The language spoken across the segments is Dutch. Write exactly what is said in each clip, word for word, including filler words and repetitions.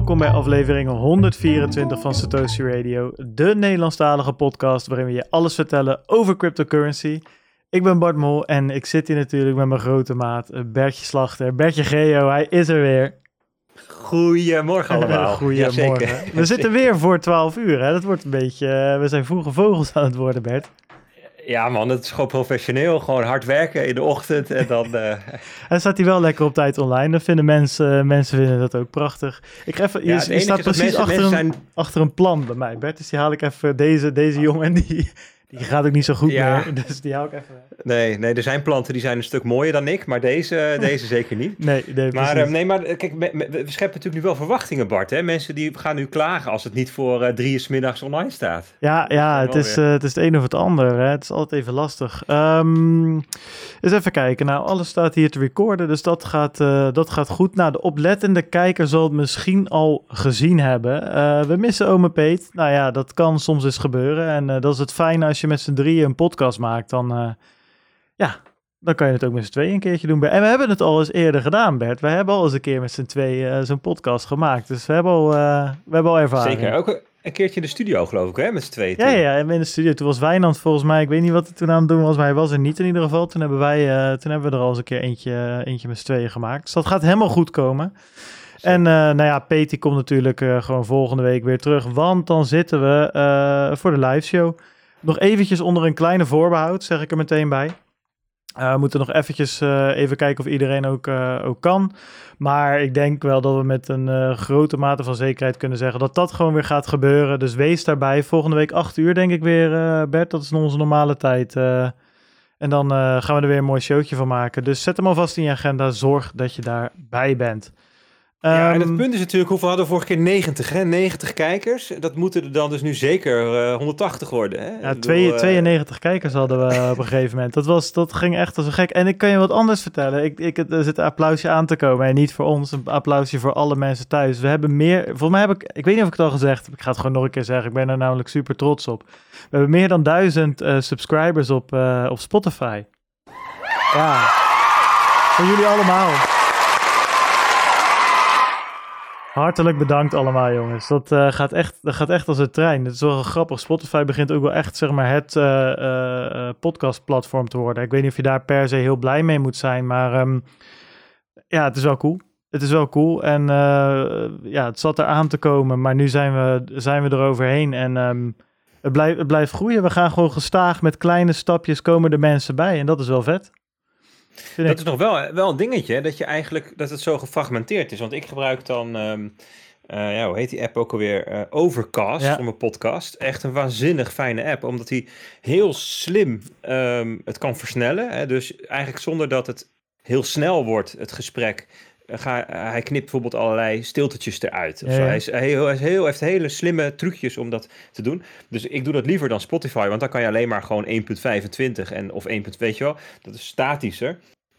Welkom bij aflevering honderdvierentwintig van Satoshi Radio, de Nederlandstalige podcast waarin we je alles vertellen over cryptocurrency. Ik ben Bart Mol en ik zit hier natuurlijk met mijn grote maat Bertje Slachter. Bertje Geo, hij is er weer. Goedemorgen allemaal. Goedemorgen. Ja, we zitten weer voor twaalf uur, hè? Dat wordt een beetje, we zijn vroege vogels aan het worden, Bert. Ja man, het is gewoon professioneel. Gewoon hard werken in de ochtend en dan... Uh... Hij staat hier wel lekker op tijd online. Dat vinden mensen, mensen vinden dat ook prachtig. Ik ga even, ja, je, je staat precies mensen, achter, mensen een, zijn... achter een plan bij mij, Bert. Dus die haal ik even, deze, deze jongen, die, die gaat ook niet zo goed ja. meer. Dus die haal ik even... Nee, nee, er zijn planten die zijn een stuk mooier dan ik, maar deze, deze zeker niet. Nee, nee, maar, uh, nee, maar kijk, we, we scheppen natuurlijk nu wel verwachtingen, Bart. Hè? Mensen die gaan nu klagen als het niet voor uh, drie uur 's middags online staat. Ja, ja het, is, uh, het is het een of het ander. Hè? Het is altijd even lastig. Um, eens even kijken. Nou, alles staat hier te recorden, dus dat gaat, uh, dat gaat goed. Nou, de oplettende kijker zal het misschien al gezien hebben. Uh, we missen ome Peet. Nou ja, dat kan soms eens gebeuren. En uh, dat is het fijne als je met z'n drieën een podcast maakt, dan... Uh, Ja, dan kan je het ook met z'n tweeën een keertje doen. En we hebben het al eens eerder gedaan, Bert. We hebben al eens een keer met z'n tweeën uh, zo'n podcast gemaakt. Dus we hebben al, uh, we hebben al ervaring. Zeker, ook een keertje in de studio geloof ik, hè, met z'n tweeën. Ja, ja, in de studio. Toen was Wijnand volgens mij, ik weet niet wat hij toen aan het doen was, maar hij was er niet in ieder geval. Toen hebben, wij, uh, toen hebben we er al eens een keer eentje, eentje met z'n tweeën gemaakt. Dus dat gaat helemaal goed komen. Zeker. En uh, nou ja, Pete komt natuurlijk uh, gewoon volgende week weer terug, want dan zitten we uh, voor de live show. Nog eventjes onder een kleine voorbehoud, zeg ik er meteen bij. Uh, we moeten nog eventjes uh, even kijken of iedereen ook, uh, ook kan. Maar ik denk wel dat we met een uh, grote mate van zekerheid kunnen zeggen dat dat gewoon weer gaat gebeuren. Dus wees daarbij. Volgende week acht uur denk ik weer, uh, Bert. Dat is onze normale tijd. Uh, en dan uh, gaan we er weer een mooi showtje van maken. Dus zet hem alvast in je agenda. Zorg dat je daarbij bent. Ja, en het punt is natuurlijk, hoeveel hadden we vorige keer? negentig, hè? negentig kijkers. Dat moeten er dan dus nu zeker uh, honderdtachtig worden, hè? Ja, twee, uh... tweeënnegentig kijkers hadden we op een gegeven moment. Dat, was, dat ging echt als een gek. En ik kan je wat anders vertellen. Ik, ik, er zit een applausje aan te komen. En niet voor ons, een applausje voor alle mensen thuis. We hebben meer, volgens mij heb ik, ik weet niet of ik het al gezegd heb. Ik ga het gewoon nog een keer zeggen. Ik ben er namelijk super trots op. We hebben meer dan duizend uh, subscribers op, uh, op Spotify. Ja, voor jullie allemaal. Hartelijk bedankt allemaal, jongens. Dat, uh, gaat echt, dat gaat echt als een trein. Het is wel grappig. Spotify begint ook wel echt, zeg maar, het uh, uh, podcastplatform te worden. Ik weet niet of je daar per se heel blij mee moet zijn, maar um, ja, het is wel cool. Het is wel cool en uh, ja, het zat er aan te komen, maar nu zijn we, zijn we er overheen en um, het, blijf, het blijft groeien. We gaan gewoon gestaag met kleine stapjes komen er mensen bij en dat is wel vet. Vind dat ik. is nog wel, wel een dingetje, dat je eigenlijk, dat het zo gefragmenteerd is. Want ik gebruik dan, um, uh, ja, hoe heet die app ook alweer? Uh, Overcast ja. voor mijn podcast. Echt een waanzinnig fijne app, omdat hij heel slim um, het kan versnellen. Hè? Dus eigenlijk zonder dat het heel snel wordt, het gesprek. Uh, ga, uh, hij knipt bijvoorbeeld allerlei stiltetjes eruit. Of ja, ja. Hij, is, hij, hij, is heel, heeft hele slimme trucjes om dat te doen. Dus ik doe dat liever dan Spotify, want dan kan je alleen maar gewoon één komma vijfentwintig en of één. Weet je wel, dat is statischer.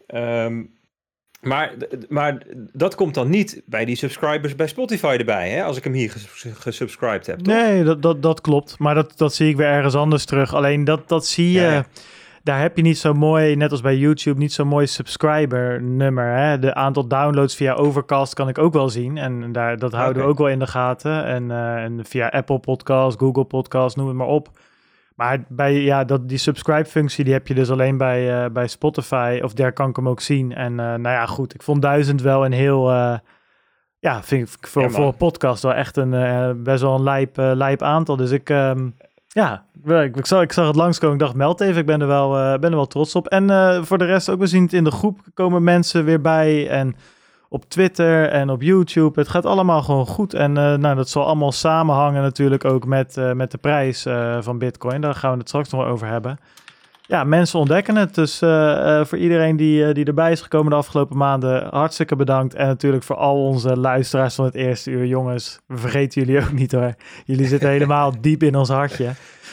Um, maar, maar dat komt dan niet bij die subscribers bij Spotify erbij, hè? Als ik hem hier ges- gesubscribed heb, toch? Nee, dat, dat, dat klopt. Maar dat, dat zie ik weer ergens anders terug. Alleen dat, dat zie je... Ja, ja. Daar heb je niet zo mooi, net als bij YouTube, niet zo mooi subscriber nummer. Hè? De aantal downloads via Overcast kan ik ook wel zien. En daar, dat houden okay. we ook wel in de gaten. En, uh, en via Apple Podcast, Google Podcast, noem het maar op. Maar bij, ja, dat, die subscribe-functie die heb je dus alleen bij, uh, bij Spotify. Of daar kan ik hem ook zien. En uh, nou ja, goed. Ik vond duizend wel een heel... Uh, ja, vind ik voor, ja, voor een podcast wel echt een uh, best wel een lijp, uh, lijp aantal. Dus ik... Um, Ja, ik, ik, zag, ik zag het langskomen. Ik dacht, meld even. Ik ben er wel, uh, ben er wel trots op. En uh, voor de rest ook, we zien het in de groep. Komen mensen weer bij. En op Twitter en op YouTube. Het gaat allemaal gewoon goed. En uh, nou, dat zal allemaal samenhangen natuurlijk ook met, uh, met de prijs uh, van Bitcoin. Daar gaan we het straks nog wel over hebben. Ja, mensen ontdekken het. Dus uh, uh, voor iedereen die, uh, die erbij is gekomen de afgelopen maanden, hartstikke bedankt. En natuurlijk voor al onze luisteraars van het eerste uur. Jongens, we vergeten jullie ook niet hoor. Jullie zitten helemaal diep in ons hartje.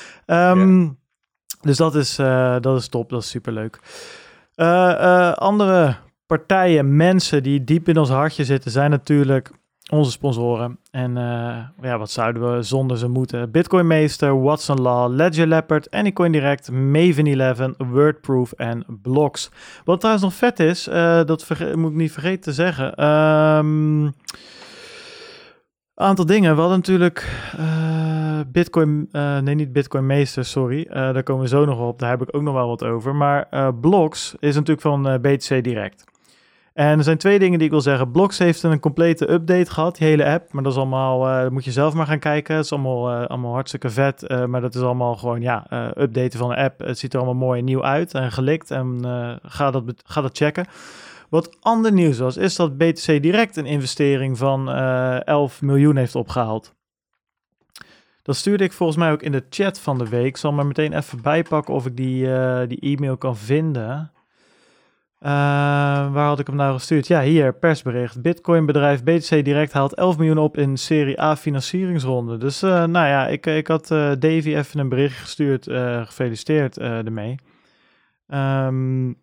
Um, ja. Dus dat is, uh, dat is top, dat is superleuk. Uh, uh, andere partijen, mensen die diep in ons hartje zitten, zijn natuurlijk onze sponsoren. En uh, ja, wat zouden we zonder ze moeten? Bitcoin Meester, Watson Law, Ledger Leopard, Anycoin Direct, Maven elf, Wordproof en Blocks. Wat trouwens nog vet is, uh, dat verge- moet ik niet vergeten te zeggen. Um, Aantal dingen. We hadden natuurlijk uh, Bitcoin, uh, nee niet Bitcoin Meester, sorry. Uh, daar komen we zo nog op, daar heb ik ook nog wel wat over. Maar uh, Blocks is natuurlijk van uh, B T C Direct. En er zijn twee dingen die ik wil zeggen. Blocks heeft een complete update gehad, die hele app. Maar dat is allemaal, uh, moet je zelf maar gaan kijken. Het is allemaal, uh, allemaal hartstikke vet. Uh, maar dat is allemaal gewoon, ja, uh, updaten van de app. Het ziet er allemaal mooi en nieuw uit en gelikt. En uh, ga, dat, ga dat checken. Wat ander nieuws was, is dat B T C Direct een investering van uh, elf miljoen heeft opgehaald. Dat stuurde ik volgens mij ook in de chat van de week. Ik zal maar meteen even bijpakken of ik die, uh, die e-mail kan vinden. Uh, waar had ik hem nou gestuurd? Ja, hier, persbericht. Bitcoin-bedrijf B T C Direct haalt elf miljoen op in Serie A financieringsronde. Dus uh, nou ja, ik, ik had uh, Davy even een bericht gestuurd. Uh, gefeliciteerd uh, ermee. Um,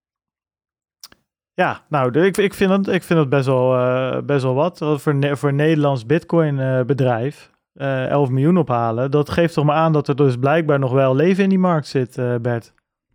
ja, nou, de, ik, ik, vind het, ik vind het best wel, uh, best wel wat. Voor, ne- voor een Nederlands Bitcoin-bedrijf uh, uh, elf miljoen ophalen. Dat geeft toch maar aan dat er dus blijkbaar nog wel leven in die markt zit, uh, Bert.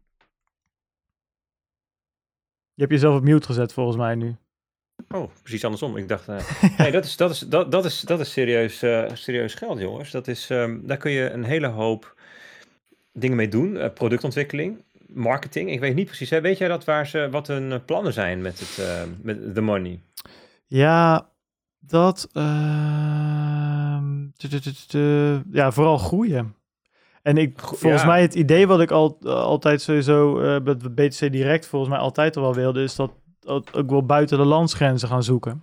Je hebt jezelf op mute gezet volgens mij nu. Oh, precies andersom. Ik dacht, uh, nee, dat is, dat is, dat, dat is, dat is serieus, uh, serieus geld, jongens. Dat is, um, daar kun je een hele hoop dingen mee doen. Uh, productontwikkeling, marketing. Ik weet niet precies. Hè? Weet jij dat waar ze, wat hun plannen zijn met het, uh, met the money? Ja, dat, uh, t- t- t- t- ja, vooral groeien. En ik, volgens ja. mij het idee wat ik al, altijd sowieso uh, met B T C Direct volgens mij altijd al wel wilde, is dat, dat ook wel buiten de landsgrenzen gaan zoeken.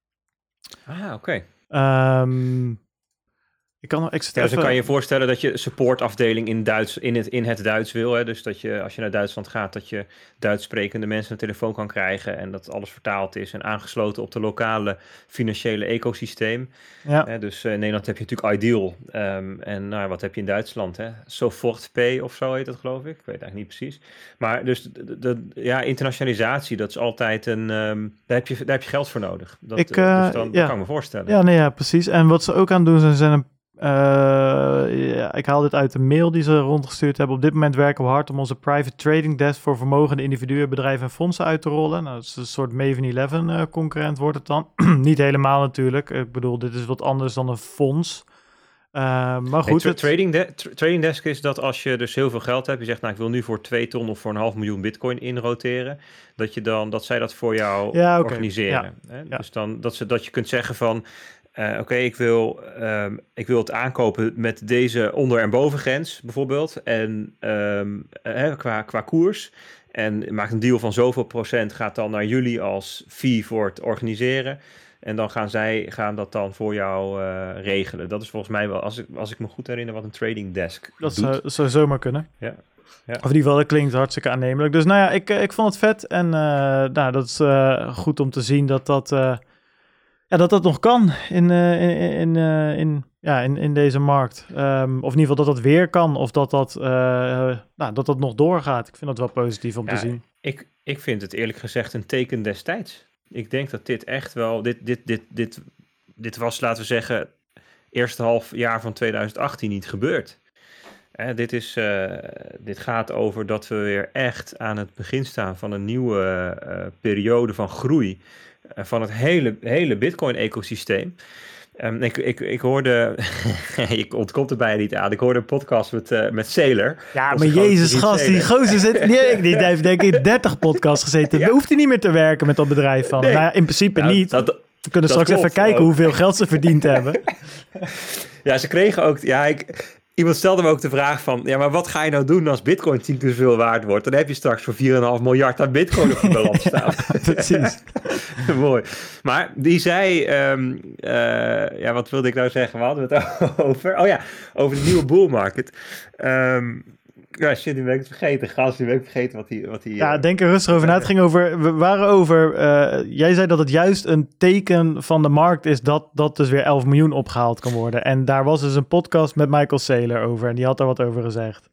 Ah, oké. Okay. Um, ik kan, ik ja, dus even... dan kan je je voorstellen dat je supportafdeling in, Duits, in, het, in het Duits wil. Hè? Dus dat je, als je naar Duitsland gaat, dat je Duits sprekende mensen een telefoon kan krijgen en dat alles vertaald is en aangesloten op de lokale financiële ecosysteem. Ja. Hè? Dus uh, in Nederland heb je natuurlijk Ideal. Um, en nou, wat heb je in Duitsland? Hè? SofortPay of zo heet dat, geloof ik. Ik weet eigenlijk niet precies. Maar dus de, de, ja, internationalisatie, dat is altijd een... Um, daar, heb je, daar heb je geld voor nodig. Dat, ik, uh, dus dan ja. dat kan ik me voorstellen. Ja, nee, ja, precies. En wat ze ook aan doen zijn, zijn een Uh, ja, ik haal dit uit de mail die ze rondgestuurd hebben. Op dit moment werken we hard om onze private trading desk voor vermogende individuen, bedrijven en fondsen uit te rollen. Nou, dat is een soort Maven elf uh, concurrent wordt het dan. Niet helemaal natuurlijk. Ik bedoel, dit is wat anders dan een fonds. Uh, maar goed. Hey, tra- het... trading, de- tra- trading desk is dat als je dus heel veel geld hebt, je zegt, nou, ik wil nu voor twee ton of voor een half miljoen bitcoin inroteren, dat je dan, dat zij dat voor jou ja, okay. organiseren. Ja. Hè? Ja. Dus dan dat, ze, dat je kunt zeggen van, Uh, Oké, okay, ik, wil, um, ik wil het aankopen met deze onder- en bovengrens bijvoorbeeld. En um, uh, qua, qua koers. En maakt een deal van zoveel procent, gaat dan naar jullie als fee voor het organiseren. En dan gaan zij gaan dat dan voor jou uh, regelen. Dat is volgens mij wel, als ik, als ik me goed herinner, wat een trading desk dat doet. Zou, dat zou zomaar kunnen. Ja. Ja. Of in ieder geval, dat klinkt hartstikke aannemelijk. Dus nou ja, ik, ik vond het vet. En uh, nou, dat is uh, goed om te zien dat dat... Uh, Ja, dat dat nog kan in, uh, in, in, uh, in, ja, in, in deze markt. Um, of in ieder geval dat dat weer kan. Of dat dat, uh, nou, dat dat nog doorgaat. Ik vind dat wel positief om ja, te zien. Ik, ik vind het eerlijk gezegd een teken destijds. Ik denk dat dit echt wel... Dit, dit, dit, dit, dit was, laten we zeggen, eerste half jaar van twintig achttien niet gebeurd. Eh, dit, is, uh, dit gaat over dat we weer echt aan het begin staan van een nieuwe uh, periode van groei. Van het hele, hele Bitcoin-ecosysteem. Um, ik, ik, ik hoorde... ik ontkomt er bijna niet aan. Ik hoorde een podcast met, uh, met Sailor. Ja, maar jezus gast, die gozer zit... Nee, die heeft denk ik in dertig podcasts gezeten. Ja. Hoeft hij niet meer te werken met dat bedrijf van. Nee. Nou ja, in principe nou, niet. Dat, we kunnen straks even kijken ook. Hoeveel geld ze verdiend hebben. Ja, ze kregen ook... Ja, ik... Iemand stelde me ook de vraag van, ja, maar wat ga je nou doen als Bitcoin tien keer zoveel waard wordt? Dan heb je straks voor vier komma vijf miljard aan Bitcoin op je balans staan. Ja, precies. Mooi. Maar die zei, um, uh, ja, wat wilde ik nou zeggen? We hadden het over, oh ja, over de nieuwe bull market. Um, Ja, shit, die ben ik het vergeten. Gast, die ben ik vergeten wat hij... Wat die, ja, uh, denk er rustig over na. Het ging over... We waren over... Uh, jij zei dat het juist een teken van de markt is dat dat dus weer elf miljoen opgehaald kan worden. En daar was dus een podcast met Michael Saylor over. En die had daar wat over gezegd.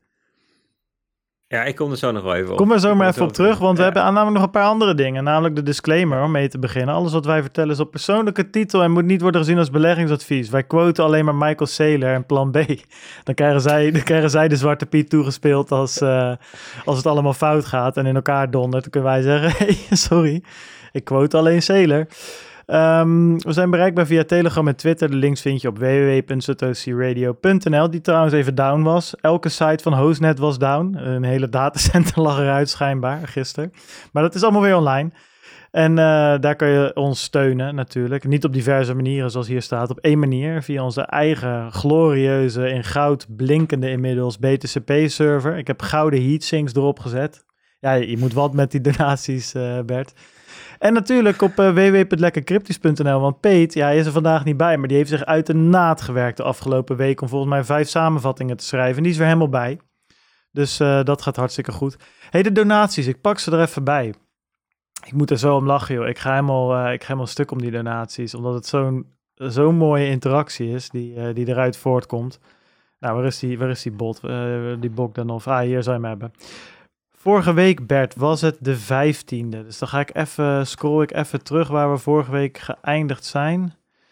Ja, ik kom er zo nog wel even op. Kom er zo maar even op terug, want ja. we hebben namelijk nog een paar andere dingen. Namelijk de disclaimer om mee te beginnen. Alles wat wij vertellen is op persoonlijke titel en moet niet worden gezien als beleggingsadvies. Wij quoten alleen maar Michael Saylor en Plan B. Dan krijgen zij, dan krijgen zij de Zwarte Piet toegespeeld als, uh, als het allemaal fout gaat en in elkaar dondert. Dan kunnen wij zeggen, hey, sorry, ik quote alleen Saylor. Um, we zijn bereikbaar via Telegram en Twitter. De links vind je op w w w punt satoshi radio punt n l, die trouwens even down was. Elke site van Hostnet was down. Een hele datacenter lag eruit schijnbaar gisteren. Maar dat is allemaal weer online. En uh, daar kan je ons steunen natuurlijk. Niet op diverse manieren zoals hier staat. Op één manier, via onze eigen glorieuze, in goud blinkende inmiddels B T C P-server. Ik heb gouden heatsinks erop gezet. Ja, je moet wat met die donaties, uh, Bert. En natuurlijk op uh, w w w punt lekker cryptisch punt n l. Want Peet, ja, hij is er vandaag niet bij, maar die heeft zich uit de naad gewerkt de afgelopen week om volgens mij vijf samenvattingen te schrijven. En die is weer helemaal bij. Dus uh, dat gaat hartstikke goed. Hey, de donaties, ik pak ze er even bij. Ik moet er zo om lachen, joh. Ik ga helemaal, uh, ik ga helemaal stuk om die donaties, omdat het zo'n, zo'n mooie interactie is die, uh, die eruit voortkomt. Nou, waar is die, waar is die bot, uh, die Bogdanov? Ah, hier zou je hem hebben. Vorige week, Bert, was het de vijftiende. Dus dan ga ik even, scroll ik even terug waar we vorige week geëindigd zijn.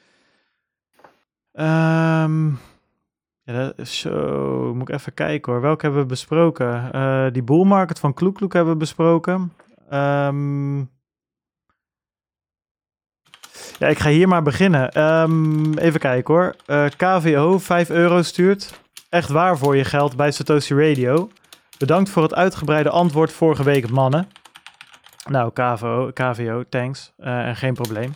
Um, ja, dat is zo, moet ik even kijken hoor. Welke hebben we besproken? Uh, die bull market van Kloek Kloek hebben we besproken. Um, ja, ik ga hier maar beginnen. Um, even kijken hoor. Uh, K V O, vijf euro stuurt. Echt waar voor je geld bij Satoshi Radio. Bedankt voor het uitgebreide antwoord vorige week, mannen. Nou, K V O, K V O thanks. Uh, en geen probleem.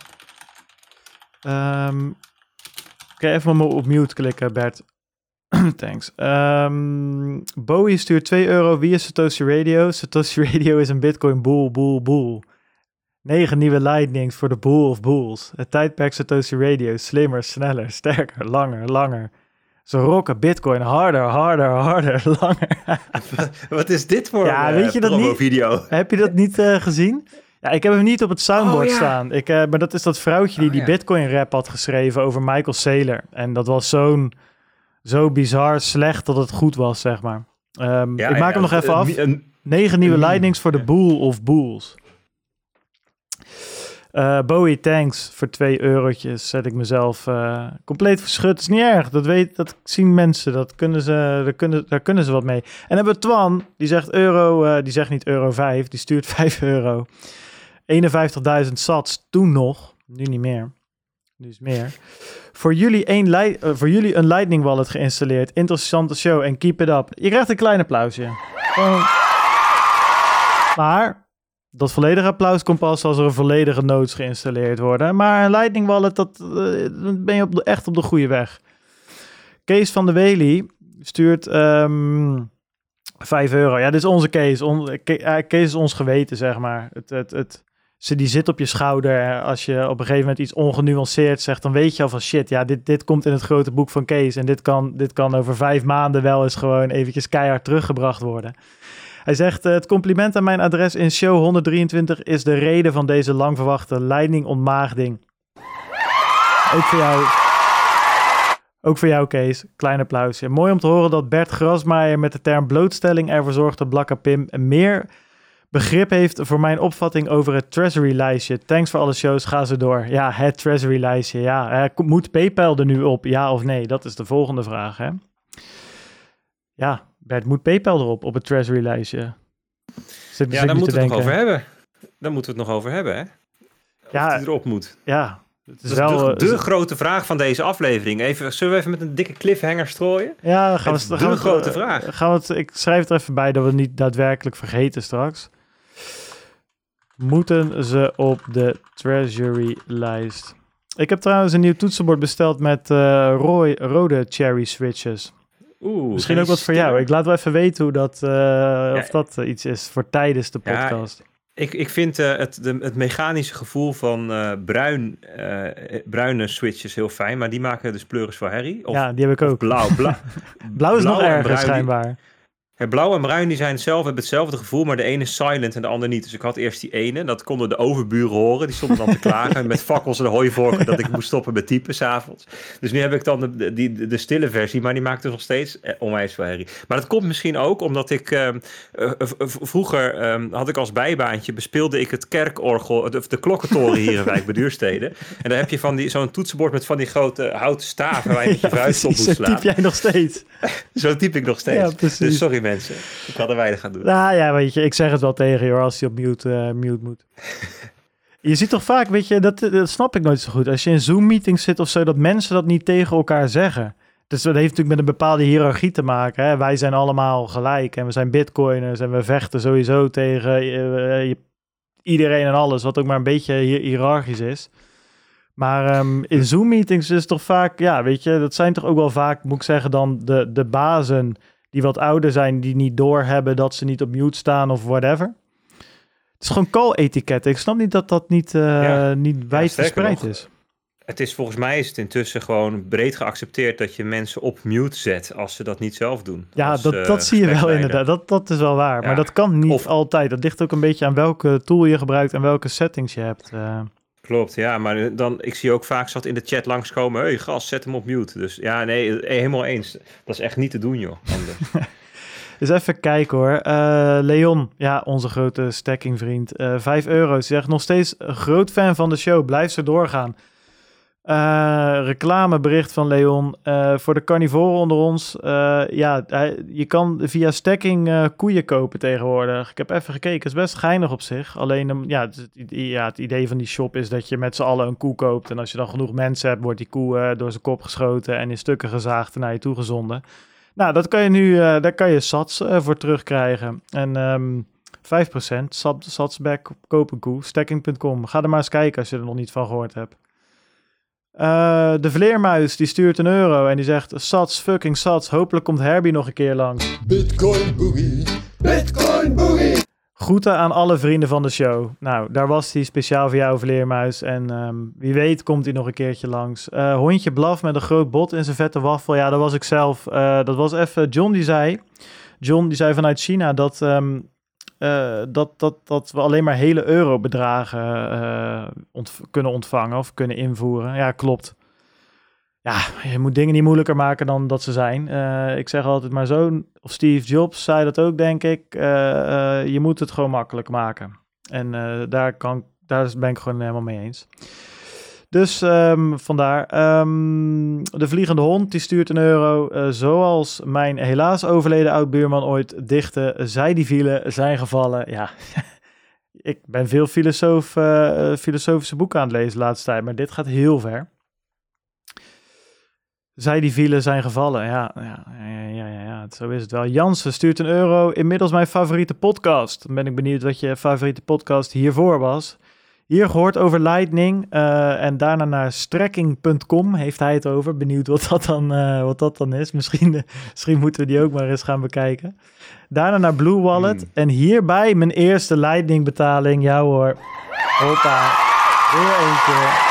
Um, Oké, okay, even maar op mute klikken, Bert. Thanks. Um, Bowie stuurt twee euro. Wie is Satoshi Radio? Satoshi Radio is een Bitcoin bull, bull, bull. negen nieuwe lightnings voor de bull of bulls. Het tijdperk Satoshi Radio. Slimmer, sneller, sterker, langer, langer. Ze rocken Bitcoin harder, harder, harder, langer. Wat is dit voor ja, uh, weet je dat niet? video? Heb je dat niet uh, gezien? Ja, ik heb hem niet op het soundboard oh, ja. staan. Ik, uh, maar dat is dat vrouwtje die oh, die ja. Bitcoin rap had geschreven over Michael Saylor. En dat was zo'n zo bizar slecht dat het goed was, zeg maar. Um, ja, ik maak ja, hem nog even uh, af. Uh, Negen nieuwe uh, lightnings voor de uh, bull of bulls. Uh, Bowie, thanks. Voor twee eurotjes zet ik mezelf uh, compleet verschut. Dat is niet erg. Dat, weet, dat zien mensen. Dat kunnen ze, daar, kunnen, daar kunnen ze wat mee. En dan hebben we Twan. Die zegt euro. Uh, die zegt niet euro vijf. Die stuurt vijf euro. eenenvijftigduizend sats. Toen nog. Nu niet meer. Nu is meer. Voor jullie, één li- uh, voor jullie een Lightning Wallet geïnstalleerd. Interessante show. En keep it up. Je krijgt een klein applausje. Gewoon. Maar... dat volledige applaus komt pas als er een volledige nodes geïnstalleerd worden. Maar een Lightning Wallet, dat uh, ben je op de, echt op de goede weg. Kees van de Wely stuurt um, vijf euro. Ja, dit is onze Kees. On, Ke- Kees is ons geweten, zeg maar. Het, het, het, ze die zit op je schouder. Als je op een gegeven moment iets ongenuanceerd zegt, dan weet je al van shit, ja, dit, dit komt in het grote boek van Kees. En dit kan, dit kan over vijf maanden wel eens gewoon eventjes keihard teruggebracht worden. Hij zegt, uh, het compliment aan mijn adres in show honderddrieëntwintig is de reden van deze lang verwachte Lightning-ontmaagding. Ook voor jou. Ook voor jou, Kees. Klein applausje. Mooi om te horen dat Bert Grasmaier met de term blootstelling ervoor zorgt dat Blakka Pim meer begrip heeft voor mijn opvatting over het Treasury-lijstje. Thanks voor alle shows, ga ze door. Ja, het Treasury-lijstje, ja. Uh, moet PayPal er nu op, ja of nee? Dat is de volgende vraag, hè? Ja. Bert, moet PayPal erop, op het Treasury-lijstje? Zit, ja, daar moeten we het nog over hebben. Daar moeten we het nog over hebben, hè? Of ja, die erop moet. Ja. Het is dat wel, is de, de grote vraag van deze aflevering. Even, zullen we even met een dikke cliffhanger strooien? Ja, dan gaan we, het dan de gaan we, grote vraag. Gaan we het, ik schrijf het er even bij dat we het niet daadwerkelijk vergeten straks. Moeten ze op de Treasury-lijst? Ik heb trouwens een nieuw toetsenbord besteld met uh, rooi, rode cherry switches. Oeh, misschien ook wat voor jou. Ik laat wel even weten hoe dat, uh, ja, of dat uh, iets is voor tijdens de podcast. Ja, ik, ik vind uh, het, de, het mechanische gevoel van uh, bruin, uh, bruine switches heel fijn, maar die maken dus pleuris voor herrie. Of, ja, die heb ik ook. Blauw. Bla, blauw is blauw nog erger schijnbaar. Die, ja, blauw en bruin die zijn hetzelfde, hebben hetzelfde gevoel, maar de ene is silent en de ander niet. Dus ik had eerst die ene, dat konden de overburen horen. Die stonden dan te klagen met fakkels en hooivorken dat ik moest stoppen met typen 's avonds. Dus nu heb ik dan de, de, de, de stille versie, maar die maakt dus nog steeds eh, onwijs veel herrie. Maar dat komt misschien ook omdat ik uh, uh, v- vroeger um, had ik als bijbaantje, bespeelde ik het kerkorgel, de, de klokkentoren hier in Wijk bij Duurstede. En dan heb je van die, zo'n toetsenbord met van die grote houten staven waar je met je vuist op moet slaan. Zo typ jij nog steeds. Zo typ ik nog steeds. Ja, dus sorry mensen, ik had er weinig aan doen. Nou ja, weet je, ik zeg het wel tegen je hoor, als je op mute, uh, mute moet. Je ziet toch vaak, weet je, dat, dat snap ik nooit zo goed. Als je in Zoom-meetings zit of zo, dat mensen dat niet tegen elkaar zeggen. Dus dat heeft natuurlijk met een bepaalde hiërarchie te maken. Hè? Wij zijn allemaal gelijk en we zijn bitcoiners en we vechten sowieso tegen uh, iedereen en alles, wat ook maar een beetje hi- hiërarchisch is. Maar um, in Zoom-meetings is het toch vaak, ja, weet je, dat zijn toch ook wel vaak, moet ik zeggen, dan de, de bazen die wat ouder zijn, die niet doorhebben dat ze niet op mute staan of whatever. Het is gewoon call-etiket. Ik snap niet dat dat niet, uh, ja. niet wijd ja, verspreid nog, is. Het is volgens mij is het intussen gewoon breed geaccepteerd dat je mensen op mute zet als ze dat niet zelf doen. Ja, als, dat, uh, dat zie je wel inderdaad. Dat, dat is wel waar. Ja. Maar dat kan niet of, altijd. Dat ligt ook een beetje aan welke tool je gebruikt en welke settings je hebt. Uh. Klopt, ja. Maar dan, ik zie ook vaak zat in de chat langskomen. Hé, hey, gast, zet hem op mute. Dus ja, nee, helemaal eens. Dat is echt niet te doen, joh. Dus even kijken hoor. Uh, Leon, ja, onze grote stackingvriend. Uh, vijf euro. Ze zegt nog steeds een groot fan van de show. Blijf zo doorgaan. Uh, reclamebericht van Leon. Uh, voor de carnivoren onder ons. Uh, ja, uh, je kan via stacking uh, koeien kopen tegenwoordig. Ik heb even gekeken. Het is best geinig op zich. Alleen um, ja, het, ja, het idee van die shop is dat je met z'n allen een koe koopt. En als je dan genoeg mensen hebt, wordt die koe uh, door zijn kop geschoten en in stukken gezaagd en naar je toegezonden. Nou, dat kan je nu, uh, daar kan je sats uh, voor terugkrijgen. En um, vijf procent satsback, koop een koe, stacking punt com. Ga er maar eens kijken als je er nog niet van gehoord hebt. Uh, de vleermuis, die stuurt een euro en die zegt, sats, fucking sats, hopelijk komt Herbie nog een keer langs. Bitcoin boogie, Bitcoin boogie. Groeten aan alle vrienden van de show. Nou, daar was hij speciaal voor jou, vleermuis. En um, wie weet komt hij nog een keertje langs. Uh, hondje blaf met een groot bot in zijn vette waffel. Ja, dat was ik zelf. Uh, dat was even John die zei. John die zei vanuit China dat, um, uh, dat, dat, dat we alleen maar hele eurobedragen uh, ont- kunnen ontvangen of kunnen invoeren. Ja, klopt. Ja, je moet dingen niet moeilijker maken dan dat ze zijn. Uh, ik zeg altijd maar zo, of Steve Jobs zei dat ook, denk ik. Uh, uh, je moet het gewoon makkelijk maken. En uh, daar, kan, daar ben ik gewoon helemaal mee eens. Dus um, vandaar. Um, de vliegende hond, die stuurt een euro. Uh, zoals mijn helaas overleden oud-buurman ooit dichtte. Zij die vielen, zijn gevallen. Ja, ik ben veel filosoof, uh, filosofische boeken aan het lezen de laatste tijd. Maar dit gaat heel ver. Zij die vielen zijn gevallen. Ja, ja, ja, ja, ja, ja, zo is het wel. Jansen stuurt een euro. Inmiddels mijn favoriete podcast. Dan ben ik benieuwd wat je favoriete podcast hiervoor was. Hier gehoord over Lightning. Uh, en daarna naar strekking punt com heeft hij het over. Benieuwd wat dat dan, uh, wat dat dan is. Misschien, uh, misschien moeten we die ook maar eens gaan bekijken. Daarna naar Blue Wallet. Hmm. En hierbij mijn eerste Lightning betaling. Ja hoor. Hoppa. Weer eentje.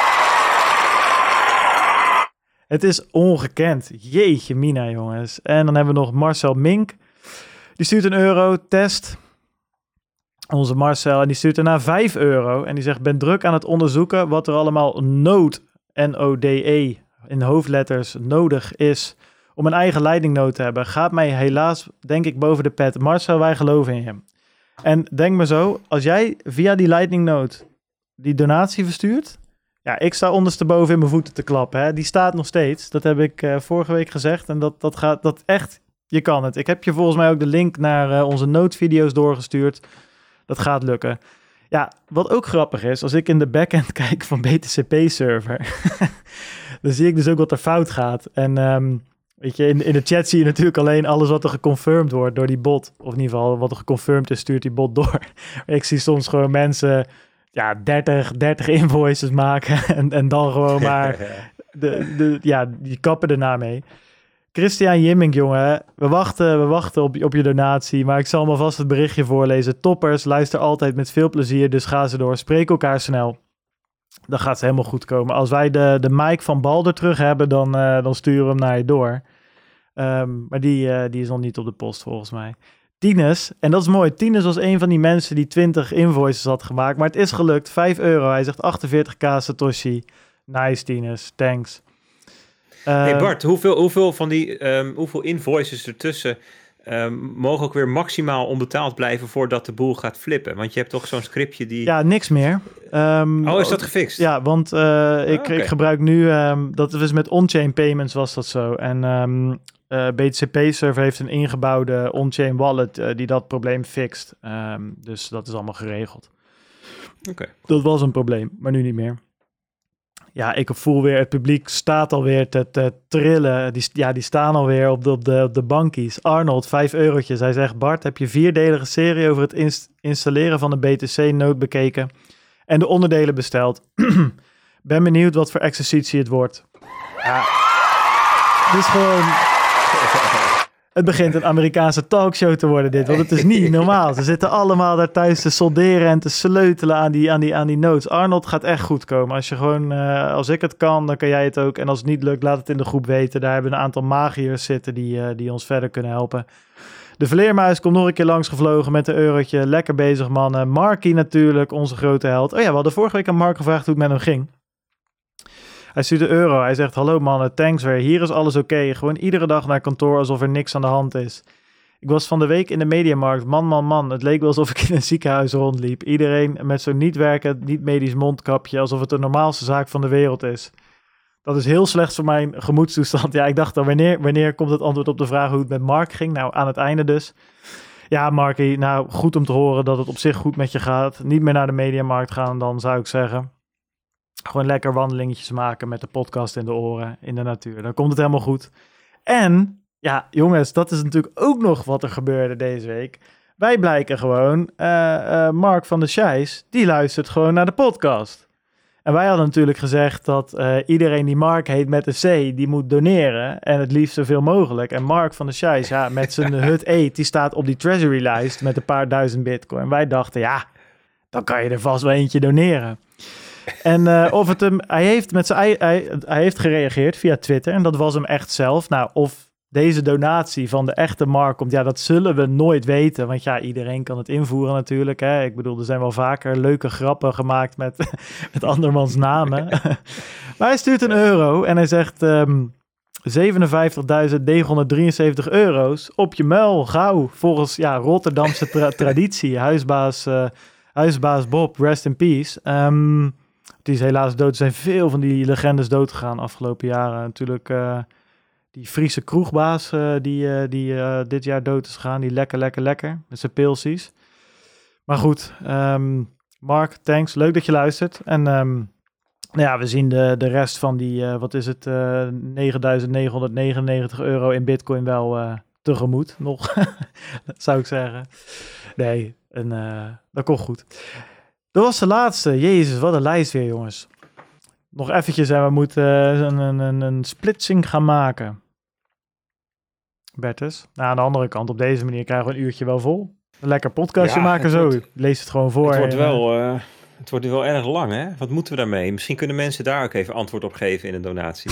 Het is ongekend. Jeetje mina, jongens. En dan hebben we nog Marcel Mink. Die stuurt een euro. Test. Onze Marcel. En die stuurt erna vijf euro. En die zegt, ben druk aan het onderzoeken wat er allemaal nood, N O D E, in hoofdletters nodig is om een eigen Lightning-node te hebben. Gaat mij helaas, denk ik, boven de pet. Marcel, wij geloven in je. En denk maar zo, als jij via die Lightning-node die donatie verstuurt... Ja, ik sta ondersteboven in mijn voeten te klappen. Hè. Die staat nog steeds. Dat heb ik uh, vorige week gezegd. En dat, dat gaat, dat echt, je kan het. Ik heb je volgens mij ook de link naar uh, onze noodvideo's doorgestuurd. Dat gaat lukken. Ja, wat ook grappig is, als ik in de backend kijk van B T C P-server, dan zie ik dus ook wat er fout gaat. En um, weet je, in, in de chat zie je natuurlijk alleen alles wat er geconfirmed wordt door die bot. Of in ieder geval wat er geconfirmed is, stuurt die bot door. Ik zie soms gewoon mensen... Ja, dertig, dertig invoices maken en, en dan gewoon maar, de, de, ja, die kappen erna mee. Christian Jimmink, jongen, we wachten, we wachten op, op je donatie, maar ik zal hem alvast het berichtje voorlezen. Toppers, luister altijd met veel plezier, dus ga ze door. Spreek elkaar snel. Dan gaat het helemaal goed komen. Als wij de, de mic van Balder terug hebben, dan, uh, dan sturen we hem naar je door. Um, maar die, uh, die is nog niet op de post, volgens mij. Tines, en dat is mooi, Tines was een van die mensen die twintig invoices had gemaakt, maar het is gelukt, vijf euro. Hij zegt achtenveertig k Satoshi. Nice, Tines, thanks. Uh, hey Bart, hoeveel, hoeveel van die, um, hoeveel invoices ertussen um, mogen ook weer maximaal onbetaald blijven voordat de boel gaat flippen? Want je hebt toch zo'n scriptje die... Ja, niks meer. Um, oh, is dat gefixt? Ja, want uh, ik, ah, okay. ik gebruik nu, um, dat was met on-chain payments was dat zo. En um, uh, B T C P-server heeft een ingebouwde on-chain wallet uh, die dat probleem fixt. Um, dus dat is allemaal geregeld. Okay. Dat was een probleem, maar nu niet meer. Ja, ik voel weer, het publiek staat alweer te, te trillen. Die, ja, die staan alweer op de, op de, op de bankies. Arnold, vijf eurotjes. Hij zegt, Bart, heb je vierdelige serie over het inst- installeren van de B T C-note bekeken en de onderdelen besteld? Ben benieuwd wat voor exercitie het wordt. Ja, het is gewoon... Het begint een Amerikaanse talkshow te worden dit, want het is niet normaal. Ze zitten allemaal daar thuis te solderen en te sleutelen aan die, aan die, aan die notes. Arnold gaat echt goed komen. Als je gewoon, uh, als ik het kan, dan kan jij het ook. En als het niet lukt, laat het in de groep weten. Daar hebben we een aantal magiërs zitten die, uh, die ons verder kunnen helpen. De Vleermuis komt nog een keer langs gevlogen met een eurotje. Lekker bezig, mannen. Marky natuurlijk, onze grote held. Oh ja, we hadden vorige week aan Mark gevraagd hoe het met hem ging. Hij stuurt de euro. Hij zegt, hallo mannen, thanks weer. Hier is alles oké. Okay. Gewoon iedere dag naar kantoor alsof er niks aan de hand is. Ik was van de week in de Mediamarkt. Man, man, man. Het leek wel alsof ik in een ziekenhuis rondliep. Iedereen met zo'n niet werkend, niet medisch mondkapje. Alsof het de normaalste zaak van de wereld is. Dat is heel slecht voor mijn gemoedstoestand. Ja, ik dacht dan, wanneer, wanneer komt het antwoord op de vraag hoe het met Mark ging? Nou, aan het einde dus. Ja, Marky, nou, goed om te horen dat het op zich goed met je gaat. Niet meer naar de Mediamarkt gaan dan, zou ik zeggen. Gewoon lekker wandelingetjes maken met de podcast in de oren, in de natuur. Dan komt het helemaal goed. En, ja, jongens, dat is natuurlijk ook nog wat er gebeurde deze week. Wij blijken gewoon, uh, uh, Mark van der Scheijs, die luistert gewoon naar de podcast. En wij hadden natuurlijk gezegd dat uh, iedereen die Mark heet met een C, die moet doneren. En het liefst zoveel mogelijk. En Mark van der Scheijs, ja, met zijn Hut Eet, die staat op die treasury-lijst met een paar duizend bitcoin. Wij dachten, ja, dan kan je er vast wel eentje doneren. En uh, of het hem, hij heeft met zijn, hij, hij heeft gereageerd via Twitter en dat was hem echt zelf. Nou, of deze donatie van de echte Mark komt, ja, dat zullen we nooit weten. Want ja, iedereen kan het invoeren natuurlijk. Hè. Ik bedoel, er zijn wel vaker leuke grappen gemaakt met, met andermans namen. Maar hij stuurt een euro en hij zegt um, zevenenvijftigduizend negenhonderddrieënzeventig euro's op je muil, gauw. Volgens ja, Rotterdamse tra- traditie. Huisbaas, uh, huisbaas Bob, rest in peace. Um, die is helaas dood. Er zijn veel van die legendes doodgegaan afgelopen jaren. Natuurlijk uh, die Friese kroegbaas uh, die, uh, die uh, dit jaar dood is gegaan. Die lekker, lekker, lekker met zijn pilsies. Maar goed, um, Mark, thanks. Leuk dat je luistert. En um, nou ja, we zien de, de rest van die, uh, wat is het, uh, negenduizend negenhonderdnegenennegentig euro in bitcoin wel uh, tegemoet nog, zou ik zeggen. Nee, en, uh, dat komt goed. Dat was de laatste. Jezus, wat een lijst weer, jongens. Nog eventjes en we moeten uh, een, een, een splitsing gaan maken. Bertus. Nou, aan de andere kant, op deze manier krijgen we een uurtje wel vol. Een lekker podcastje ja, maken zo. Wordt, ik lees het gewoon voor. Het wordt, wel, uh, het wordt wel erg lang, hè? Wat moeten we daarmee? Misschien kunnen mensen daar ook even antwoord op geven in een donatie.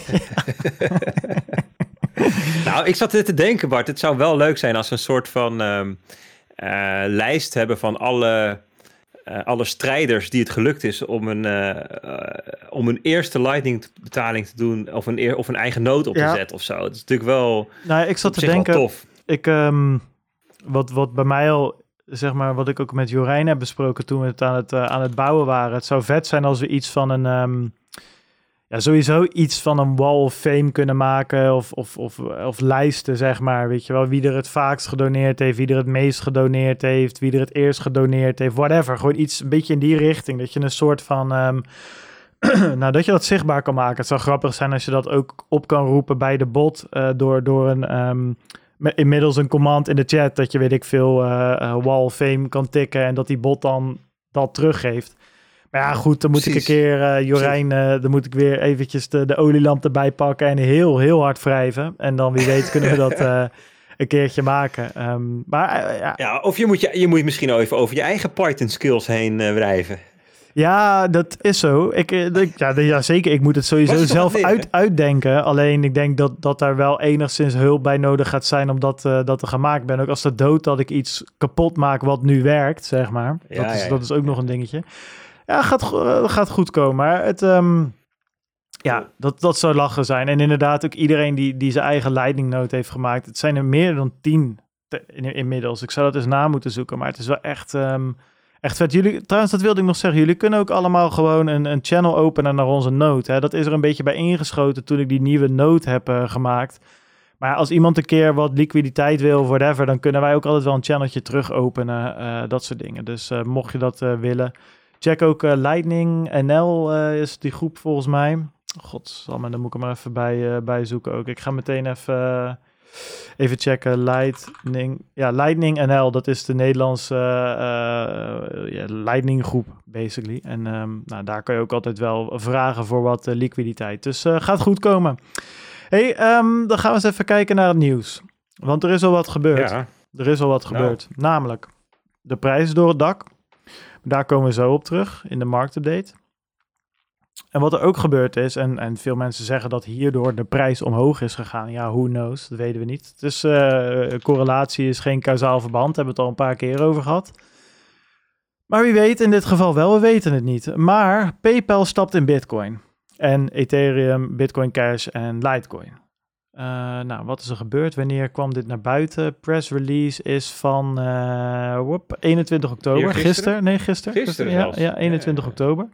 Nou, ik zat te denken, Bart. Het zou wel leuk zijn als we een soort van um, uh, lijst hebben van alle... Uh, alle strijders die het gelukt is om een, uh, uh, om een eerste Lightning-betaling te doen of een, eer, of een eigen nood op te ja. zetten of zo. Dat is natuurlijk wel, nou, ik zat te denken, tof. Ik, um, wat, wat bij mij al, zeg maar, wat ik ook met Jorijn heb besproken toen we het aan het, uh, aan het bouwen waren. Het zou vet zijn als we iets van een, um, ja, sowieso iets van een wall of fame kunnen maken of, of, of, of lijsten, zeg maar. Weet je wel, wie er het vaakst gedoneerd heeft, wie er het meest gedoneerd heeft, wie er het eerst gedoneerd heeft, whatever. Gewoon iets een beetje in die richting, dat je een soort van, um, nou, dat je dat zichtbaar kan maken. Het zou grappig zijn als je dat ook op kan roepen bij de bot uh, door, door een, um, inmiddels een command in de chat, dat je, weet ik veel, uh, uh, wall of fame kan tikken en dat die bot dan dat teruggeeft. Maar ja, goed, dan moet Precies. ik een keer, uh, Jorijn, uh, dan moet ik weer eventjes de, de olielamp erbij pakken en heel, heel hard wrijven. En dan wie weet kunnen we dat uh, een keertje maken. Um, maar uh, ja. ja, of je moet, je, je moet misschien even over je eigen Python skills heen uh, wrijven. Ja, dat is zo. Ik, ik, ja, ja, zeker. Ik moet het sowieso zelf uit, uitdenken. Alleen ik denk dat, dat daar wel enigszins hulp bij nodig gaat zijn om dat, uh, dat te gaan maken. Ben ook als dat dood dat ik iets kapot maak wat nu werkt, zeg maar. Ja, dat, is, ja, ja. dat is ook nog een dingetje. Ja, gaat, uh, gaat goed komen. Maar het, um, ja, dat, dat zou lachen zijn. En inderdaad ook iedereen die, die zijn eigen Lightning Node heeft gemaakt. Het zijn er meer dan tien te, in, inmiddels. Ik zou dat eens na moeten zoeken. Maar het is wel echt, um, echt vet. Jullie, trouwens, dat wilde ik nog zeggen. Jullie kunnen ook allemaal gewoon een, een channel openen naar onze node. Hè? Dat is er een beetje bij ingeschoten toen ik die nieuwe node heb uh, gemaakt. Maar als iemand een keer wat liquiditeit wil of whatever, dan kunnen wij ook altijd wel een channeltje terug openen. Uh, dat soort dingen. Dus uh, mocht je dat uh, willen... check ook uh, Lightning N L uh, is die groep volgens mij. Godsamme, dan moet ik hem er even bij, uh, bij zoeken ook. Ik ga meteen even, uh, even checken. Lightning, ja, Lightning N L, dat is de Nederlandse uh, uh, yeah, Lightning groep, basically. En um, nou, daar kan je ook altijd wel vragen voor wat uh, liquiditeit. Dus uh, gaat goed komen. Hey, um, dan gaan we eens even kijken naar het nieuws. Want er is al wat gebeurd. Ja. Er is al wat gebeurd. Nou. Namelijk, de prijs door het dak. Daar komen we zo op terug in de marktupdate. En wat er ook gebeurd is, en, en veel mensen zeggen dat hierdoor de prijs omhoog is gegaan. Ja, who knows, dat weten we niet. Dus uh, correlatie is geen kausaal verband, daar hebben we het al een paar keer over gehad. Maar wie weet in dit geval wel, we weten het niet. Maar PayPal stapt in Bitcoin. En Ethereum, Bitcoin Cash en Litecoin. Uh, nou, wat is er gebeurd? Wanneer kwam dit naar buiten? Press release is van uh, whoop, eenentwintig oktober. Gisteren? Nee, gisteren. Gisteren ja, ja, eenentwintig oktober.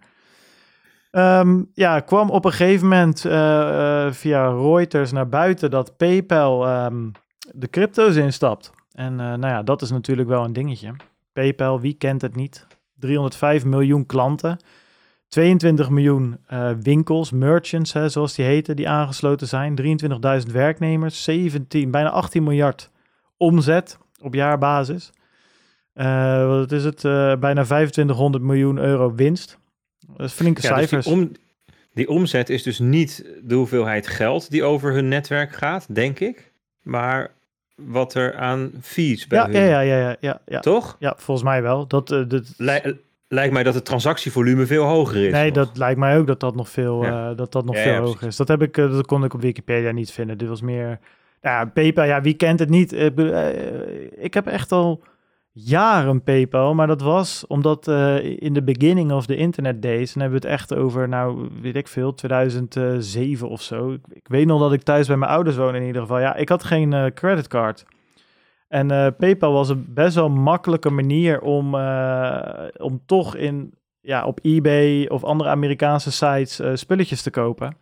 Um, ja, kwam op een gegeven moment uh, uh, via Reuters naar buiten dat PayPal um, de crypto's instapt. En uh, nou ja, dat is natuurlijk wel een dingetje. PayPal, wie kent het niet? driehonderdvijf miljoen klanten. tweeëntwintig miljoen uh, winkels, merchants, hè, zoals die heten, die aangesloten zijn. drieëntwintigduizend werknemers, zeventien, bijna achttien miljard omzet op jaarbasis. Uh, wat is het? Uh, bijna vijfentwintighonderd miljoen euro winst. Dat is flinke ja, cijfers. Dus die, om, die omzet is dus niet de hoeveelheid geld die over hun netwerk gaat, denk ik. Maar wat er aan fees bij ja, hun... Ja, ja, ja, ja, ja, ja. Toch? Ja, volgens mij wel. Dat, uh, dat... Lij, lijkt mij dat het transactievolume veel hoger is. Nee, nog. dat lijkt mij ook dat dat nog veel, ja. uh, dat dat nog ja, veel ja, hoger is. Dat, heb ik, uh, dat kon ik op Wikipedia niet vinden. Dit was meer... Ja, PayPal, ja, wie kent het niet? Uh, uh, ik heb echt al... jaren PayPal, maar dat was omdat uh, in de beginning of the internet days, en hebben we het echt over, nou, weet ik veel, tweeduizend zeven of zo. Ik, ik weet nog dat ik thuis bij mijn ouders woonde in ieder geval. Ja, ik had geen uh, creditcard. En uh, PayPal was een best wel makkelijke manier om, uh, om toch in, ja, op eBay of andere Amerikaanse sites uh, spulletjes te kopen.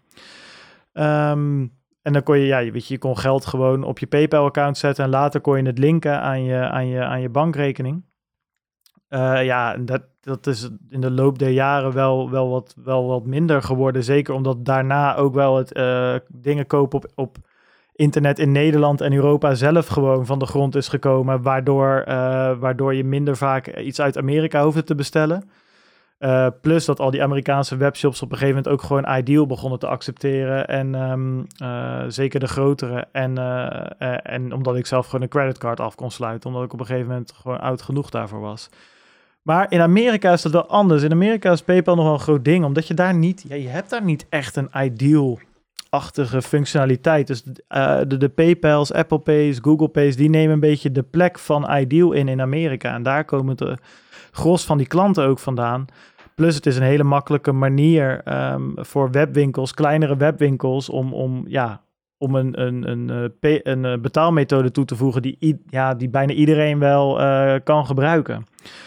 Um, En dan kon je, ja, weet je, je kon geld gewoon op je PayPal-account zetten en later kon je het linken aan je, aan je, aan je bankrekening. Uh, ja, dat, dat is in de loop der jaren wel, wel, wat, wel wat minder geworden. Zeker omdat daarna ook wel het uh, dingen kopen op, op internet in Nederland en Europa zelf gewoon van de grond is gekomen. Waardoor, uh, waardoor je minder vaak iets uit Amerika hoefde te bestellen. Uh, plus dat al die Amerikaanse webshops op een gegeven moment ook gewoon Ideal begonnen te accepteren. En um, uh, zeker de grotere. En, uh, uh, en omdat ik zelf gewoon een creditcard af kon sluiten. Omdat ik op een gegeven moment gewoon oud genoeg daarvoor was. Maar in Amerika is dat wel anders. In Amerika is PayPal nog wel een groot ding. Omdat je daar niet... Ja, je hebt daar niet echt een Ideal-achtige functionaliteit. Dus uh, de, de PayPal's, Apple Pay's, Google Pay's... die nemen een beetje de plek van Ideal in in Amerika. En daar komen de gros van die klanten ook vandaan. Plus het is een hele makkelijke manier um, voor webwinkels, kleinere webwinkels, om, om, ja, om een, een, een, een, een, een betaalmethode toe te voegen die, i- ja, die bijna iedereen wel uh, kan gebruiken.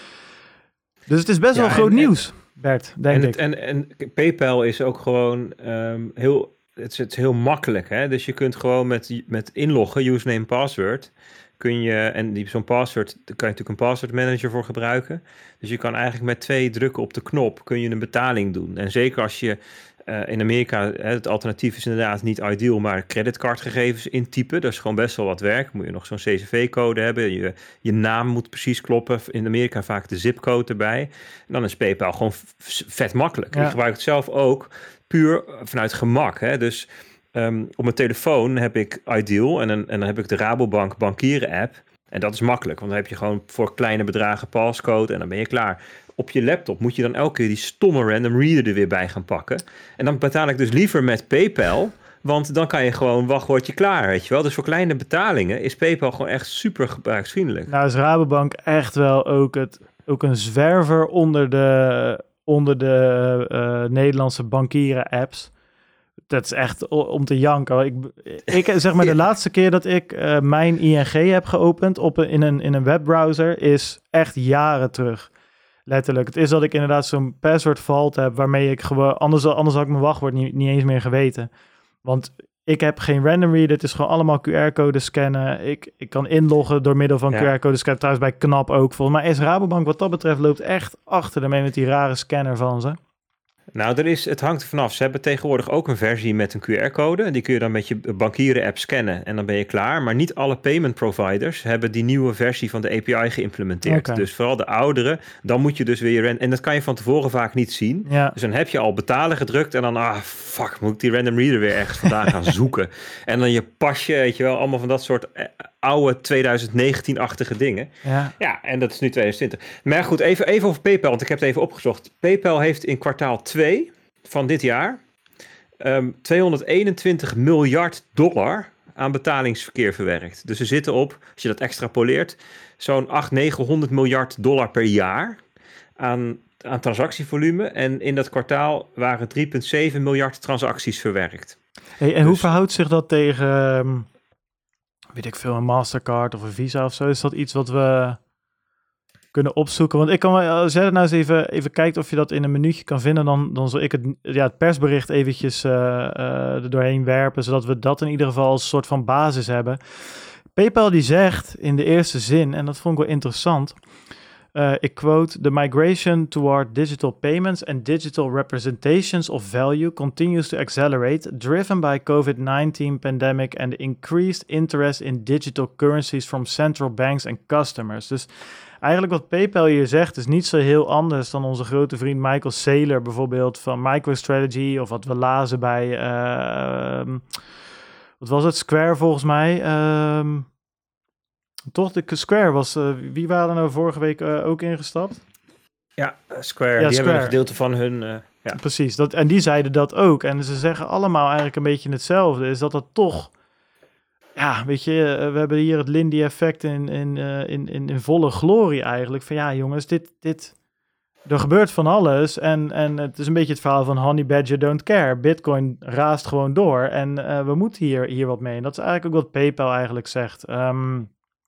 Dus het is best ja, wel groot en, nieuws, Bert, denk en ik. Het, en, en PayPal is ook gewoon um, heel, het is, het is heel makkelijk. Hè? Dus je kunt gewoon met, met inloggen, username, password... kun je, en die, zo'n password, daar kan je natuurlijk een password manager voor gebruiken. Dus je kan eigenlijk met twee drukken op de knop, kun je een betaling doen. En zeker als je uh, in Amerika, hè, het alternatief is inderdaad niet Ideal, maar creditcardgegevens intypen. Dat is gewoon best wel wat werk. Moet je nog zo'n C C V-code hebben. Je, je naam moet precies kloppen. In Amerika vaak de zipcode erbij. En dan is PayPal gewoon vet makkelijk. Ja. Ik gebruik het zelf ook puur vanuit gemak. Hè? Dus... Um, op mijn telefoon heb ik Ideal en dan, en dan heb ik de Rabobank bankieren app. En dat is makkelijk, want dan heb je gewoon voor kleine bedragen passcode en dan ben je klaar. Op je laptop moet je dan elke keer die stomme random reader er weer bij gaan pakken. En dan betaal ik dus liever met PayPal, want dan kan je gewoon wachtwoordje klaar, weet je wel. Dus voor kleine betalingen is PayPal gewoon echt super gebruiksvriendelijk. Nou is Rabobank echt wel ook, het, ook een zwerver onder de, onder de uh, Nederlandse bankieren apps. Dat is echt om te janken. Ik, ik zeg maar de laatste keer dat ik uh, mijn I N G heb geopend op een, in, een, in een webbrowser is echt jaren terug. Letterlijk. Het is dat ik inderdaad zo'n password vault heb waarmee ik gewoon... Anders, anders had ik mijn wachtwoord niet, niet eens meer geweten. Want ik heb geen random reader. Het is gewoon allemaal Q R-code scannen. Ik, ik kan inloggen door middel van ja. Q R-code scannen. Trouwens bij Knap ook. Volgens mij is Rabobank wat dat betreft loopt echt achter daarmee met die rare scanner van ze. Nou, er is, het hangt er vanaf. Ze hebben tegenwoordig ook een versie met een Q R-code. Die kun je dan met je bankieren-app scannen en dan ben je klaar. Maar niet alle payment providers hebben die nieuwe versie van de A P I geïmplementeerd. Okay. Dus vooral de oudere, dan moet je dus weer... En dat kan je van tevoren vaak niet zien. Ja. Dus dan heb je al betalen gedrukt en dan... Ah, fuck, moet ik die random reader weer ergens vandaan gaan zoeken. En dan je pasje, weet je wel, allemaal van dat soort... oude twintig negentien-achtige dingen. Ja. ja, en dat is nu twintig twintig. Maar goed, even, even over PayPal, want ik heb het even opgezocht. PayPal heeft in kwartaal twee van dit jaar um, tweehonderdeenentwintig miljard dollar aan betalingsverkeer verwerkt. Dus ze zitten op, als je dat extrapoleert, zo'n achthonderd, negenhonderd miljard dollar per jaar aan, aan transactievolume. En in dat kwartaal waren drie komma zeven miljard transacties verwerkt. Hey, en dus, hoe verhoudt zich dat tegen... Um... weet ik veel, een Mastercard of een Visa of zo? Is dat iets wat we kunnen opzoeken? Want ik kan wel, als jij er nou eens even, even kijkt of je dat in een minuutje kan vinden, dan, dan zal ik het, ja, het persbericht eventjes uh, uh, er doorheen werpen, zodat we dat in ieder geval als soort van basis hebben. PayPal die zegt in de eerste zin, en dat vond ik wel interessant, uh, ik quote, "The migration toward digital payments and digital representations of value continues to accelerate, driven by COVID nineteen pandemic and the increased interest in digital currencies from central banks and customers." Dus eigenlijk wat PayPal hier zegt is niet zo heel anders dan onze grote vriend Michael Saylor bijvoorbeeld van MicroStrategy, of wat we lazen bij, uh, wat was het, Square volgens mij, uh, toch, de Square was... Uh, wie waren er nou vorige week uh, ook ingestapt? Ja, Square. Ja, die Square. Hebben een gedeelte van hun... Uh, ja. Precies, dat, en die zeiden dat ook. En ze zeggen allemaal eigenlijk een beetje hetzelfde. Is dat dat toch... Ja, weet je, uh, we hebben hier het Lindy-effect in, in, uh, in, in, in volle glorie eigenlijk. Van ja, jongens, dit... dit er gebeurt van alles. En, en het is een beetje het verhaal van Honey Badger don't care. Bitcoin raast gewoon door. En uh, we moeten hier, hier wat mee. En dat is eigenlijk ook wat PayPal eigenlijk zegt. Um,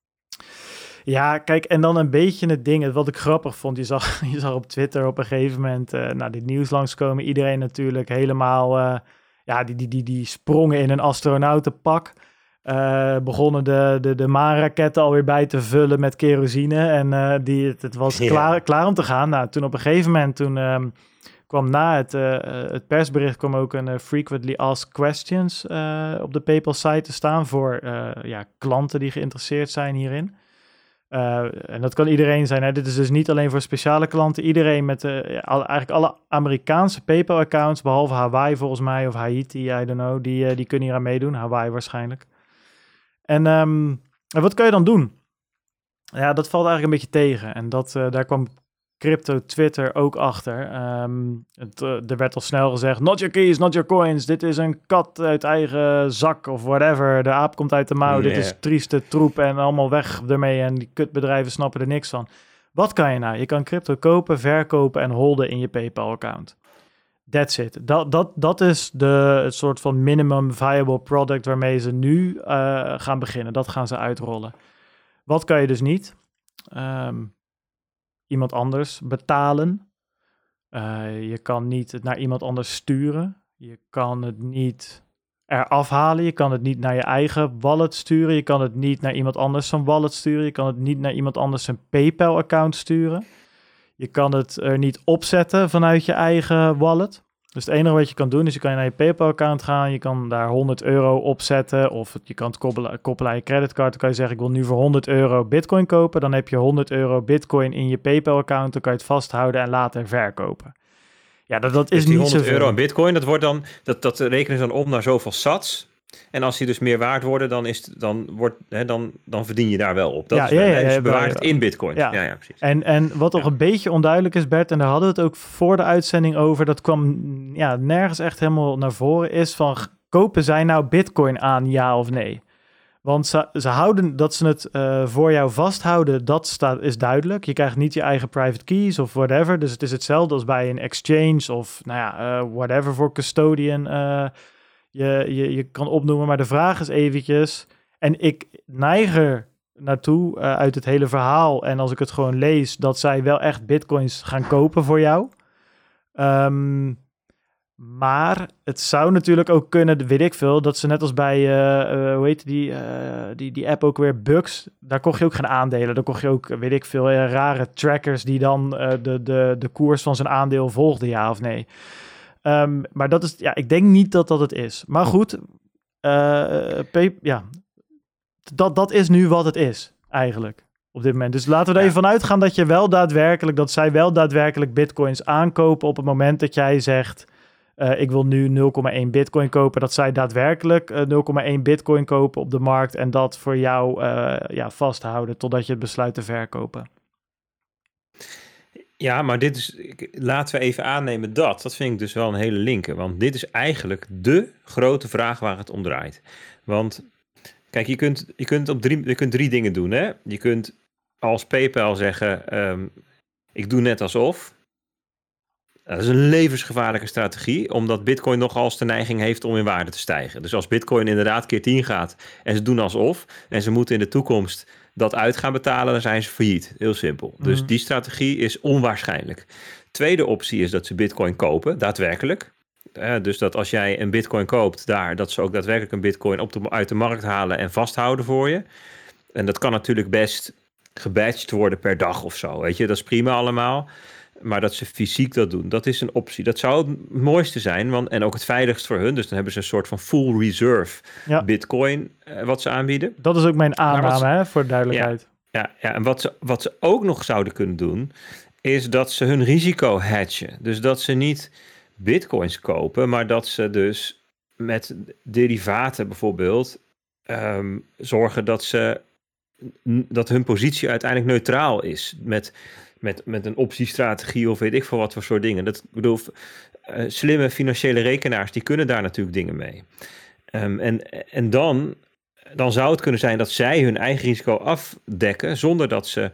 Ja, kijk, en dan een beetje het ding, wat ik grappig vond, je zag, je zag op Twitter op een gegeven moment, uh, nou, dit nieuws langskomen, iedereen natuurlijk helemaal, uh, ja, die, die, die, die sprongen in een astronautenpak, uh, begonnen de, de, de maanraketten alweer bij te vullen met kerosine en uh, die, het, het was ja. klaar, klaar om te gaan. Nou, toen op een gegeven moment, toen um, kwam na het, uh, het persbericht, kwam ook een uh, frequently asked questions uh, op de PayPal-site te staan voor uh, ja, klanten die geïnteresseerd zijn hierin. Uh, en dat kan iedereen zijn. Hè? Dit is dus niet alleen voor speciale klanten. Iedereen met uh, al, eigenlijk alle Amerikaanse PayPal-accounts, behalve Hawaii volgens mij, of Haiti, I don't know, die, uh, die kunnen hier aan meedoen. Hawaii waarschijnlijk. En, um, en wat kun je dan doen? Ja, dat valt eigenlijk een beetje tegen. En dat, uh, daar kwam crypto Twitter ook achter. Um, het, uh, er werd al snel gezegd, not your keys, not your coins. Dit is een kat uit eigen zak of whatever. De aap komt uit de mouw. Yeah. Dit is trieste troep en allemaal weg ermee. En die kutbedrijven snappen er niks van. Wat kan je nou? Je kan crypto kopen, verkopen en holden in je PayPal-account. That's it. Dat, dat, dat is de, het soort van minimum viable product waarmee ze nu uh, gaan beginnen. Dat gaan ze uitrollen. Wat kan je dus niet? Um, iemand anders betalen. Uh, je kan niet het naar iemand anders sturen. Je kan het niet eraf halen. Je kan het niet naar je eigen wallet sturen. Je kan het niet naar iemand anders zijn wallet sturen. Je kan het niet naar iemand anders zijn PayPal-account sturen. Je kan het er niet opzetten vanuit je eigen wallet. Dus het enige wat je kan doen is je kan naar je PayPal-account gaan. Je kan daar honderd euro opzetten. Of je kan het koppelen, koppelen aan je creditcard. Dan kan je zeggen, ik wil nu voor honderd euro Bitcoin kopen. Dan heb je honderd euro Bitcoin in je PayPal-account. Dan kan je het vasthouden en later verkopen. Ja, dat, dat is dus niet zoveel. honderd euro aan Bitcoin, dat wordt dan, dat, dat rekenen ze dan om naar zoveel sats. En als die dus meer waard worden, dan, is het, dan, wordt, hè, dan, dan verdien je daar wel op. Dat ja, is ja, wel, ja, dus je ja, bewaart ja, het in Bitcoin. Ja. Ja, ja, precies. En, en wat nog ja. een beetje onduidelijk is, Bert, en daar hadden we het ook voor de uitzending over, dat kwam ja, nergens echt helemaal naar voren, is van, kopen zij nou Bitcoin aan, ja of nee? Want ze, ze houden dat ze het uh, voor jou vasthouden, dat staat, is duidelijk. Je krijgt niet je eigen private keys of whatever. Dus het is hetzelfde als bij een exchange of nou ja, uh, whatever voor custodian uh, je, je, je kan opnoemen. Maar de vraag is eventjes, en ik neig er naartoe uh, uit het hele verhaal, en als ik het gewoon lees, dat zij wel echt bitcoins gaan kopen voor jou. Um, Maar het zou natuurlijk ook kunnen, weet ik veel, dat ze net als bij, uh, uh, hoe heet die, uh, die, die app ook weer, Bucks, daar kocht je ook geen aandelen. Daar kocht je ook, weet ik veel, uh, rare trackers die dan uh, de, de, de koers van zijn aandeel volgden, ja of nee. Um, maar dat is, ja, ik denk niet dat dat het is. Maar goed, uh, pay, ja, dat, dat is nu wat het is, eigenlijk, op dit moment. Dus laten we er ja. even van uitgaan dat je wel daadwerkelijk, dat zij wel daadwerkelijk bitcoins aankopen op het moment dat jij zegt, uh, ik wil nu nul komma één bitcoin kopen, dat zij daadwerkelijk uh, nul komma één bitcoin kopen op de markt en dat voor jou uh, ja, vasthouden totdat je het besluit te verkopen. Ja, maar dit is, laten we even aannemen dat. Dat vind ik dus wel een hele linker. Want dit is eigenlijk de grote vraag waar het om draait. Want kijk, je kunt, je kunt, op drie, je kunt drie dingen doen. Hè? Je kunt als PayPal zeggen, um, ik doe net alsof. Dat is een levensgevaarlijke strategie, omdat Bitcoin nogal eens de neiging heeft om in waarde te stijgen. Dus als Bitcoin inderdaad keer tien gaat en ze doen alsof en ze moeten in de toekomst dat uit gaan betalen, dan zijn ze failliet. Heel simpel. Mm. Dus die strategie is onwaarschijnlijk. Tweede optie is dat ze Bitcoin kopen, daadwerkelijk. Uh, dus dat als jij een Bitcoin koopt daar, dat ze ook daadwerkelijk een Bitcoin op de, uit de markt halen en vasthouden voor je. En dat kan natuurlijk best gebatcht worden per dag of zo, weet je. Dat is prima allemaal. Maar dat ze fysiek dat doen, dat is een optie. Dat zou het mooiste zijn, want, en ook het veiligst voor hun. Dus dan hebben ze een soort van full reserve ja. Bitcoin uh, wat ze aanbieden. Dat is ook mijn aanname, ze, hè, voor duidelijkheid. Ja, ja, ja, en wat ze, wat ze ook nog zouden kunnen doen, is dat ze hun risico hedgen. Dus dat ze niet bitcoins kopen, maar dat ze dus met derivaten bijvoorbeeld um, zorgen dat ze dat hun positie uiteindelijk neutraal is met Met, met een optiestrategie of weet ik veel wat voor soort dingen. Dat, ik bedoel, uh, slimme financiële rekenaars, die kunnen daar natuurlijk dingen mee. Um, en en dan, dan zou het kunnen zijn dat zij hun eigen risico afdekken, zonder dat ze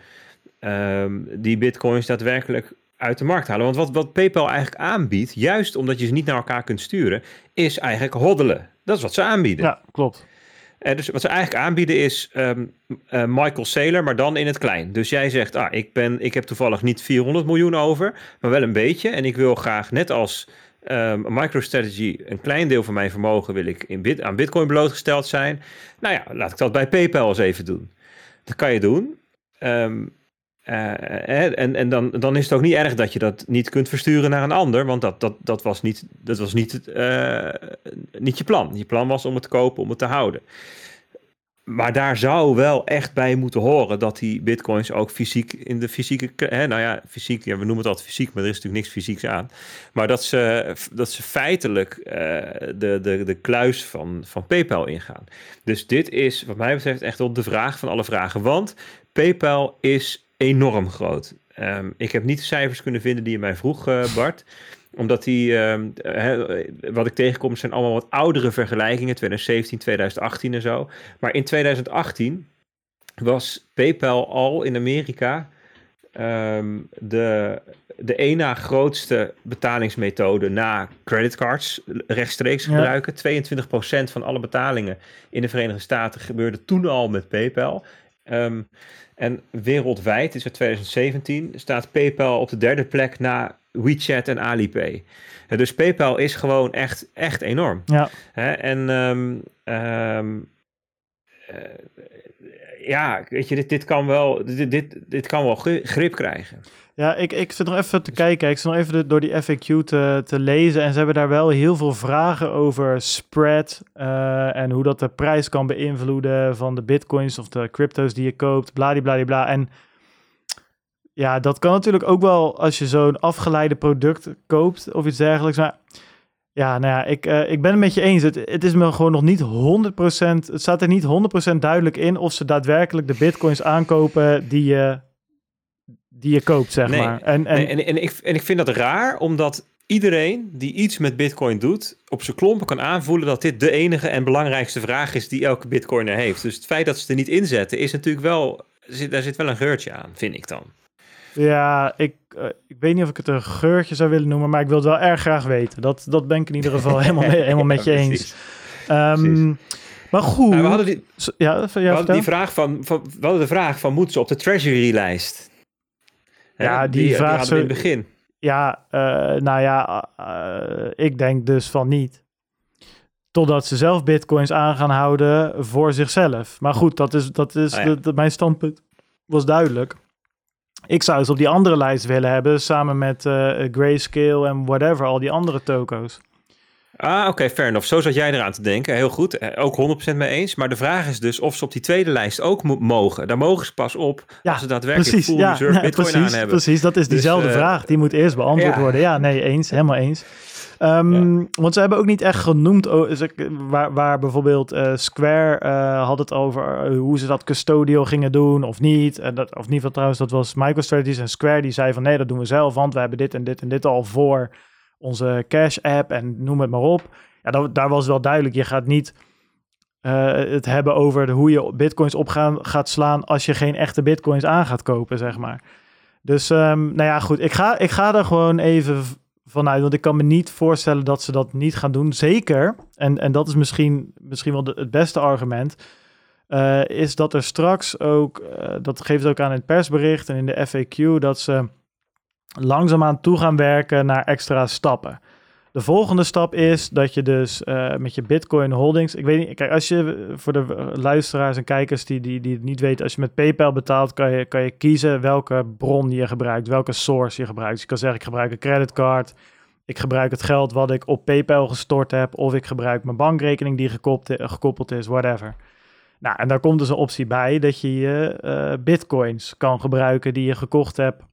um, die bitcoins daadwerkelijk uit de markt halen. Want wat, wat PayPal eigenlijk aanbiedt, juist omdat je ze niet naar elkaar kunt sturen, is eigenlijk hoddelen. Dat is wat ze aanbieden. Ja, klopt. Uh, dus wat ze eigenlijk aanbieden is um, uh, Michael Saylor, maar dan in het klein. Dus jij zegt, ah, ik, ben, ik heb toevallig niet vierhonderd miljoen over, maar wel een beetje. En ik wil graag, net als um, MicroStrategy, een klein deel van mijn vermogen wil ik in bit, aan Bitcoin blootgesteld zijn. Nou ja, laat ik dat bij PayPal eens even doen. Dat kan je doen. Um, uh, en en dan, dan is het ook niet erg dat je dat niet kunt versturen naar een ander, want dat, dat, dat was, niet, dat was niet, uh, niet je plan. Je plan was om het te kopen, om het te houden. Maar daar zou wel echt bij moeten horen dat die bitcoins ook fysiek in de fysieke... Hè, nou ja, fysiek, ja, we noemen het altijd fysiek, maar er is natuurlijk niks fysieks aan. Maar dat ze, dat ze feitelijk uh, de, de, de kluis van, van PayPal ingaan. Dus dit is wat mij betreft echt wel de vraag van alle vragen. Want PayPal is enorm groot. Um, ik heb niet de cijfers kunnen vinden die je mij vroeg, uh, Bart. Omdat die, um, he, wat ik tegenkom, zijn allemaal wat oudere vergelijkingen. twintig zeventien, twintig achttien en zo. Maar in twintig achttien was PayPal al in Amerika um, de, de één na grootste betalingsmethode na creditcards rechtstreeks ja. gebruiken. tweeëntwintig procent van alle betalingen in de Verenigde Staten gebeurde toen al met PayPal. Um, en wereldwijd, is het twintig zeventien, staat PayPal op de derde plek na WeChat en Alipay. Uh, dus PayPal is gewoon echt, echt enorm. Ja. Uh, en um, um, uh, ja, weet je, dit, dit kan wel, dit, dit, dit kan wel grip krijgen. Ja, ik, ik zit nog even te kijken. Ik zit nog even de, door die F A Q te, te lezen. En ze hebben daar wel heel veel vragen over spread. Uh, en hoe dat de prijs kan beïnvloeden van de bitcoins of de crypto's die je koopt. Bladibladibla. En ja, dat kan natuurlijk ook wel als je zo'n afgeleide product koopt of iets dergelijks. Maar ja, nou ja, ik, uh, ik ben het met je eens. Het, het is me gewoon nog niet honderd procent... Het staat er niet honderd procent duidelijk in of ze daadwerkelijk de bitcoins aankopen die je... die je koopt, zeg nee, maar. En, en... Nee, en, en, ik, en ik vind dat raar, omdat iedereen die iets met Bitcoin doet, op zijn klompen kan aanvoelen dat dit de enige en belangrijkste vraag is die elke Bitcoiner heeft. Dus het feit dat ze er niet inzetten, is natuurlijk wel, daar zit wel een geurtje aan, vind ik dan. Ja, ik, uh, ik weet niet of ik het een geurtje zou willen noemen, maar ik wil het wel erg graag weten. Dat, dat ben ik in ieder geval helemaal, mee, helemaal met je ja, eens. Um, maar goed. Nou, we hadden die, ja, ja, we hadden die vraag van, van, we hadden de vraag van, moeten ze op de Treasury-lijst? Ja, Hè, die, die vraag die hadden we in het begin. Ja, uh, nou ja, uh, ik denk dus van niet. Totdat ze zelf bitcoins aan gaan houden voor zichzelf. Maar goed, dat is, dat is oh ja. de, de, mijn standpunt was duidelijk. Ik zou ze op die andere lijst willen hebben, samen met uh, Grayscale en whatever, al die andere toko's. Ah, oké, okay, fair enough. Zo zat jij eraan te denken. Heel goed, ook honderd procent mee eens. Maar de vraag is dus of ze op die tweede lijst ook mo- mogen. Daar mogen ze pas op ja, als ze daadwerkelijk precies, full ja, reserve nee, bitcoin precies, aan hebben. Precies, dat is diezelfde dus, uh, vraag. Die moet eerst beantwoord ja. worden. Ja, nee, eens, helemaal eens. Um, ja. Want ze hebben ook niet echt genoemd, oh, waar, waar bijvoorbeeld uh, Square uh, had het over uh, hoe ze dat custodial gingen doen of niet. En dat, of niet, wat trouwens, dat was MicroStrategy en Square die zei van nee, dat doen we zelf, want we hebben dit en dit en dit al voor onze Cash app en noem het maar op. Ja, dat, daar was wel duidelijk, je gaat niet uh, het hebben over de, hoe je bitcoins op gaan, gaat slaan als je geen echte bitcoins aan gaat kopen, zeg maar. Dus, um, nou ja, goed, ik ga, ik ga er gewoon even vanuit, want ik kan me niet voorstellen dat ze dat niet gaan doen. Zeker, en, en dat is misschien, misschien wel de, het beste argument, uh, is dat er straks ook, uh, dat geeft ook aan in het persbericht en in de F A Q, dat ze langzaamaan toe gaan werken naar extra stappen. De volgende stap is dat je dus uh, met je Bitcoin holdings... Ik weet niet, kijk, als je voor de luisteraars en kijkers die, die, die het niet weten... Als je met PayPal betaalt, kan je, kan je kiezen welke bron je gebruikt, welke source je gebruikt. Dus je kan zeggen, ik gebruik een creditcard, ik gebruik het geld wat ik op PayPal gestort heb... of ik gebruik mijn bankrekening die gekoppeld, gekoppeld is, whatever. Nou, en daar komt dus een optie bij dat je je uh, Bitcoins kan gebruiken die je gekocht hebt...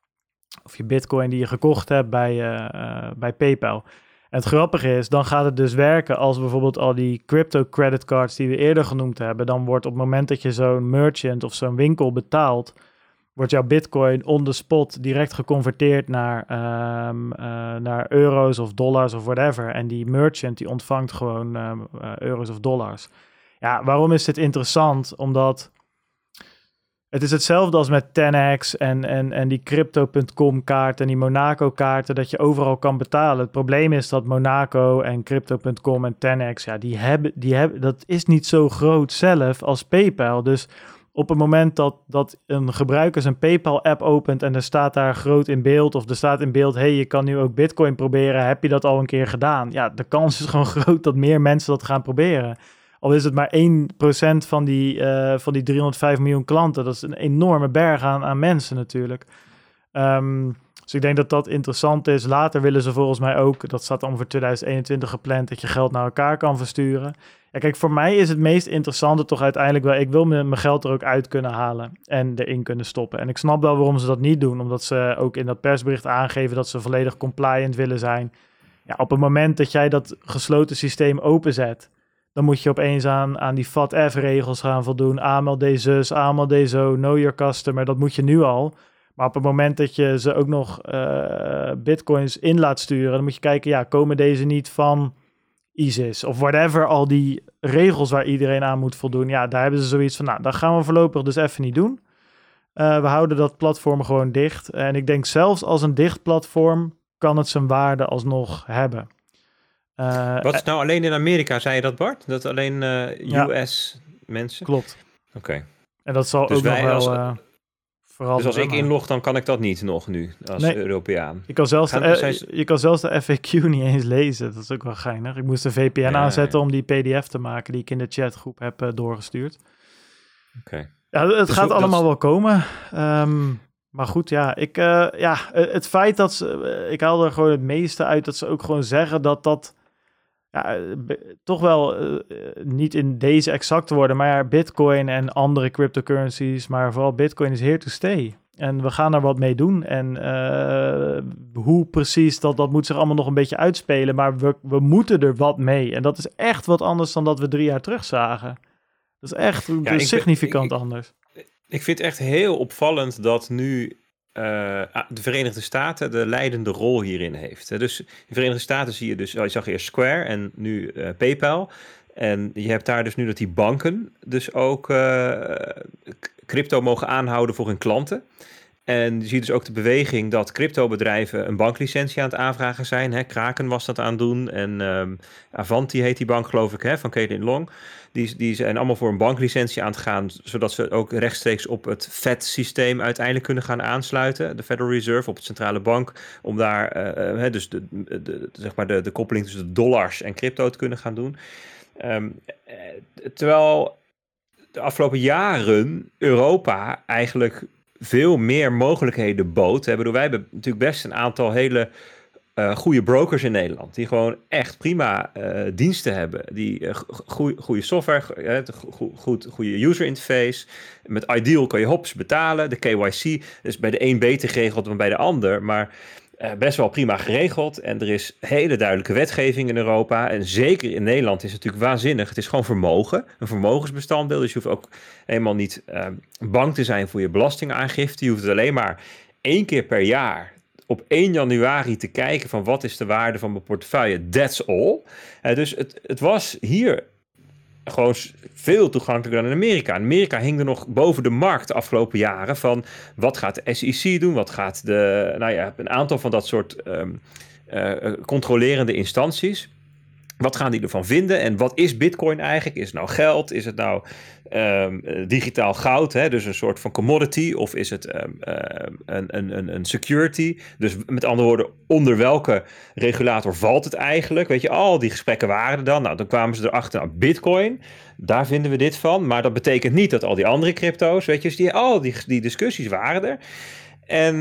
of je bitcoin die je gekocht hebt bij, uh, uh, bij PayPal. En het grappige is, dan gaat het dus werken als bijvoorbeeld al die crypto creditcards die we eerder genoemd hebben. Dan wordt op het moment dat je zo'n merchant of zo'n winkel betaalt, wordt jouw bitcoin on the spot direct geconverteerd naar, um, uh, naar euro's of dollars of whatever. En die merchant die ontvangt gewoon uh, uh, euro's of dollars. Ja, waarom is dit interessant? Omdat... Het is hetzelfde als met ten x en, en, en die crypto punt com kaart en die Monaco kaarten, dat je overal kan betalen. Het probleem is dat Monaco en crypto punt com en ten x, ja, die hebben, die hebben, dat is niet zo groot zelf als PayPal. Dus op het moment dat, dat een gebruiker zijn PayPal-app opent en er staat daar groot in beeld, of er staat in beeld, hey, je kan nu ook Bitcoin proberen, heb je dat al een keer gedaan? Ja, de kans is gewoon groot dat meer mensen dat gaan proberen. Al is het maar één procent van die, uh, van die driehonderdvijf miljoen klanten. Dat is een enorme berg aan, aan mensen natuurlijk. Um, dus ik denk dat dat interessant is. Later willen ze volgens mij ook, dat staat dan voor twintig eenentwintig gepland, dat je geld naar elkaar kan versturen. Ja, kijk, voor mij is het meest interessante toch uiteindelijk wel, ik wil mijn geld er ook uit kunnen halen en erin kunnen stoppen. En ik snap wel waarom ze dat niet doen, omdat ze ook in dat persbericht aangeven dat ze volledig compliant willen zijn. Ja, op het moment dat jij dat gesloten systeem openzet, dan moet je opeens aan, aan die F A T F-regels gaan voldoen. A M L D zus, A M L D zo, know your customer. Dat moet je nu al. Maar op het moment dat je ze ook nog uh, bitcoins in laat sturen, dan moet je kijken, ja, komen deze niet van ISIS of whatever, al die regels waar iedereen aan moet voldoen. Ja, daar hebben ze zoiets van, nou, dat gaan we voorlopig dus even niet doen. Uh, we houden dat platform gewoon dicht. En ik denk zelfs als een dicht platform kan het zijn waarde alsnog hebben. Uh, Wat is nou alleen in Amerika, zei je dat, Bart? Dat alleen uh, U S ja, mensen? Klopt. Oké. Okay. En dat zal dus ook nog wel als, uh, veranderen. Dus als ik inlog, dan kan ik dat niet nog nu, als nee, Europeaan? Je kan, zelfs de, uh, zijn... je kan zelfs de F A Q niet eens lezen. Dat is ook wel geinig. Ik moest een V P N ja, aanzetten ja. om die P D F te maken die ik in de chatgroep heb uh, doorgestuurd. Oké. Okay. Ja, het dus gaat allemaal is... wel komen. Um, Maar goed, ja, ik, uh, ja, het feit dat ze, uh, ik haal er gewoon het meeste uit dat ze ook gewoon zeggen dat dat, ja, b- toch wel uh, niet in deze exacte woorden, maar ja, Bitcoin en andere cryptocurrencies, maar vooral Bitcoin is here to stay. En we gaan er wat mee doen. En uh, hoe precies, dat, dat moet zich allemaal nog een beetje uitspelen, maar we, we moeten er wat mee. En dat is echt wat anders dan dat we drie jaar terug zagen. Dat is echt ja, dus significant ben, ik, anders. Ik vind het echt heel opvallend dat nu uh, de Verenigde Staten de leidende rol hierin heeft. Dus in de Verenigde Staten zie je dus, je zag eerst Square en nu uh, PayPal. En je hebt daar dus nu dat die banken dus ook uh, crypto mogen aanhouden voor hun klanten. En je ziet dus ook de beweging dat cryptobedrijven een banklicentie aan het aanvragen zijn. Hè, Kraken was dat aan het doen en um, Avanti heet die bank geloof ik, hè, van Caitlin Long. Die, die zijn allemaal voor een banklicentie aan het gaan, zodat ze ook rechtstreeks op het F E D-systeem uiteindelijk kunnen gaan aansluiten. De Federal Reserve, op de centrale bank, om daar uh, uh, dus de, de, de, zeg maar de, de koppeling tussen de dollars en crypto te kunnen gaan doen. Um, terwijl de afgelopen jaren Europa eigenlijk veel meer mogelijkheden bood. Wij hebben natuurlijk best een aantal hele uh, goede brokers in Nederland, die gewoon echt prima uh, diensten hebben, die uh, goede software, uh, goed, goed, goede user interface. Met Ideal kan je hops betalen. De K Y C is bij de een beter geregeld dan bij de ander, maar Uh, best wel prima geregeld. En er is hele duidelijke wetgeving in Europa. En zeker in Nederland is het natuurlijk waanzinnig. Het is gewoon vermogen. Een vermogensbestanddeel. Dus je hoeft ook helemaal niet uh, bang te zijn voor je belastingaangifte. Je hoeft het alleen maar één keer per jaar op één januari te kijken van wat is de waarde van mijn portefeuille. That's all. Uh, dus het, het was hier gewoon veel toegankelijker dan in Amerika. In Amerika hing er nog boven de markt de afgelopen jaren van wat gaat de S E C doen, wat gaat de, nou ja, een aantal van dat soort um, uh, controlerende instanties. Wat gaan die ervan vinden en wat is Bitcoin eigenlijk? Is het nou geld? Is het nou um, digitaal goud? Hè? Dus een soort van commodity of is het um, uh, een, een, een security? Dus met andere woorden, onder welke regulator valt het eigenlijk? Weet je, al die gesprekken waren er dan. Nou, dan kwamen ze erachter, nou, Bitcoin, daar vinden we dit van. Maar dat betekent niet dat al die andere crypto's, weet je, dus die, al die, die discussies waren er. En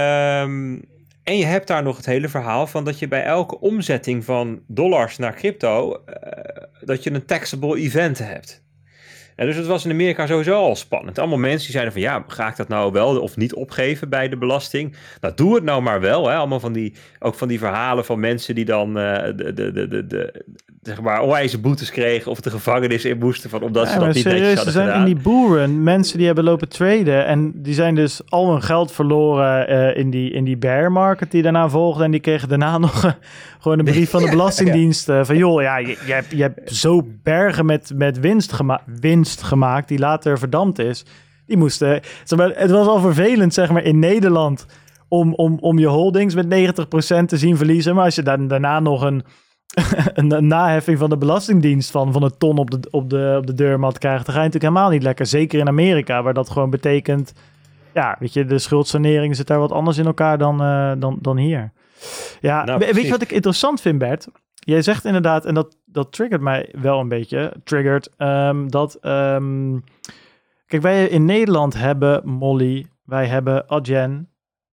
Um, En je hebt daar nog het hele verhaal van dat je bij elke omzetting van dollars naar crypto, uh, dat je een taxable event hebt. En dus het was in Amerika sowieso al spannend. Allemaal mensen die zeiden van ja, ga ik dat nou wel of niet opgeven bij de belasting? Nou, doe het nou maar wel. Hè? Allemaal van die, ook van die verhalen van mensen die dan uh, de, de, de, de, de, zeg maar onwijze boetes kregen of de gevangenis in moesten van omdat ja, ze dat niet netjes hadden gedaan. Er zijn in die bullrun mensen die hebben lopen traden en die zijn dus al hun geld verloren uh, in, die, in die bear market die daarna volgde en die kregen daarna nog uh, gewoon een brief van de Belastingdienst uh, van joh, ja, je, je, hebt, je hebt zo bergen met, met winst, gema- winst gemaakt die later verdampt is. Die moesten, zeg maar, het was al vervelend zeg maar in Nederland om, om, om je holdings met negentig procent te zien verliezen, maar als je dan daarna nog een een, een naheffing van de Belastingdienst van, van een ton op de, op, de, op de deurmat krijgt, dan ga je natuurlijk helemaal niet lekker. Zeker in Amerika, waar dat gewoon betekent, ja, weet je, de schuldsanering zit daar wat anders in elkaar dan, uh, dan, dan hier. Ja, nou, weet je wat ik interessant vind, Bert? Jij zegt inderdaad, en dat, dat triggert mij wel een beetje, triggert, um, dat, um, kijk, wij in Nederland hebben Molly, wij hebben Adyen,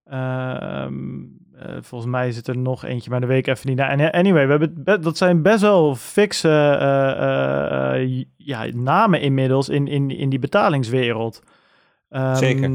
um, Uh, volgens mij zit er nog eentje, maar de week even niet naar. En anyway, we hebben be- dat zijn best wel fixe uh, uh, uh, ja, namen inmiddels in, in, in die betalingswereld. Um, Zeker.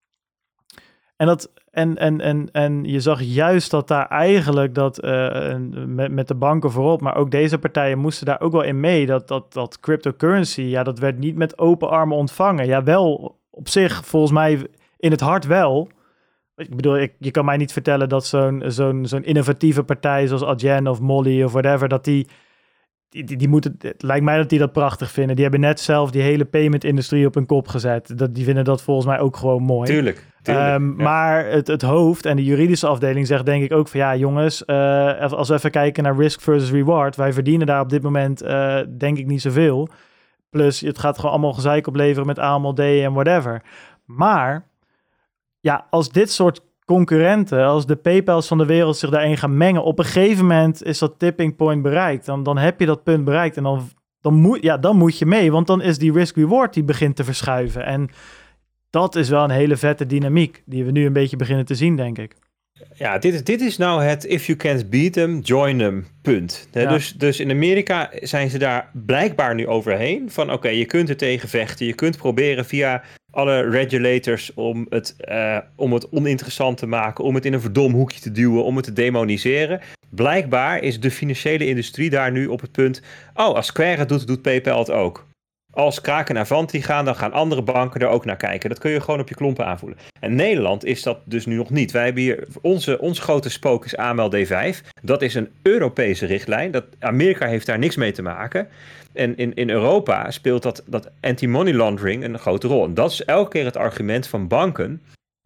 En, dat, en, en, en, en je zag juist dat daar eigenlijk dat uh, met, met de banken voorop, maar ook deze partijen moesten daar ook wel in mee. Dat, dat, dat cryptocurrency, ja, dat werd niet met open armen ontvangen. Ja, wel op zich, volgens mij in het hart wel. Ik bedoel, ik, je kan mij niet vertellen dat zo'n, zo'n, zo'n innovatieve partij zoals Adyen of Molly of whatever, dat die, die, die, die moeten, het lijkt mij dat die dat prachtig vinden. Die hebben net zelf die hele payment-industrie op hun kop gezet. Dat, die vinden dat volgens mij ook gewoon mooi. Tuurlijk. tuurlijk um, ja. Maar het, het hoofd en de juridische afdeling zegt denk ik ook van ja jongens, uh, als we even kijken naar risk versus reward, wij verdienen daar op dit moment uh, denk ik niet zoveel. Plus het gaat gewoon allemaal gezeik opleveren met A M L D en whatever. Maar ja, als dit soort concurrenten, als de PayPal's van de wereld zich daarin gaan mengen, op een gegeven moment is dat tipping point bereikt. Dan, dan heb je dat punt bereikt en dan, dan, moet, ja, dan moet je mee, want dan is die risk-reward die begint te verschuiven. En dat is wel een hele vette dynamiek die we nu een beetje beginnen te zien, denk ik. Ja, dit is, dit is nou het if you can't beat them, join them, punt. Ja. Dus, dus in Amerika zijn ze daar blijkbaar nu overheen. Van oké, okay, je kunt er tegen vechten. Je kunt proberen via alle regulators om het, uh, om het oninteressant te maken. Om het in een verdom hoekje te duwen. Om het te demoniseren. Blijkbaar is de financiële industrie daar nu op het punt. Oh, als Square het doet, doet PayPal het ook. Als Kraken en Avanti gaan, dan gaan andere banken er ook naar kijken. Dat kun je gewoon op je klompen aanvoelen. En Nederland is dat dus nu nog niet. Wij hebben hier, onze, ons grote spook is A M L D vijf. Dat is een Europese richtlijn. Dat, Amerika heeft daar niks mee te maken. En in, in Europa speelt dat, dat anti-money laundering een grote rol. En dat is elke keer het argument van banken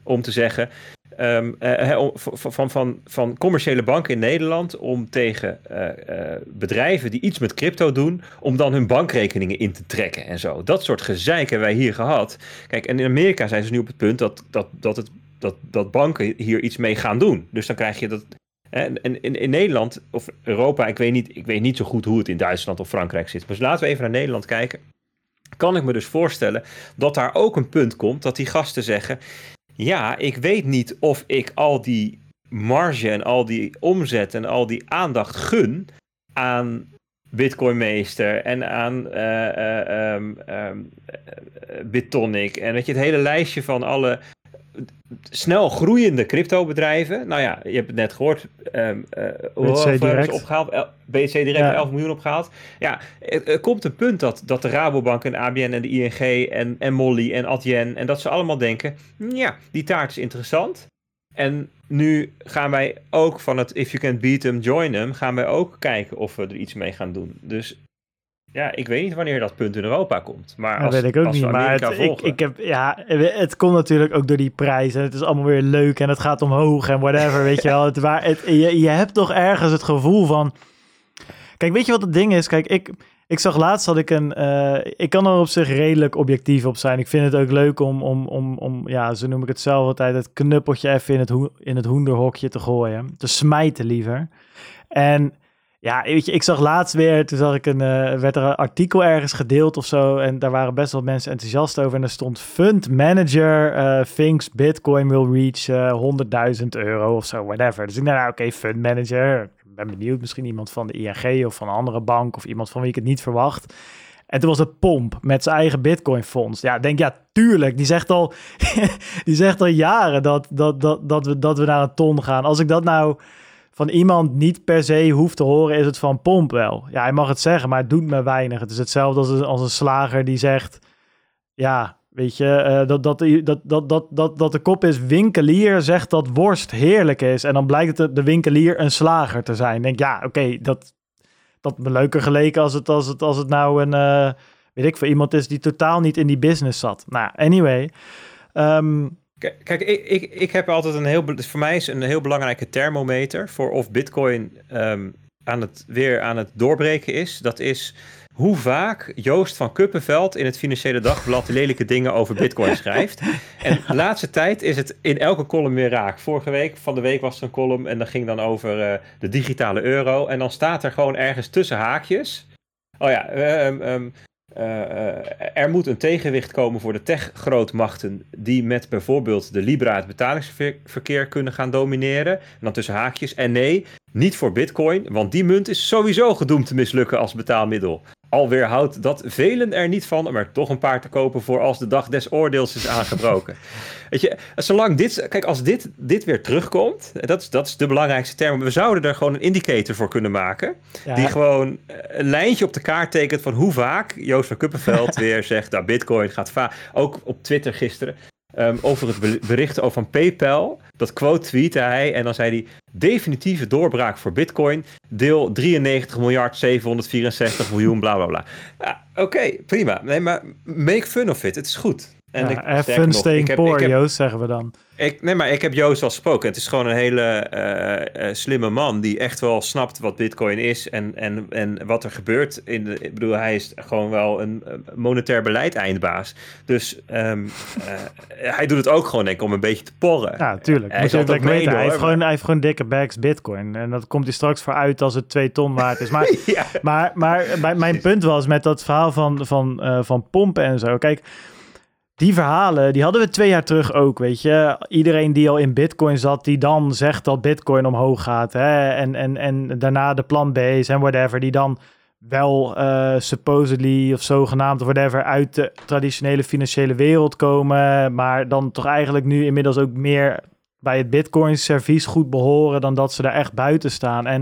om te zeggen... Um, uh, van, van, van, van commerciële banken in Nederland om tegen uh, uh, bedrijven die iets met crypto doen, om dan hun bankrekeningen in te trekken en zo. Dat soort gezeik hebben wij hier gehad. Kijk, en in Amerika zijn ze nu op het punt dat, dat, dat, het, dat, dat banken hier iets mee gaan doen. Dus dan krijg je dat... En in, in, in Nederland of Europa, ik weet, niet, ik weet niet zo goed hoe het in Duitsland of Frankrijk zit. Dus laten we even naar Nederland kijken. Kan ik me dus voorstellen dat daar ook een punt komt dat die gasten zeggen... Ja, ik weet niet of ik al die marge en al die omzet en al die aandacht gun aan Bitcoinmeester en aan uh, uh, um, um, uh, Bitonic. En weet je, het hele lijstje van alle snel groeiende cryptobedrijven. Nou ja, je hebt het net gehoord. Um, uh, hoeveel hebben ze opgehaald? B T C Direct ja. elf miljoen opgehaald. Ja, er, er komt een punt dat, dat de Rabobank en de A B N en de I N G en, en Molly en Adyen en dat ze allemaal denken, ja, die taart is interessant. En nu gaan wij ook van het if you can beat them, join them, gaan wij ook kijken of we er iets mee gaan doen. Dus ja, ik weet niet wanneer dat punt in Europa komt. Maar als, dat weet ik ook als niet. Maar het, ik, ik heb, ja, het komt natuurlijk ook door die prijzen. Het is allemaal weer leuk en het gaat omhoog en whatever, weet je wel. Het, waar, het, je, je hebt toch ergens het gevoel van... Kijk, weet je wat het ding is? Kijk, ik, ik zag laatst dat ik een... Uh, ik kan er op zich redelijk objectief op zijn. Ik vind het ook leuk om, om, om, om ja, zo noem ik het zelf altijd, het knuppeltje even in het, ho- in het hoenderhokje te gooien. Te smijten liever. En... Ja, weet je, ik zag laatst weer, toen zag ik een, uh, werd er een artikel ergens gedeeld of zo en daar waren best wel mensen enthousiast over en er stond fund manager uh, thinks Bitcoin will reach uh, honderdduizend euro of zo, whatever. Dus ik dacht, nou oké, okay, fund manager, ik ben benieuwd, misschien iemand van de I N G of van een andere bank of iemand van wie ik het niet verwacht. En toen was het Pomp met zijn eigen Bitcoin fonds. Ja, denk ja, tuurlijk, die zegt al, die zegt al jaren dat, dat, dat, dat, we, dat we naar een ton gaan. Als ik dat nou... van iemand niet per se hoeft te horen, is het van Pomp wel. Ja, hij mag het zeggen, maar het doet me weinig. Het is hetzelfde als een, als een slager die zegt... Ja, weet je, uh, dat, dat, dat, dat, dat, dat, dat de kop is winkelier zegt dat worst heerlijk is. En dan blijkt het de winkelier een slager te zijn. Denk, ja, oké, okay, dat, dat me leuker geleken als het, als het, als het nou een... Uh, weet ik, voor iemand is die totaal niet in die business zat. Nou, anyway... Um, Kijk, ik, ik, ik heb altijd een heel... Voor mij is een heel belangrijke thermometer voor of Bitcoin um, aan het, weer aan het doorbreken is. Dat is hoe vaak Joost van Kuppenveld in het Financiële Dagblad lelijke dingen over Bitcoin schrijft. En de laatste tijd is het in elke column weer raak. Vorige week, van de week was er een column en dat ging dan over uh, de digitale euro. En dan staat er gewoon ergens tussen haakjes... Oh ja, um, um, Uh, uh, er moet een tegenwicht komen voor de tech-grootmachten die met bijvoorbeeld de Libra het betalingsverkeer kunnen gaan domineren. En dan tussen haakjes. En nee, niet voor Bitcoin, want die munt is sowieso gedoemd te mislukken als betaalmiddel. Alweer houdt dat velen er niet van om er toch een paar te kopen voor als de dag des oordeels is aangebroken. Weet je, zolang dit, kijk, als dit, dit weer terugkomt, dat is, dat is de belangrijkste term. We zouden er gewoon een indicator voor kunnen maken. Ja. Die gewoon een lijntje op de kaart tekent van hoe vaak Joost van Kuppenveld weer zegt, nou, Bitcoin gaat vaak. Ook op Twitter gisteren. Um, over het bericht over van PayPal. Dat quote tweette hij en dan zei hij... definitieve doorbraak voor Bitcoin. Deel drieënnegentig miljard zevenhonderdvierenzestig miljoen, bla bla bla. Ja, oké, okay, prima. Nee, maar make fun of it. Het is goed. En ja, ik, have fun staying poor, Joost, zeggen we dan. Ik, nee, maar ik heb Joost al gesproken. Het is gewoon een hele uh, uh, slimme man die echt wel snapt wat Bitcoin is en, en, en wat er gebeurt. In de, ik bedoel, hij is gewoon wel een monetair beleid eindbaas. Dus um, uh, hij doet het ook gewoon, denk ik, om een beetje te porren. Ja, tuurlijk. Hij, het ook mee, hij, heeft gewoon, hij heeft gewoon dikke bags Bitcoin. En dat komt hij straks voor uit als het twee ton waard is. Maar, ja. maar, maar bij, mijn punt was met dat verhaal van, van, uh, van pompen en zo. Kijk... Die verhalen, die hadden we twee jaar terug ook, weet je. Iedereen die al in Bitcoin zat, die dan zegt dat Bitcoin omhoog gaat. Hè? En, en, en daarna de plan B's en whatever, die dan wel uh, supposedly of zogenaamd of whatever uit de traditionele financiële wereld komen. Maar dan toch eigenlijk nu inmiddels ook meer bij het Bitcoin-servies goed behoren dan dat ze daar echt buiten staan. En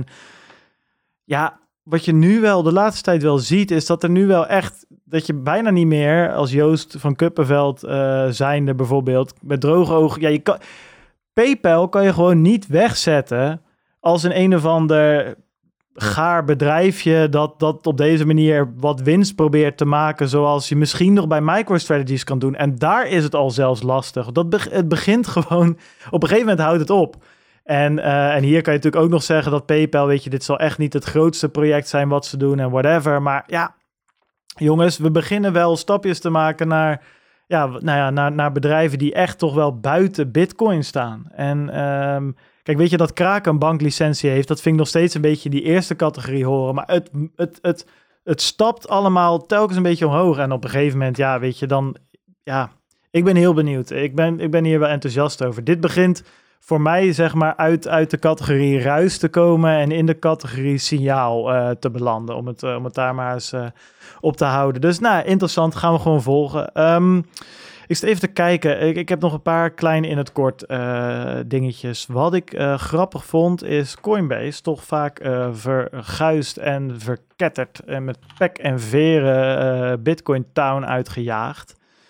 ja... Wat je nu wel de laatste tijd wel ziet, is dat er nu wel echt... dat je bijna niet meer als Joost van Kuppenveld uh, zijnde bijvoorbeeld... met droge ogen... Ja, je kan, PayPal kan je gewoon niet wegzetten als een een of ander... gaar bedrijfje dat, dat op deze manier wat winst probeert te maken, zoals je misschien nog bij MicroStrategies kan doen. En daar is het al zelfs lastig. Dat be- het begint gewoon, op een gegeven moment houdt het op. En, uh, en hier kan je natuurlijk ook nog zeggen dat PayPal, weet je, dit zal echt niet het grootste project zijn wat ze doen en whatever. Maar ja, jongens, we beginnen wel stapjes te maken naar, ja, nou ja, naar, naar bedrijven die echt toch wel buiten Bitcoin staan. En um, kijk, weet je, dat Kraken een banklicentie heeft, dat vind ik nog steeds een beetje die eerste categorie horen. Maar het, het, het, het stapt allemaal telkens een beetje omhoog. En op een gegeven moment, ja, weet je, dan, ja, ik ben heel benieuwd. Ik ben, ik ben hier wel enthousiast over. Dit begint voor mij, zeg maar, uit, uit de categorie ruis te komen en in de categorie signaal uh, te belanden. Om het, uh, om het daar maar eens uh, op te houden. Dus nou, interessant. Gaan we gewoon volgen. Um, ik zit even te kijken. Ik, ik heb nog een paar kleine in het kort uh, dingetjes. Wat ik uh, grappig vond is Coinbase toch vaak uh, verguisd en verketterd en met pek en veren uh, Bitcoin Town uitgejaagd.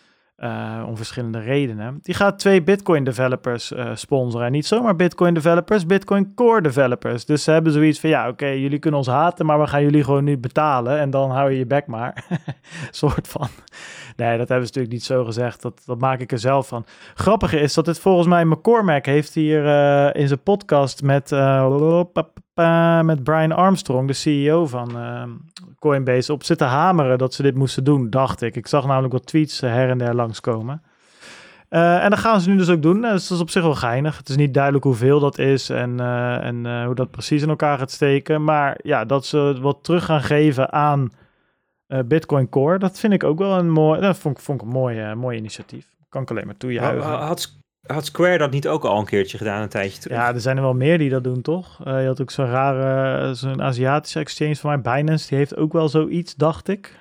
Uh, om verschillende redenen. Die gaat twee Bitcoin developers uh, sponsoren. En niet zomaar Bitcoin developers, Bitcoin Core developers. Dus ze hebben zoiets van, ja, oké, okay, jullie kunnen ons haten, maar we gaan jullie gewoon nu betalen. En dan hou je je bek maar. soort van. Nee, dat hebben ze natuurlijk niet zo gezegd. Dat, dat maak ik er zelf van. Grappige is dat het volgens mij McCormack heeft hier uh, in zijn podcast met, uh, met Brian Armstrong, de C E O van uh, Coinbase, op zitten hameren dat ze dit moesten doen, dacht ik. Ik zag namelijk wat tweets uh, her en der langskomen. Uh, en dat gaan ze nu dus ook doen. Uh, dus dat is op zich wel geinig. Het is niet duidelijk hoeveel dat is en, uh, en uh, hoe dat precies in elkaar gaat steken. Maar ja, dat ze wat terug gaan geven aan uh, Bitcoin Core, dat vind ik ook wel een mooi, dat vond, vond ik een mooi, uh, mooi initiatief. Kan ik alleen maar toejuichen. Had, had Square dat niet ook al een keertje gedaan, een tijdje terug? Ja, er zijn er wel meer die dat doen, toch? Uh, je had ook zo'n rare, zo'n Aziatische exchange van mij, Binance, die heeft ook wel zoiets, dacht ik.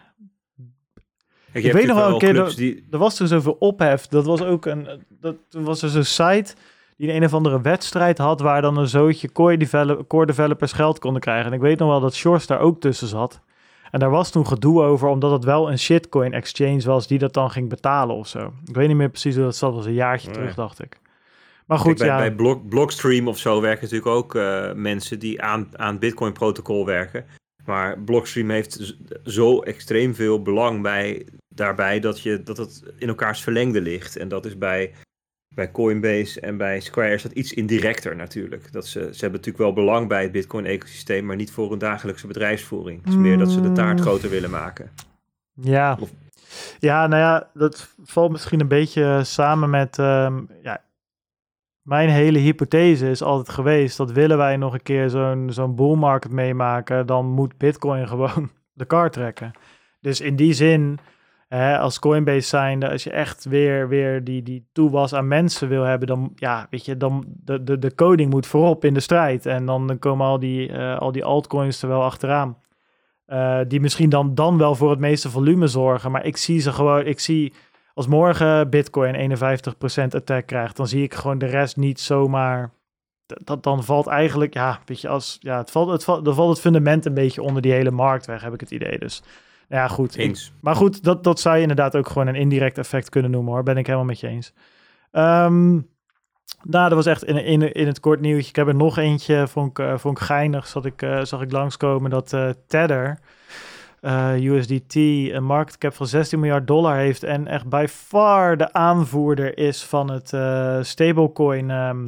Ik, ik weet nog wel een keer, er, die... er was toen zoveel ophef. Dat was ook een, dat was er zo'n site die een, een of andere wedstrijd had, waar dan een zootje core, develop, core developers geld konden krijgen. En ik weet nog wel dat Shores daar ook tussen zat. En daar was toen gedoe over, omdat het wel een shitcoin exchange was die dat dan ging betalen of zo. Ik weet niet meer precies hoe dat zat, dat was een jaartje nee. terug, dacht ik. Maar goed, Kijk, bij, ja. bij Block, Blockstream of zo werken natuurlijk ook uh, mensen die aan, aan het Bitcoin-protocol werken. Maar Blockstream heeft zo extreem veel belang bij, daarbij dat, je, dat het in elkaars verlengde ligt. En dat is bij, bij Coinbase en bij Square is dat iets indirecter natuurlijk. Dat ze, ze hebben natuurlijk wel belang bij het Bitcoin-ecosysteem, maar niet voor hun dagelijkse bedrijfsvoering. Het is meer dat ze de taart groter willen maken. Ja, of... ja nou ja, dat valt misschien een beetje samen met... Um, ja, mijn hele hypothese is altijd geweest dat willen wij nog een keer zo'n, zo'n bull market meemaken, dan moet Bitcoin gewoon de kar trekken. Dus in die zin, hè, als Coinbase zijnde, als je echt weer, weer die, die toewas aan mensen wil hebben, dan, ja, weet je, dan de, de, de coding moet voorop in de strijd. En dan, dan komen al die, uh, al die altcoins er wel achteraan. Uh, die misschien dan, dan wel voor het meeste volume zorgen. Maar ik zie ze gewoon, ik zie... Als morgen Bitcoin eenenvijftig procent attack krijgt, dan zie ik gewoon de rest niet zomaar... Dat, dan valt eigenlijk, ja, weet je, als... Ja, het valt, het valt, dan valt het fundament een beetje onder die hele markt weg, heb ik het idee. Dus ja, goed. Ik, maar goed, dat, dat zou je inderdaad ook gewoon een indirect effect kunnen noemen, hoor. Ben ik helemaal met je eens. Um, nou, dat was echt in, in, in het kort nieuwtje. Ik heb er nog eentje, vond ik, uh, vond ik geinig, zat ik, uh, zag ik langskomen, dat uh, Tether... Uh, U S D T een market cap van zestien miljard dollar heeft en echt by far de aanvoerder is van het uh, stablecoin um,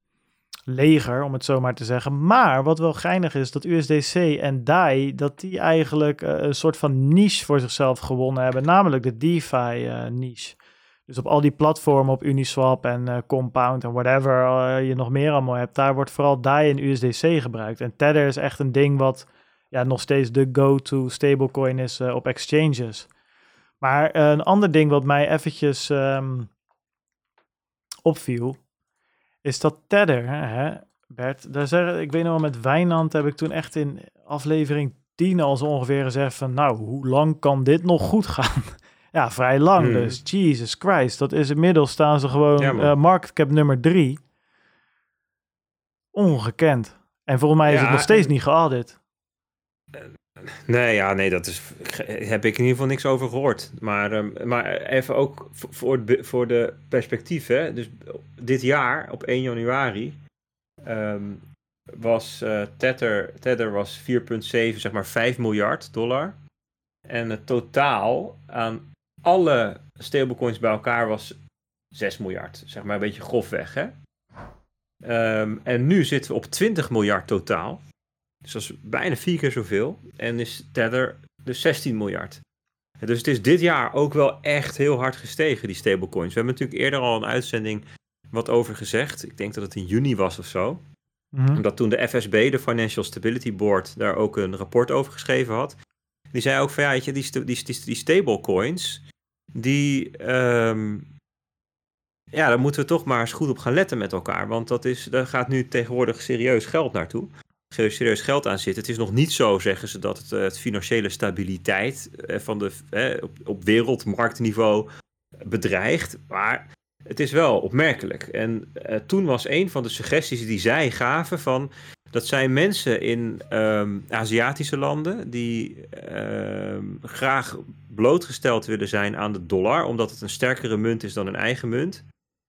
leger, om het zo maar te zeggen. Maar wat wel geinig is, dat U S D C en D A I, dat die eigenlijk uh, een soort van niche voor zichzelf gewonnen hebben, namelijk de DeFi uh, niche. Dus op al die platformen, op Uniswap en uh, Compound en whatever uh, je nog meer allemaal hebt, daar wordt vooral D A I en U S D C gebruikt. En Tether is echt een ding wat... ja, nog steeds de go-to stablecoin is uh, op exchanges. Maar uh, een ander ding wat mij eventjes um, opviel, is dat Tether, hè, Bert, daar zeg, ik weet nog wel, met Wijnand heb ik toen echt in aflevering tien al zo ongeveer gezegd van, nou, hoe lang kan dit nog goed gaan? Ja, vrij lang hmm. dus. Jesus Christ, dat is inmiddels staan ze gewoon ja, uh, market cap nummer drie. Ongekend. En volgens mij is ja, het nog steeds en... niet geaudit. Nee, ja, nee, dat is, heb ik in ieder geval niks over gehoord. Maar, um, maar even ook voor, het, voor de perspectief, hè. Dus dit jaar, op één januari, um, was uh, Tether, Tether was vier komma zeven, zeg maar vijf miljard dollar. En het totaal aan alle stablecoins bij elkaar was zes miljard. Zeg maar een beetje grofweg, hè? Um, en nu zitten we op twintig miljard totaal. Dus dat is bijna vier keer zoveel. En is Tether dus zestien miljard. En dus het is dit jaar ook wel echt heel hard gestegen, die stablecoins. We hebben natuurlijk eerder al een uitzending wat over gezegd. Ik denk dat het in juni was of zo. Mm-hmm. Omdat toen de F S B, de Financial Stability Board, daar ook een rapport over geschreven had. Die zei ook van ja, weet je, die, die, die, die stablecoins, die, um, ja, daar moeten we toch maar eens goed op gaan letten met elkaar. Want dat is, daar gaat nu tegenwoordig serieus geld naartoe. Serieus geld aan zit. Het is nog niet zo, zeggen ze, dat het, het financiële stabiliteit eh, van de, eh, op, op wereldmarktniveau bedreigt. Maar het is wel opmerkelijk. En eh, toen was een van de suggesties die zij gaven van, dat zijn mensen in um, Aziatische landen die um, graag blootgesteld willen zijn aan de dollar, omdat het een sterkere munt is dan hun eigen munt.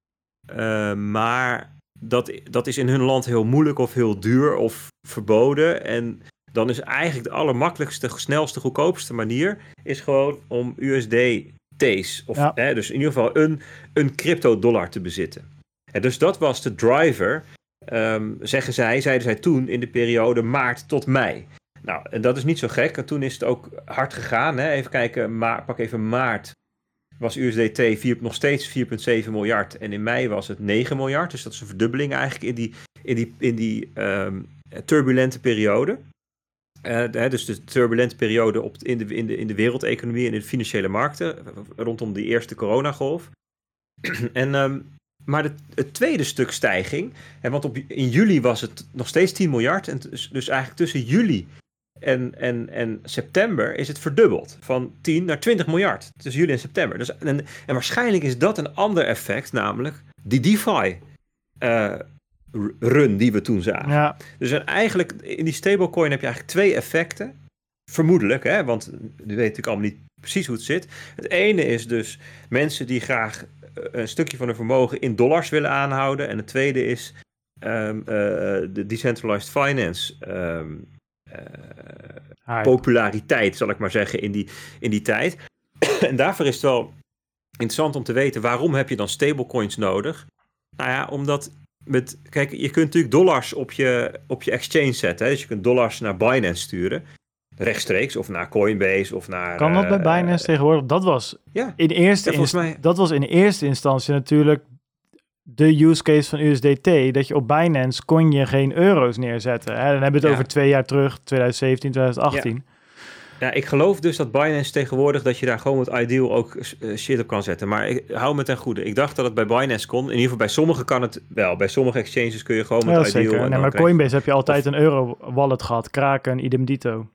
Uh, maar dat, dat is in hun land heel moeilijk of heel duur of verboden. En dan is eigenlijk de allermakkelijkste, snelste, goedkoopste manier is gewoon om U S D T's, of, ja. hè, dus in ieder geval een, een crypto-dollar te bezitten. En dus dat was de driver, um, zeggen zij, zeiden zij toen in de periode maart tot mei. Nou, en dat is niet zo gek. En toen is het ook hard gegaan. Hè. Even kijken, ma- pak even maart. Was U S D T vier, nog steeds vier komma zeven miljard. En in mei was het negen miljard. Dus dat is een verdubbeling eigenlijk in die, in die, in die um, turbulente periode. Uh, de, dus de turbulente periode op, in, de, in, de, in de wereldeconomie en in de financiële markten. Rondom die eerste coronagolf. en, um, maar de, het tweede stuk stijging. Hè, want op, in juli was het nog steeds tien miljard. En dus, dus eigenlijk tussen juli En, en, en september is het verdubbeld. Van tien naar twintig miljard. Tussen juli en september. Dus, en, en waarschijnlijk is dat een ander effect. Namelijk die DeFi uh, run die we toen zagen. Ja. Dus eigenlijk in die stablecoin heb je eigenlijk twee effecten. Vermoedelijk. Hè, want nu weet natuurlijk allemaal niet precies hoe het zit. Het ene is dus mensen die graag een stukje van hun vermogen in dollars willen aanhouden. En het tweede is um, uh, de decentralized finance um, Uh, populariteit, zal ik maar zeggen, in die, in die tijd. En daarvoor is het wel interessant om te weten, waarom heb je dan stablecoins nodig? Nou ja, omdat met, kijk, je kunt natuurlijk dollars op je, op je exchange zetten. Hè? Dus je kunt dollars naar Binance sturen, rechtstreeks, of naar Coinbase, of naar... Kan dat bij Binance uh, tegenwoordig? Dat was, ja. in eerste ja, inst- mij... dat was in eerste instantie natuurlijk de use case van U S D T, dat je op Binance kon je geen euro's neerzetten. Hè? Dan hebben we het ja. over twee jaar terug, twintig zeventien, twintig achttien. Ja. ja, ik geloof dus dat Binance tegenwoordig, dat je daar gewoon met Ideal ook uh, shit op kan zetten. Maar ik hou me ten goede. Ik dacht dat het bij Binance kon. In ieder geval bij sommigen kan het wel. Bij sommige exchanges kun je gewoon met ja, Ideal... Zeker. Nee, maar Coinbase je... heb je altijd of... een euro-wallet gehad. Kraken, idem dito.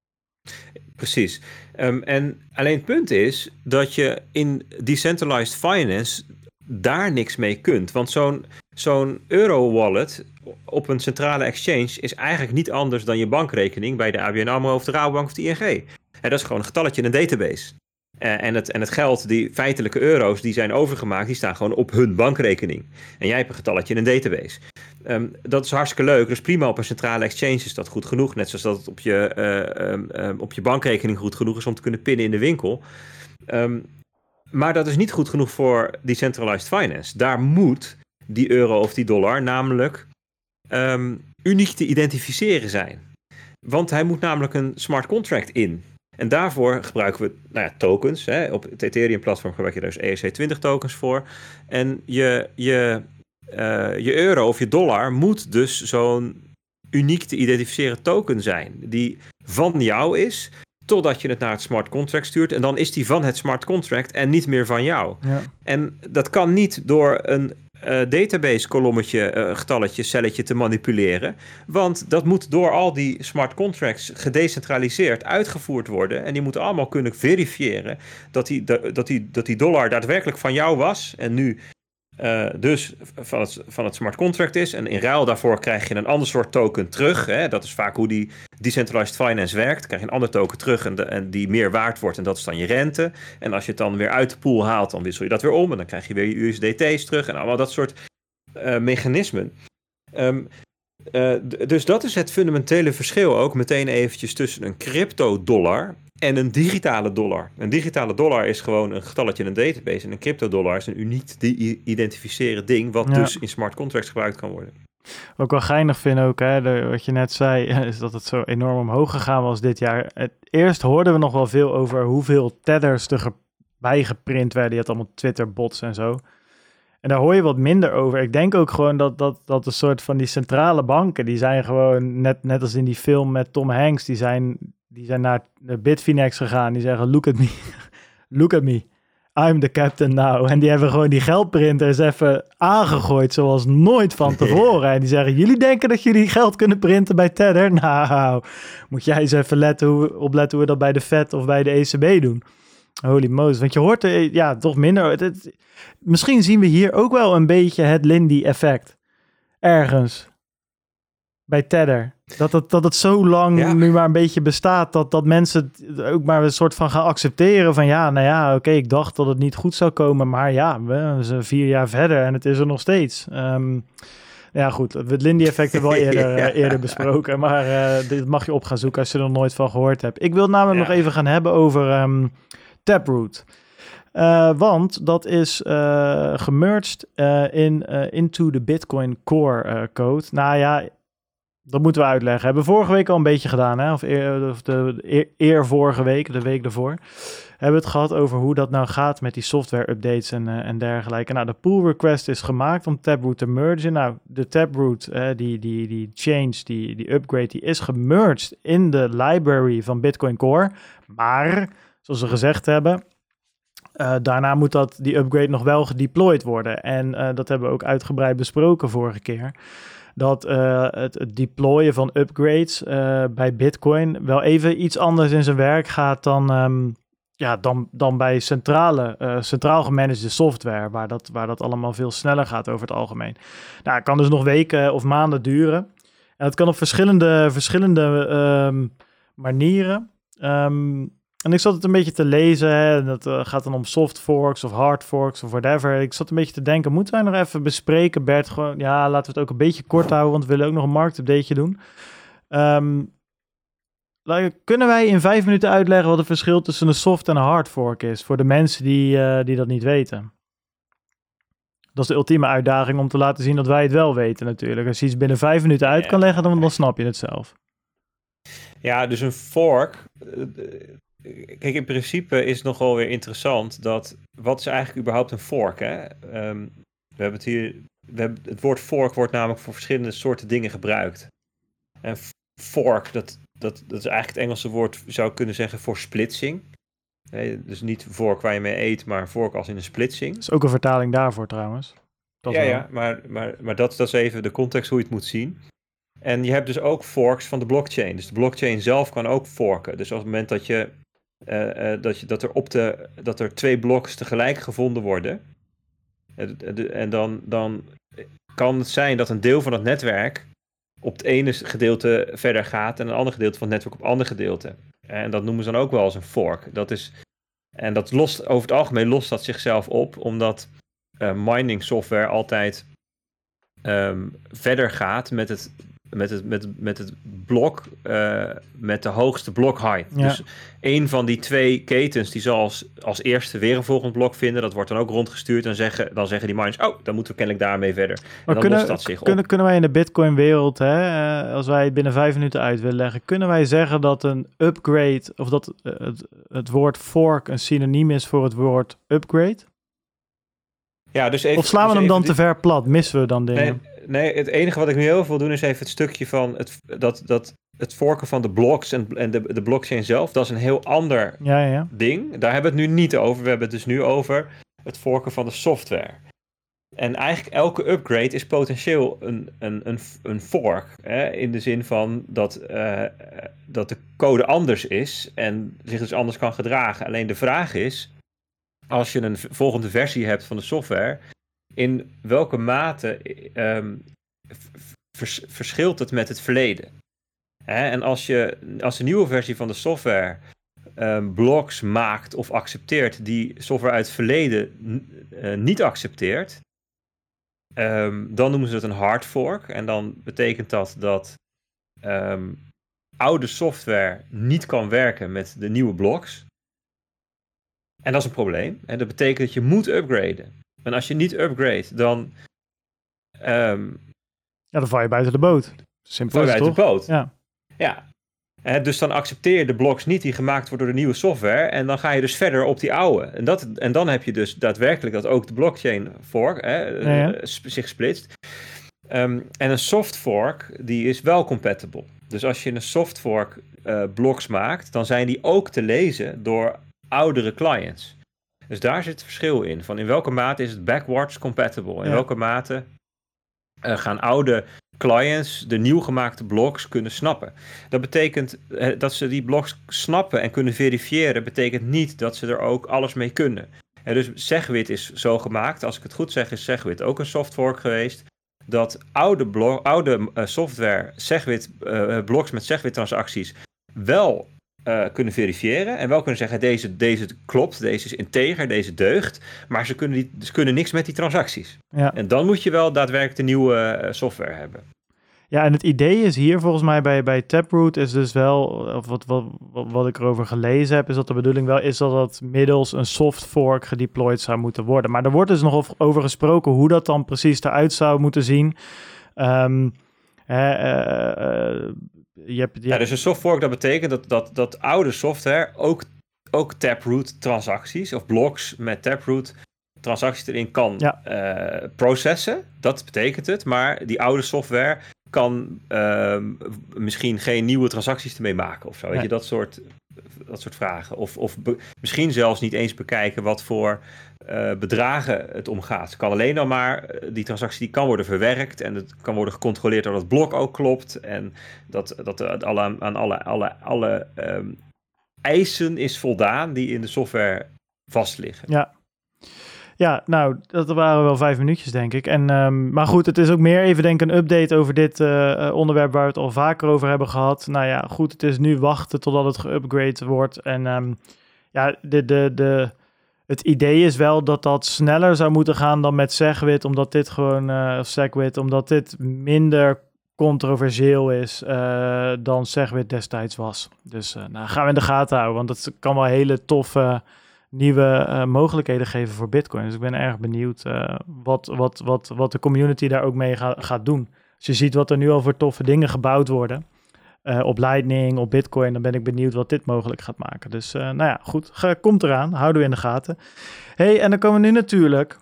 Precies. Um, en alleen het punt is dat je in decentralized finance daar niks mee kunt. Want zo'n, zo'n euro-wallet op een centrale exchange is eigenlijk niet anders dan je bankrekening bij de A B N AMRO of de Rabobank of de I N G. En dat is gewoon een getalletje in een database. Uh, en, het, en het geld, die feitelijke euro's die zijn overgemaakt, die staan gewoon op hun bankrekening. En jij hebt een getalletje in een database. Um, dat is hartstikke leuk. Dus prima op een centrale exchange is dat goed genoeg. Net zoals dat het op je, uh, um, um, op je bankrekening goed genoeg is om te kunnen pinnen in de winkel. Um, Maar dat is niet goed genoeg voor decentralized finance. Daar moet die euro of die dollar namelijk um, uniek te identificeren zijn. Want hij moet namelijk een smart contract in. En daarvoor gebruiken we nou ja, tokens. Hè. Op het Ethereum-platform gebruik je dus E R C twintig tokens voor. En je, je, uh, je euro of je dollar moet dus zo'n uniek te identificeren token zijn. Die van jou is, totdat je het naar het smart contract stuurt. En dan is die van het smart contract en niet meer van jou. Ja. En dat kan niet door een uh, database kolommetje, uh, getalletje, celletje te manipuleren. Want dat moet door al die smart contracts gedecentraliseerd uitgevoerd worden. En die moeten allemaal kunnen verifiëren dat die, dat die, dat die dollar daadwerkelijk van jou was. En nu uh, dus van het, van het smart contract is. En in ruil daarvoor krijg je een ander soort token terug. Hè? Dat is vaak hoe die decentralized finance werkt. Dan krijg je een ander token terug en, de, en die meer waard wordt. En dat is dan je rente. En als je het dan weer uit de pool haalt, dan wissel je dat weer om. En dan krijg je weer je U S D T's terug. En allemaal dat soort uh, mechanismen. Um, uh, d- dus dat is het fundamentele verschil ook meteen eventjes tussen een crypto-dollar en een digitale dollar. Een digitale dollar is gewoon een getalletje in een database. En een crypto-dollar is een uniek te identificeren ding, wat ja. dus in smart contracts gebruikt kan worden. Wat ik wel geinig vind ook, hè, de, wat je net zei, is dat het zo enorm omhoog gegaan was dit jaar. Het, eerst hoorden we nog wel veel over hoeveel tethers er bijgeprint werden. Je had allemaal Twitter-bots en zo. En daar hoor je wat minder over. Ik denk ook gewoon dat, dat, dat een soort van die centrale banken, die zijn gewoon, net, net als in die film met Tom Hanks, die zijn, die zijn naar de Bitfinex gegaan. Die zeggen, look at me, look at me, I'm the captain now. En die hebben gewoon die geldprinters even aangegooid zoals nooit van tevoren. En die zeggen, jullie denken dat jullie geld kunnen printen bij Tether? Nou, moet jij eens even letten hoe, opletten hoe we dat bij de Fed of bij de E C B doen. Holy Moses, want je hoort er ja, toch minder. Het, het, misschien zien we hier ook wel een beetje het Lindy-effect. Ergens. Bij Tether. Dat het, dat het zo lang ja. nu maar een beetje bestaat, dat, dat mensen het ook maar een soort van gaan accepteren van ja, nou ja, oké, okay, ik dacht dat het niet goed zou komen, maar ja, we zijn vier jaar verder en het is er nog steeds. Um, ja goed, het Lindy-effect hebben we al eerder, ja. uh, eerder besproken, maar uh, dit mag je op gaan zoeken als je er nog nooit van gehoord hebt. Ik wil het namelijk ja. nog even gaan hebben over um, Taproot. Uh, want dat is uh, gemerged uh, in, uh, into de Bitcoin Core uh, code. Nou ja, dat moeten we uitleggen. Hebben we vorige week al een beetje gedaan, hè? Of, eer, of de eer, eer vorige week, de week daarvoor. Hebben we het gehad over hoe dat nou gaat met die software updates en, uh, en dergelijke. Nou, de pull request is gemaakt om Taproot te mergen. Nou, de Taproot, uh, die, die, die change, die, die upgrade, die is gemerged in de library van Bitcoin Core. Maar, zoals we gezegd hebben, Uh, daarna moet dat, die upgrade nog wel gedeployed worden. En uh, dat hebben we ook uitgebreid besproken vorige keer. Dat uh, het, het deployen van upgrades uh, bij Bitcoin wel even iets anders in zijn werk gaat dan, um, ja, dan, dan bij centrale, uh, centraal gemanagede software, waar dat, waar dat allemaal veel sneller gaat over het algemeen. Nou, het kan dus nog weken of maanden duren. En het kan op verschillende, verschillende um, manieren. Um, En ik zat het een beetje te lezen, hè, en dat uh, gaat dan om soft forks of hard forks of whatever. Ik zat een beetje te denken, moeten wij nog even bespreken, Bert? Gewoon, ja, laten we het ook een beetje kort houden, want we willen ook nog een marktupdateje doen. Um, kunnen wij in vijf minuten uitleggen wat het verschil tussen een soft en een hard fork is, voor de mensen die, uh, die dat niet weten? Dat is de ultieme uitdaging om te laten zien dat wij het wel weten natuurlijk. Als je iets binnen vijf minuten uit kan leggen, dan, dan snap je het zelf. Ja, dus een fork... Uh, Kijk, in principe is het nogal weer interessant dat, wat is eigenlijk überhaupt een fork? Hè? Um, we hebben het hier, we hebben, het woord fork wordt namelijk voor verschillende soorten dingen gebruikt. En fork, dat, dat, dat is eigenlijk het Engelse woord, zou ik kunnen zeggen, voor splitsing. Nee, dus niet vork waar je mee eet, maar vork als in een splitsing. Dat is ook een vertaling daarvoor trouwens. Dat ja, wel. ja, maar, maar, maar dat, dat is even de context hoe je het moet zien. En je hebt dus ook forks van de blockchain. Dus de blockchain zelf kan ook forken. Dus op het moment dat je Uh, uh, dat, je, dat, er op de, dat er twee bloks tegelijk gevonden worden. Uh, de, en dan, dan kan het zijn dat een deel van het netwerk op het ene gedeelte verder gaat en een ander gedeelte van het netwerk op het andere gedeelte. En dat noemen ze dan ook wel als een fork. Dat is, en dat lost, over het algemeen lost dat zichzelf op, omdat uh, mining software altijd um, verder gaat met het Met het, met, met het blok uh, met de hoogste block height. Ja. Dus een van die twee ketens die zal als, als eerste weer een volgend blok vinden. Dat wordt dan ook rondgestuurd. En zeggen, dan zeggen die miners, oh, dan moeten we kennelijk daarmee verder. Maar en dan kunnen, lost dat zich kunnen, op. Kunnen wij in de Bitcoin wereld, hè, uh, als wij het binnen vijf minuten uit willen leggen, kunnen wij zeggen dat een upgrade, of dat uh, het, het woord fork een synoniem is voor het woord upgrade? Ja, dus even, of slaan we dus hem dan die... te ver plat? Missen we dan dingen? Nee, nee, het enige wat ik nu heel veel wil doen is even het stukje van het, dat, dat, het forken van de blocks en, en de, de blockchain zelf. Dat is een heel ander ja, ja. ding. Daar hebben we het nu niet over. We hebben het dus nu over het forken van de software. En eigenlijk elke upgrade is potentieel een, een, een, een fork. Hè? In de zin van dat, uh, dat de code anders is en zich dus anders kan gedragen. Alleen de vraag is, als je een volgende versie hebt van de software, in welke mate um, vers, verschilt het met het verleden? Hè? En als je als een nieuwe versie van de software um, blocks maakt of accepteert die software uit het verleden n- uh, niet accepteert, Um, dan noemen ze het een hard fork. En dan betekent dat dat um, oude software niet kan werken met de nieuwe blocks. En dat is een probleem. En dat betekent dat je moet upgraden. En als je niet upgrade, dan... Um, ja, dan val je buiten de boot. Simpel is het, toch? Buiten de boot. Ja. Ja. En dus dan accepteer je de blocks niet die gemaakt worden door de nieuwe software. En dan ga je dus verder op die oude. En, dat, en dan heb je dus daadwerkelijk dat ook de blockchain fork hè, ja, ja. Uh, zich splitst. Um, en een soft fork, die is wel compatible. Dus als je een soft fork uh, blocks maakt, dan zijn die ook te lezen door oudere clients. Dus daar zit het verschil in. Van in welke mate is het backwards compatible? In ja. welke mate uh, gaan oude clients de nieuw gemaakte blocks kunnen snappen? Dat betekent uh, dat ze die blocks snappen en kunnen verifiëren, betekent niet dat ze er ook alles mee kunnen. En dus Segwit is zo gemaakt, als ik het goed zeg, is Segwit ook een soft fork geweest, dat oude, blok, oude uh, software, Segwit, uh, blocks met Segwit transacties wel uh, kunnen verifiëren en wel kunnen zeggen, deze, deze klopt, deze is integer, deze deugt, maar ze kunnen, die, ze kunnen niks met die transacties. Ja. En dan moet je wel daadwerkelijk de nieuwe uh, software hebben. Ja, en het idee is hier volgens mij bij, bij Taproot is dus wel, of wat, wat, wat ik erover gelezen heb, is dat de bedoeling wel is dat dat middels een soft fork gedeployed zou moeten worden. Maar er wordt dus nog over gesproken hoe dat dan precies eruit zou moeten zien. Um, hè, uh, uh, je hebt, je ja, dus een soft fork, dat betekent dat, dat, dat oude software ook, ook Taproot transacties of blocks met Taproot transacties erin kan ja. uh, processen. Dat betekent het, maar die oude software kan uh, misschien geen nieuwe transacties ermee maken of zo. Ja. Weet je, dat soort, dat soort vragen. Of, of be- misschien zelfs niet eens bekijken wat voor uh, bedragen het omgaat. Het kan alleen nog maar, uh, die transactie die kan worden verwerkt en het kan worden gecontroleerd dat het blok ook klopt en dat, dat uh, alle, aan alle, alle, alle um, eisen is voldaan die in de software vastliggen. Ja. Ja, nou, dat waren wel vijf minuutjes, denk ik. En, um, maar goed, het is ook meer even, denk ik, een update over dit uh, onderwerp waar we het al vaker over hebben gehad. Nou ja, goed, het is nu wachten totdat het geupgrade wordt. En um, ja, de, de, de, het idee is wel dat dat sneller zou moeten gaan dan met Segwit, omdat dit gewoon, uh, of Segwit, omdat dit minder controversieel is uh, dan Segwit destijds was. Dus uh, nou, gaan we in de gaten houden, want het kan wel hele toffe Uh, nieuwe uh, mogelijkheden geven voor Bitcoin. Dus ik ben erg benieuwd uh, wat, wat, wat, wat de community daar ook mee ga, gaat doen. Als je ziet wat er nu al voor toffe dingen gebouwd worden uh, op Lightning, op Bitcoin, dan ben ik benieuwd wat dit mogelijk gaat maken. Dus uh, nou ja, goed, Ge- komt eraan, houden we in de gaten. Hey, en dan komen we nu natuurlijk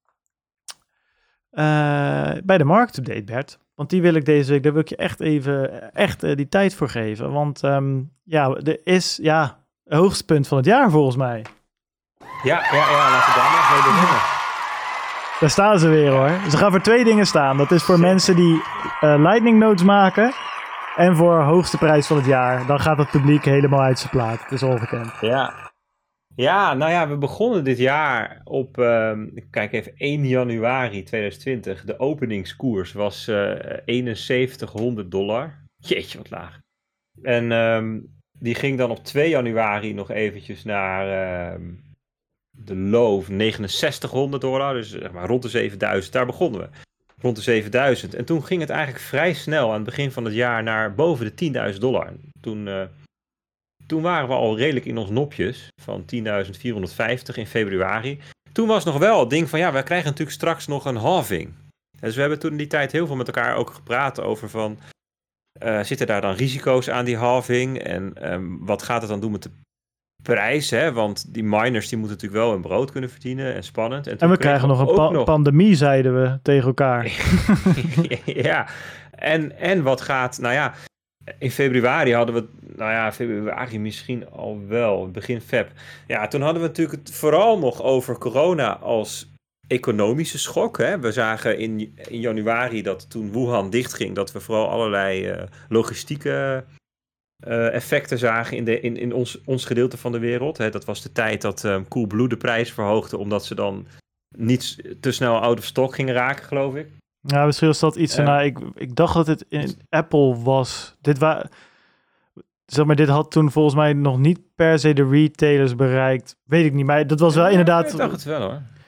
uh, bij de marktupdate, Bert. Want die wil ik deze week, daar wil ik je echt even echt uh, die tijd voor geven. Want um, ja, er is ja, het hoogtepunt van het jaar volgens mij. Ja, ja, ja, laten we daar maar mee beginnen. Daar staan ze weer hoor. Ze gaan voor twee dingen staan. Dat is voor Zeker. mensen die uh, Lightning nodes maken en voor hoogste prijs van het jaar. Dan gaat het publiek helemaal uit zijn plaat. Het is ongekend. Ja. Ja, nou ja, we begonnen dit jaar op, um, ik kijk even, één januari tweeduizend twintig. De openingskoers was uh, eenenzeventighonderd dollar. Jeetje, wat laag. En um, die ging dan op twee januari nog eventjes naar Uh, de low negenenzestighonderd dollar, dus zeg maar rond de zevenduizend, daar begonnen we. Rond de zevenduizend. En toen ging het eigenlijk vrij snel aan het begin van het jaar naar boven de tienduizend dollar. Toen, uh, toen waren we al redelijk in ons nopjes van tienduizend vierhonderdvijftig in februari. Toen was nog wel het ding van ja, wij krijgen natuurlijk straks nog een halving. Dus we hebben toen in die tijd heel veel met elkaar ook gepraat over van uh, zitten daar dan risico's aan die halving en um, wat gaat het dan doen met de prijs, hè? Want die miners die moeten natuurlijk wel hun brood kunnen verdienen en spannend. En, en we krijgen nog een pa- nog... pandemie, zeiden we tegen elkaar. Ja, en, en wat gaat, nou ja, in februari hadden we, nou ja, februari misschien al wel, begin feb. Ja, toen hadden we natuurlijk het vooral nog over corona als economische schok. Hè? We zagen in, in januari dat toen Wuhan dichtging, dat we vooral allerlei uh, logistieke Uh, effecten zagen in, de, in, in ons, ons gedeelte van de wereld. Hè, dat was de tijd dat um, Coolblue de prijs verhoogde, omdat ze dan niet te snel out of stock gingen raken, geloof ik. Ja, misschien was dat iets. Uh, nou, ik, ik dacht dat het in Apple was. Dit, wa- zeg maar, dit had toen volgens mij nog niet per se de retailers bereikt. Weet ik niet, maar dat was wel ja, inderdaad. Ik dacht het wel hoor.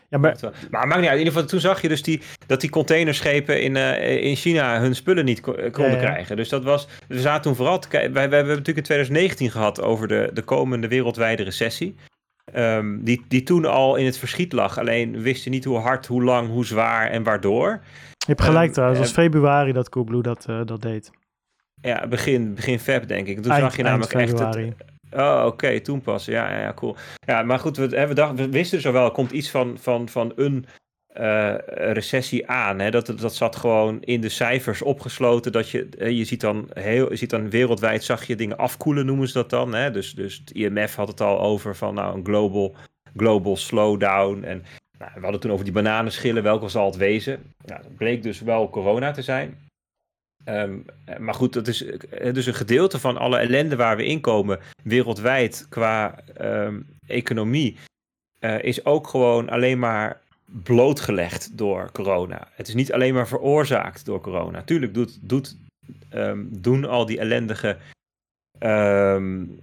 Ja, maar... maar maakt niet uit. In ieder geval, toen zag je dus die, dat die containerschepen in, uh, in China hun spullen niet ko- konden ja, ja. krijgen. Dus dat was, we zaten toen vooral te kijken. Wij, wij hebben natuurlijk in twintig negentien gehad over de, de komende wereldwijde recessie. Um, die, die toen al in het verschiet lag. Alleen we wisten niet hoe hard, hoe lang, hoe zwaar en waardoor. Je hebt gelijk um, trouwens. Het was uh, februari dat Coolblue dat, uh, dat deed. Ja, begin, begin Feb denk ik. Toen eind, zag je namelijk echt het... Oh, oké, okay, toen pas. Ja, ja, ja, cool. Ja, maar goed, we, we, dachten, we wisten dus al wel, er komt iets van, van, van een uh, recessie aan. Hè? Dat, dat zat gewoon in de cijfers opgesloten. Dat je, je ziet dan heel, je ziet dan wereldwijd, zag je dingen afkoelen, noemen ze dat dan. Hè? Dus, dus het I M F had het al over van nou, een global, global slowdown. En nou, we hadden toen over die bananenschillen, welke zal het wezen? Nou, dat bleek dus wel corona te zijn. Um, maar goed, dat is dus een gedeelte van alle ellende waar we in komen, wereldwijd qua um, economie, uh, is ook gewoon alleen maar blootgelegd door corona. Het is niet alleen maar veroorzaakt door corona. Tuurlijk doet, doet, um, doen al die ellendige um,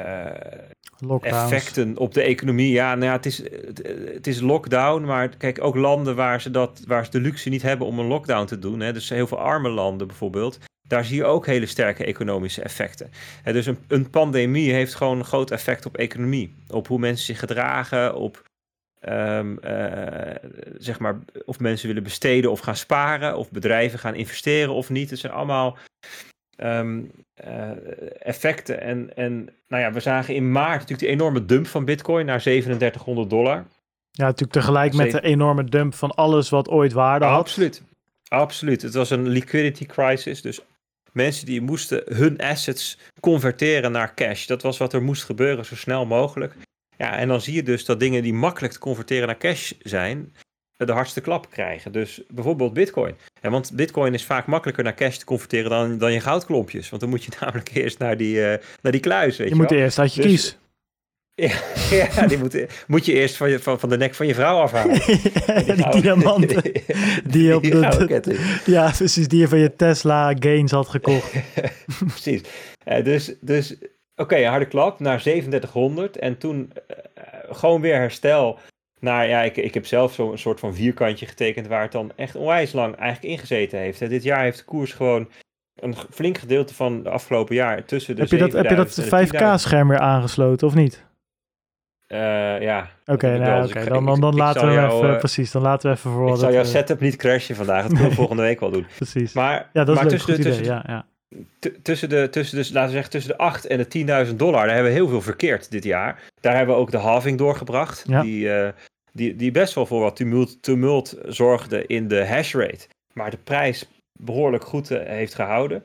uh, effecten op de economie. Ja, nou ja, het is, het, het is lockdown, maar kijk, ook landen waar ze, dat, waar ze de luxe niet hebben om een lockdown te doen, hè, dus heel veel arme landen bijvoorbeeld, daar zie je ook hele sterke economische effecten. Hè, dus een, een pandemie heeft gewoon een groot effect op economie, op hoe mensen zich gedragen, op um, uh, zeg maar, of mensen willen besteden of gaan sparen, of bedrijven gaan investeren of niet. Het zijn allemaal Um, uh, effecten. En, en nou ja, we zagen in maart natuurlijk die enorme dump van Bitcoin naar zevenendertighonderd dollar. Ja, natuurlijk tegelijk met de enorme dump van alles wat ooit waarde had. Absoluut. Absoluut. Het was een liquidity crisis. Dus mensen die moesten hun assets converteren naar cash. Dat was wat er moest gebeuren zo snel mogelijk. Ja, en dan zie je dus dat dingen die makkelijk te converteren naar cash zijn, de hardste klap krijgen. Dus bijvoorbeeld Bitcoin. Ja, want Bitcoin is vaak makkelijker naar cash te converteren dan, dan je goudklompjes. Want dan moet je namelijk eerst naar die, uh, naar die kluis. Weet je je moet wel. eerst uit je dus, kies. Ja, ja die moet, moet je eerst van, je, van, van de nek van je vrouw afhalen. Ja, die, die diamanten. Die op de, ja, precies. Die je van je Tesla Gains had gekocht. Precies. Uh, dus dus oké, okay, harde klap naar zevenendertighonderd. En toen uh, gewoon weer herstel. Nou ja, ik, ik heb zelf zo'n soort van vierkantje getekend waar het dan echt onwijs lang eigenlijk ingezeten heeft. Hè. Dit jaar heeft de koers gewoon een flink gedeelte van de afgelopen jaar tussen de heb je dat, heb je dat vijf K scherm weer aangesloten of niet? Uh, ja. Oké, okay, nou, okay. dan, dan, dan ik, laten ik we jou, even, uh, precies, dan laten we even voor. Ik zal jouw setup niet crashen vandaag, dat kunnen we volgende week wel doen. Precies. Maar, ja, dat is maar leuk, tussen, goed de, idee. tussen, ja, ja. t- tussen de, tussen de, laten we zeggen, tussen de acht en de tienduizend dollar, daar hebben we heel veel verkeerd dit jaar. Daar hebben we ook de halving doorgebracht, ja. die... Uh, Die, die best wel voor wat tumult, tumult zorgde in de hashrate. Maar de prijs behoorlijk goed uh, heeft gehouden.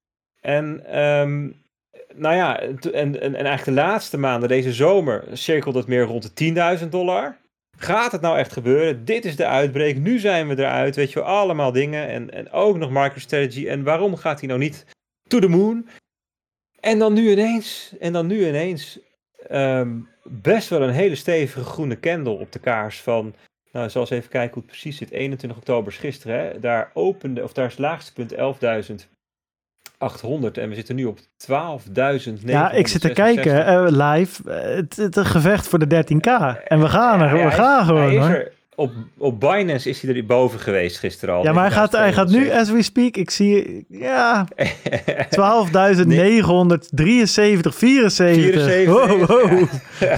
En um, nou ja, en, en, en eigenlijk de laatste maanden, deze zomer, cirkelde het meer rond de tienduizend dollar. Gaat het nou echt gebeuren? Dit is de uitbreek. Nu zijn we eruit. Weet je wel, allemaal dingen. En, en ook nog MicroStrategy. En waarom gaat hij nou niet to the moon? En dan nu ineens. En dan nu ineens. Um, best wel een hele stevige groene candle op de kaars van, nou, ik zal eens even kijken hoe het precies zit, eenentwintig oktober is gisteren, hè? Daar opende, of daar is het laagste punt elfduizend achthonderd en we zitten nu op twaalfduizend negenhonderd. Ja, ik zit te kijken, uh, live, uh, het, het een gevecht voor de dertien k en we gaan er, ja, we gaan is, gewoon hoor. Er, op, op Binance is hij er boven geweest gisteren al. Ja, maar hij gaat, hij gaat nu, as we speak, ik zie, ja, twaalfduizend negenhonderddrieënzeventig, vierenzeventig. vierenzeventig. Wow, wow.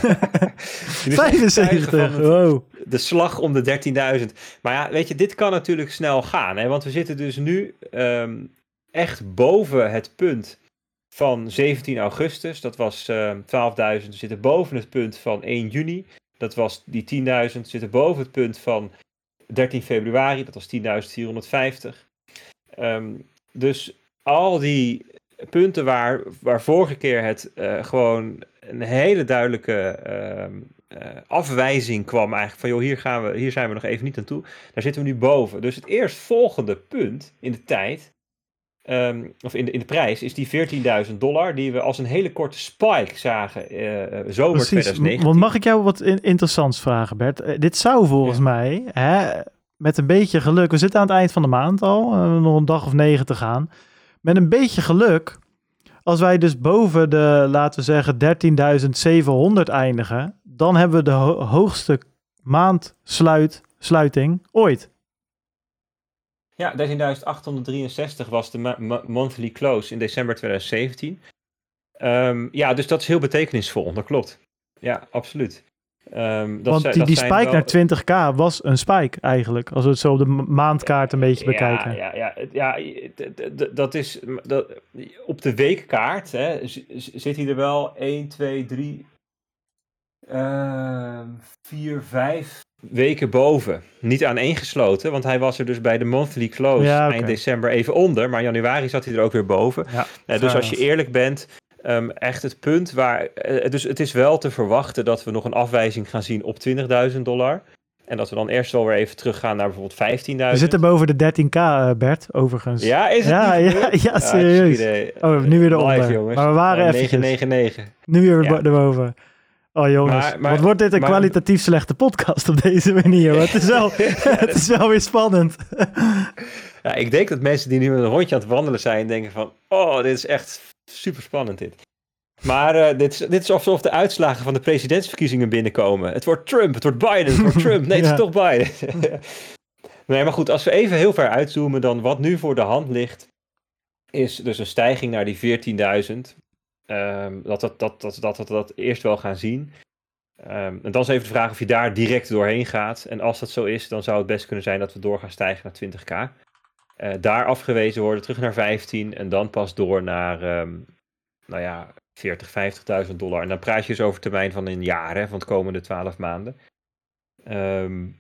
vijfenzeventig, wow. De slag om de dertienduizend. Maar ja, weet je, dit kan natuurlijk snel gaan. Hè? Want we zitten dus nu um, echt boven het punt van zeventien augustus. Dat was uh, twaalfduizend. We zitten boven het punt van één juni. Dat was die tienduizend. We zitten boven het punt van dertien februari. Dat was tienduizend vierhonderdvijftig. Um, dus al die punten waar, waar vorige keer het uh, gewoon een hele duidelijke uh, uh, afwijzing kwam eigenlijk van joh, hier, gaan we, hier zijn we nog even niet aan toe. Daar zitten we nu boven. Dus het eerstvolgende punt in de tijd, um, of in de, in de prijs, is die veertienduizend dollar die we als een hele korte spike zagen uh, zomer Precies, twintig negentien. Want mag ik jou wat in- interessants vragen, Bert? Uh, dit zou volgens ja. mij, hè, met een beetje geluk, we zitten aan het eind van de maand al, uh, nog een dag of negen te gaan. Met een beetje geluk, als wij dus boven de, laten we zeggen, dertienduizend zevenhonderd eindigen, dan hebben we de ho- hoogste maandsluit, sluiting ooit. Ja, dertienduizend achthonderddrieënzestig was de ma- ma- monthly close in december twintig zeventien. Um, ja, dus dat is heel betekenisvol, dat klopt. Ja, absoluut. Um, dat Want zijn, die, dat die zijn spike wel... naar twintig k was een spike eigenlijk. Als we het zo op de maandkaart een beetje bekijken. Ja, ja, ja, ja d- d- dat is... Dat, op de weekkaart hè, z- zit hij er wel één, twee, drie, vier, vijf weken boven. Niet aaneengesloten, want hij was er dus bij de monthly close Ja, okay. eind december even onder. Maar in januari zat hij er ook weer boven. Ja, uh, dus als je eerlijk bent... Um, echt het punt waar... Uh, dus het is wel te verwachten dat we nog een afwijzing gaan zien op twintigduizend dollar. En dat we dan eerst wel weer even teruggaan naar bijvoorbeeld vijftienduizend. We zitten boven de dertien k, uh, Bert, overigens. Ja, is het ja, niet ja, ja, serieus. Ja, oh, nu weer eronder. Live, jongens. Maar we waren uh, even... negen negen negen. Nu weer ja. erboven. Oh jongens, maar, maar, wat wordt dit een maar, kwalitatief slechte podcast op deze manier. Het is wel, het is wel weer spannend. Ja, ik denk dat mensen die nu een rondje aan het wandelen zijn denken van... Oh, dit is echt super spannend dit. Maar uh, dit, is, dit is alsof de uitslagen van de presidentsverkiezingen binnenkomen. Het wordt Trump, het wordt Biden, het wordt Trump. Nee, het ja. is toch Biden. Nee, maar goed, als we even heel ver uitzoomen... dan wat nu voor de hand ligt... is dus een stijging naar die veertienduizend... Um, dat, dat, dat, dat, dat we dat eerst wel gaan zien. Um, en dan is even de vraag of je daar direct doorheen gaat. En als dat zo is, dan zou het best kunnen zijn dat we door gaan stijgen naar twintig k. Uh, daar afgewezen worden, terug naar vijftien en dan pas door naar, um, nou ja, veertig, vijftigduizend dollar. En dan praat je dus over termijn van een jaar, hè, van de komende twaalf maanden. Um,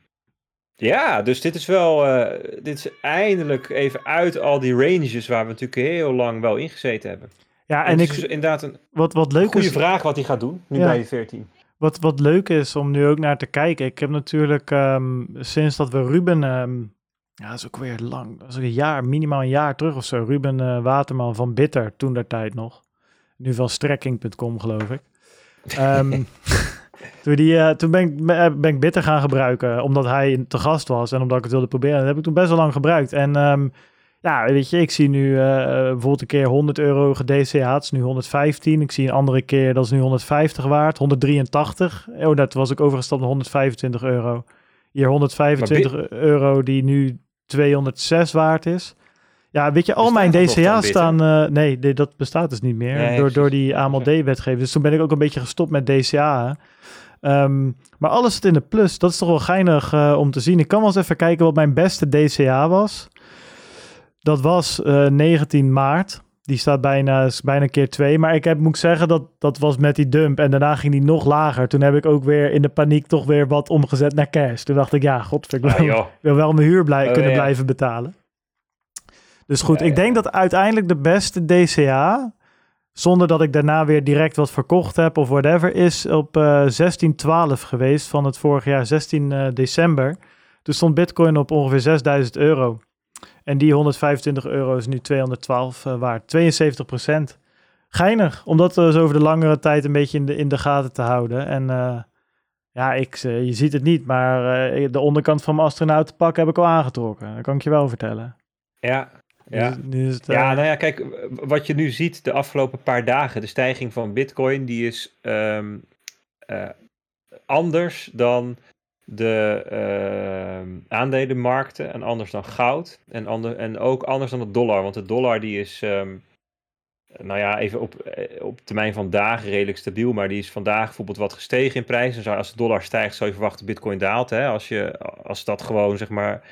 ja, dus dit is wel, uh, dit is eindelijk even uit al die ranges waar we natuurlijk heel lang wel ingezeten hebben. Ja, en, en ik, is inderdaad een wat, wat leuk goede is, vraag wat hij gaat doen, nu ja, bij je veertien. Wat, wat leuk is om nu ook naar te kijken. Ik heb natuurlijk um, sinds dat we Ruben, um, ja dat is ook weer lang, dat is ook een jaar, minimaal een jaar terug of zo. Ruben uh, Waterman van Bitter, toen der tijd nog. Nu van strekking punt com geloof ik. Um, toen die, uh, toen ben ik, ben ik Bitter gaan gebruiken, omdat hij te gast was en omdat ik het wilde proberen. Dat heb ik toen best wel lang gebruikt. En... Um, Ja, weet je, ik zie nu uh, bijvoorbeeld een keer honderd euro ge-D C A'd, dat is nu honderdvijftien. Ik zie een andere keer, dat is nu honderdvijftig waard, honderddrieëntachtig. Oh, dat was ik overgestapt naar honderdvijfentwintig euro. Hier honderdvijfentwintig bi- euro die nu tweehonderdzes waard is. Ja, weet je, al bestaat mijn D C A's staan... Uh, nee, nee, dat bestaat dus niet meer nee, door, door die A M L D-wetgeving. Dus toen ben ik ook een beetje gestopt met D C A's. Um, maar alles zit in de plus. Dat is toch wel geinig uh, om te zien. Ik kan wel eens even kijken wat mijn beste D C A was. Dat was uh, negentien maart. Die staat bijna, bijna keer twee. Maar ik heb, moet zeggen, dat, dat was met die dump. En daarna ging die nog lager. Toen heb ik ook weer in de paniek toch weer wat omgezet naar cash. Toen dacht ik, ja, god, ik wil, ah, wil wel mijn huur blij, oh, kunnen ja. blijven betalen. Dus goed, ja, ik ja. denk dat uiteindelijk de beste D C A... zonder dat ik daarna weer direct wat verkocht heb of whatever... is op uh, zestien twaalf geweest van het vorig jaar, zestien december. Toen stond Bitcoin op ongeveer zesduizend euro. En die honderdvijfentwintig euro is nu tweehonderdtwaalf uh, waard. tweeënzeventig procent. Geinig, om dat dus over de langere tijd een beetje in de, in de gaten te houden. En uh, ja, ik, uh, je ziet het niet, maar uh, de onderkant van mijn astronautenpak heb ik al aangetrokken. Dat kan ik je wel vertellen. Ja, ja. Nu, nu is het, uh... ja nou ja, kijk, wat je nu ziet de afgelopen paar dagen, de stijging van Bitcoin, die is um, uh, anders dan... de uh, aandelenmarkten en anders dan goud en, ander, en ook anders dan de dollar, want de dollar die is um, nou ja, even op, op termijn van dagen redelijk stabiel, maar die is vandaag bijvoorbeeld wat gestegen in prijs. En zo, als de dollar stijgt zou je verwachten Bitcoin daalt, hè? Als, je, als dat gewoon zeg maar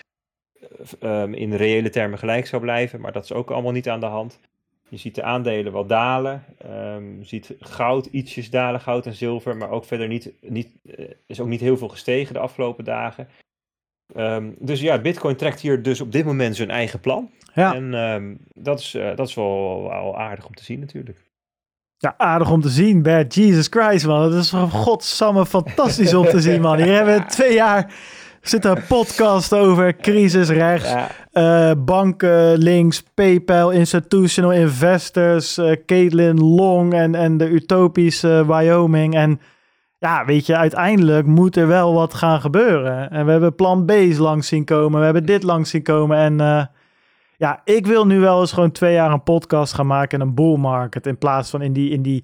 um, in reële termen gelijk zou blijven, maar dat is ook allemaal niet aan de hand. Je ziet de aandelen wat dalen. Um, je ziet goud ietsjes dalen, goud en zilver. Maar ook verder niet, niet, uh, is ook niet heel veel gestegen de afgelopen dagen. Um, dus ja, Bitcoin trekt hier dus op dit moment zijn eigen plan. Ja. En um, dat is, uh, dat is wel, wel aardig om te zien natuurlijk. Ja, aardig om te zien, Bert. Jesus Christ, man. Dat is godsamme fantastisch om te zien, man. Hier hebben we twee jaar... Er zit een podcast over crisis rechts, ja. uh, banken links, PayPal, institutional investors, uh, Caitlin Long en, en de utopische Wyoming. En ja, weet je, uiteindelijk moet er wel wat gaan gebeuren. En we hebben plan B's langs zien komen, we hebben dit langs zien komen. En uh, ja, ik wil nu wel eens gewoon twee jaar een podcast gaan maken en een bull market in plaats van in die... In die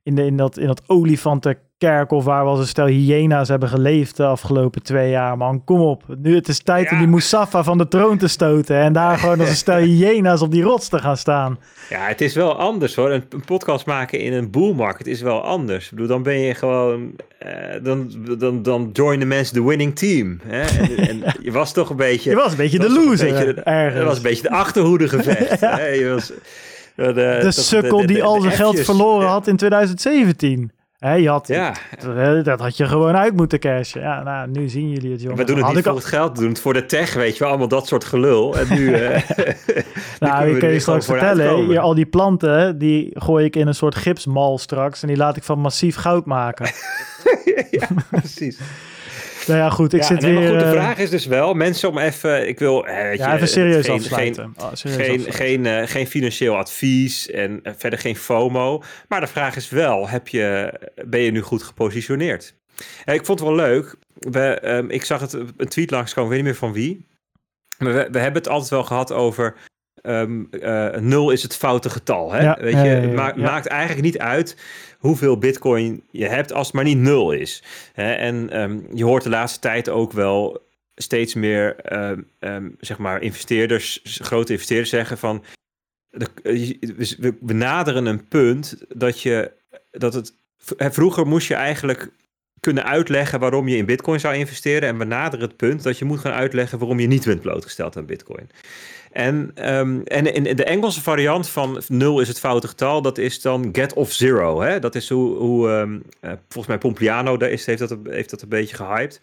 in, de, in, dat, in dat olifantenkerkhof waar we als een stel hyena's hebben geleefd de afgelopen twee jaar, man. Kom op. Nu het is tijd ja. om die Mustafa van de troon te stoten en daar gewoon als een stel hyena's op die rots te gaan staan. Ja, het is wel anders hoor. Een, een podcast maken in een bull market is wel anders. Ik bedoel, dan ben je gewoon, uh, dan, dan, dan join the mensen the winning team. Hè? En, en je was toch een beetje... Je was een beetje de loser. Het was een beetje de achterhoede gevecht. ja. hè? Je was... De, de, de sukkel de, de, die al zijn geld verloren had in twintig zeventien. He, je had, ja. dat, dat had je gewoon uit moeten cashen. Ja, nou, nu zien jullie het, jongen. We doen het had niet ik voor al... het geld, we doen het voor de tech, weet je wel. Allemaal dat soort gelul. En nu... uh, nou, ik kan je straks vertellen. Hier, al die planten, die gooi ik in een soort gipsmal straks. En die laat ik van massief goud maken. ja, precies. Nou ja, goed, ik ja, zit nee, weer... Maar goed, de vraag is dus wel, mensen om even, ik wil... Eh, weet ja, je, even serieus geen, afsluiten. Geen, oh, serieus geen, afsluiten. geen, uh, geen financieel advies en uh, verder geen FOMO. Maar de vraag is wel, heb je, ben je nu goed gepositioneerd? Uh, ik vond het wel leuk. We, um, ik zag het, een tweet langskomen, weet niet meer van wie. Maar we, we hebben het altijd wel gehad over... Um, uh, nul is het foute getal. Hè? Ja, Weet je, ja, ja, ja, het ma- ja. maakt eigenlijk niet uit hoeveel bitcoin je hebt als het maar niet nul is. Hè? En um, je hoort de laatste tijd ook wel steeds meer um, um, zeg maar investeerders, grote investeerders zeggen van de, we benaderen een punt dat je dat het vroeger moest je eigenlijk kunnen uitleggen waarom je in bitcoin zou investeren en benaderen het punt dat je moet gaan uitleggen waarom je niet bent blootgesteld aan bitcoin. En, um, en in de Engelse variant van nul is het foute getal, dat is dan get off zero. Hè? Dat is hoe, hoe um, uh, volgens mij Pompliano daar is, heeft, dat, heeft dat een beetje gehyped.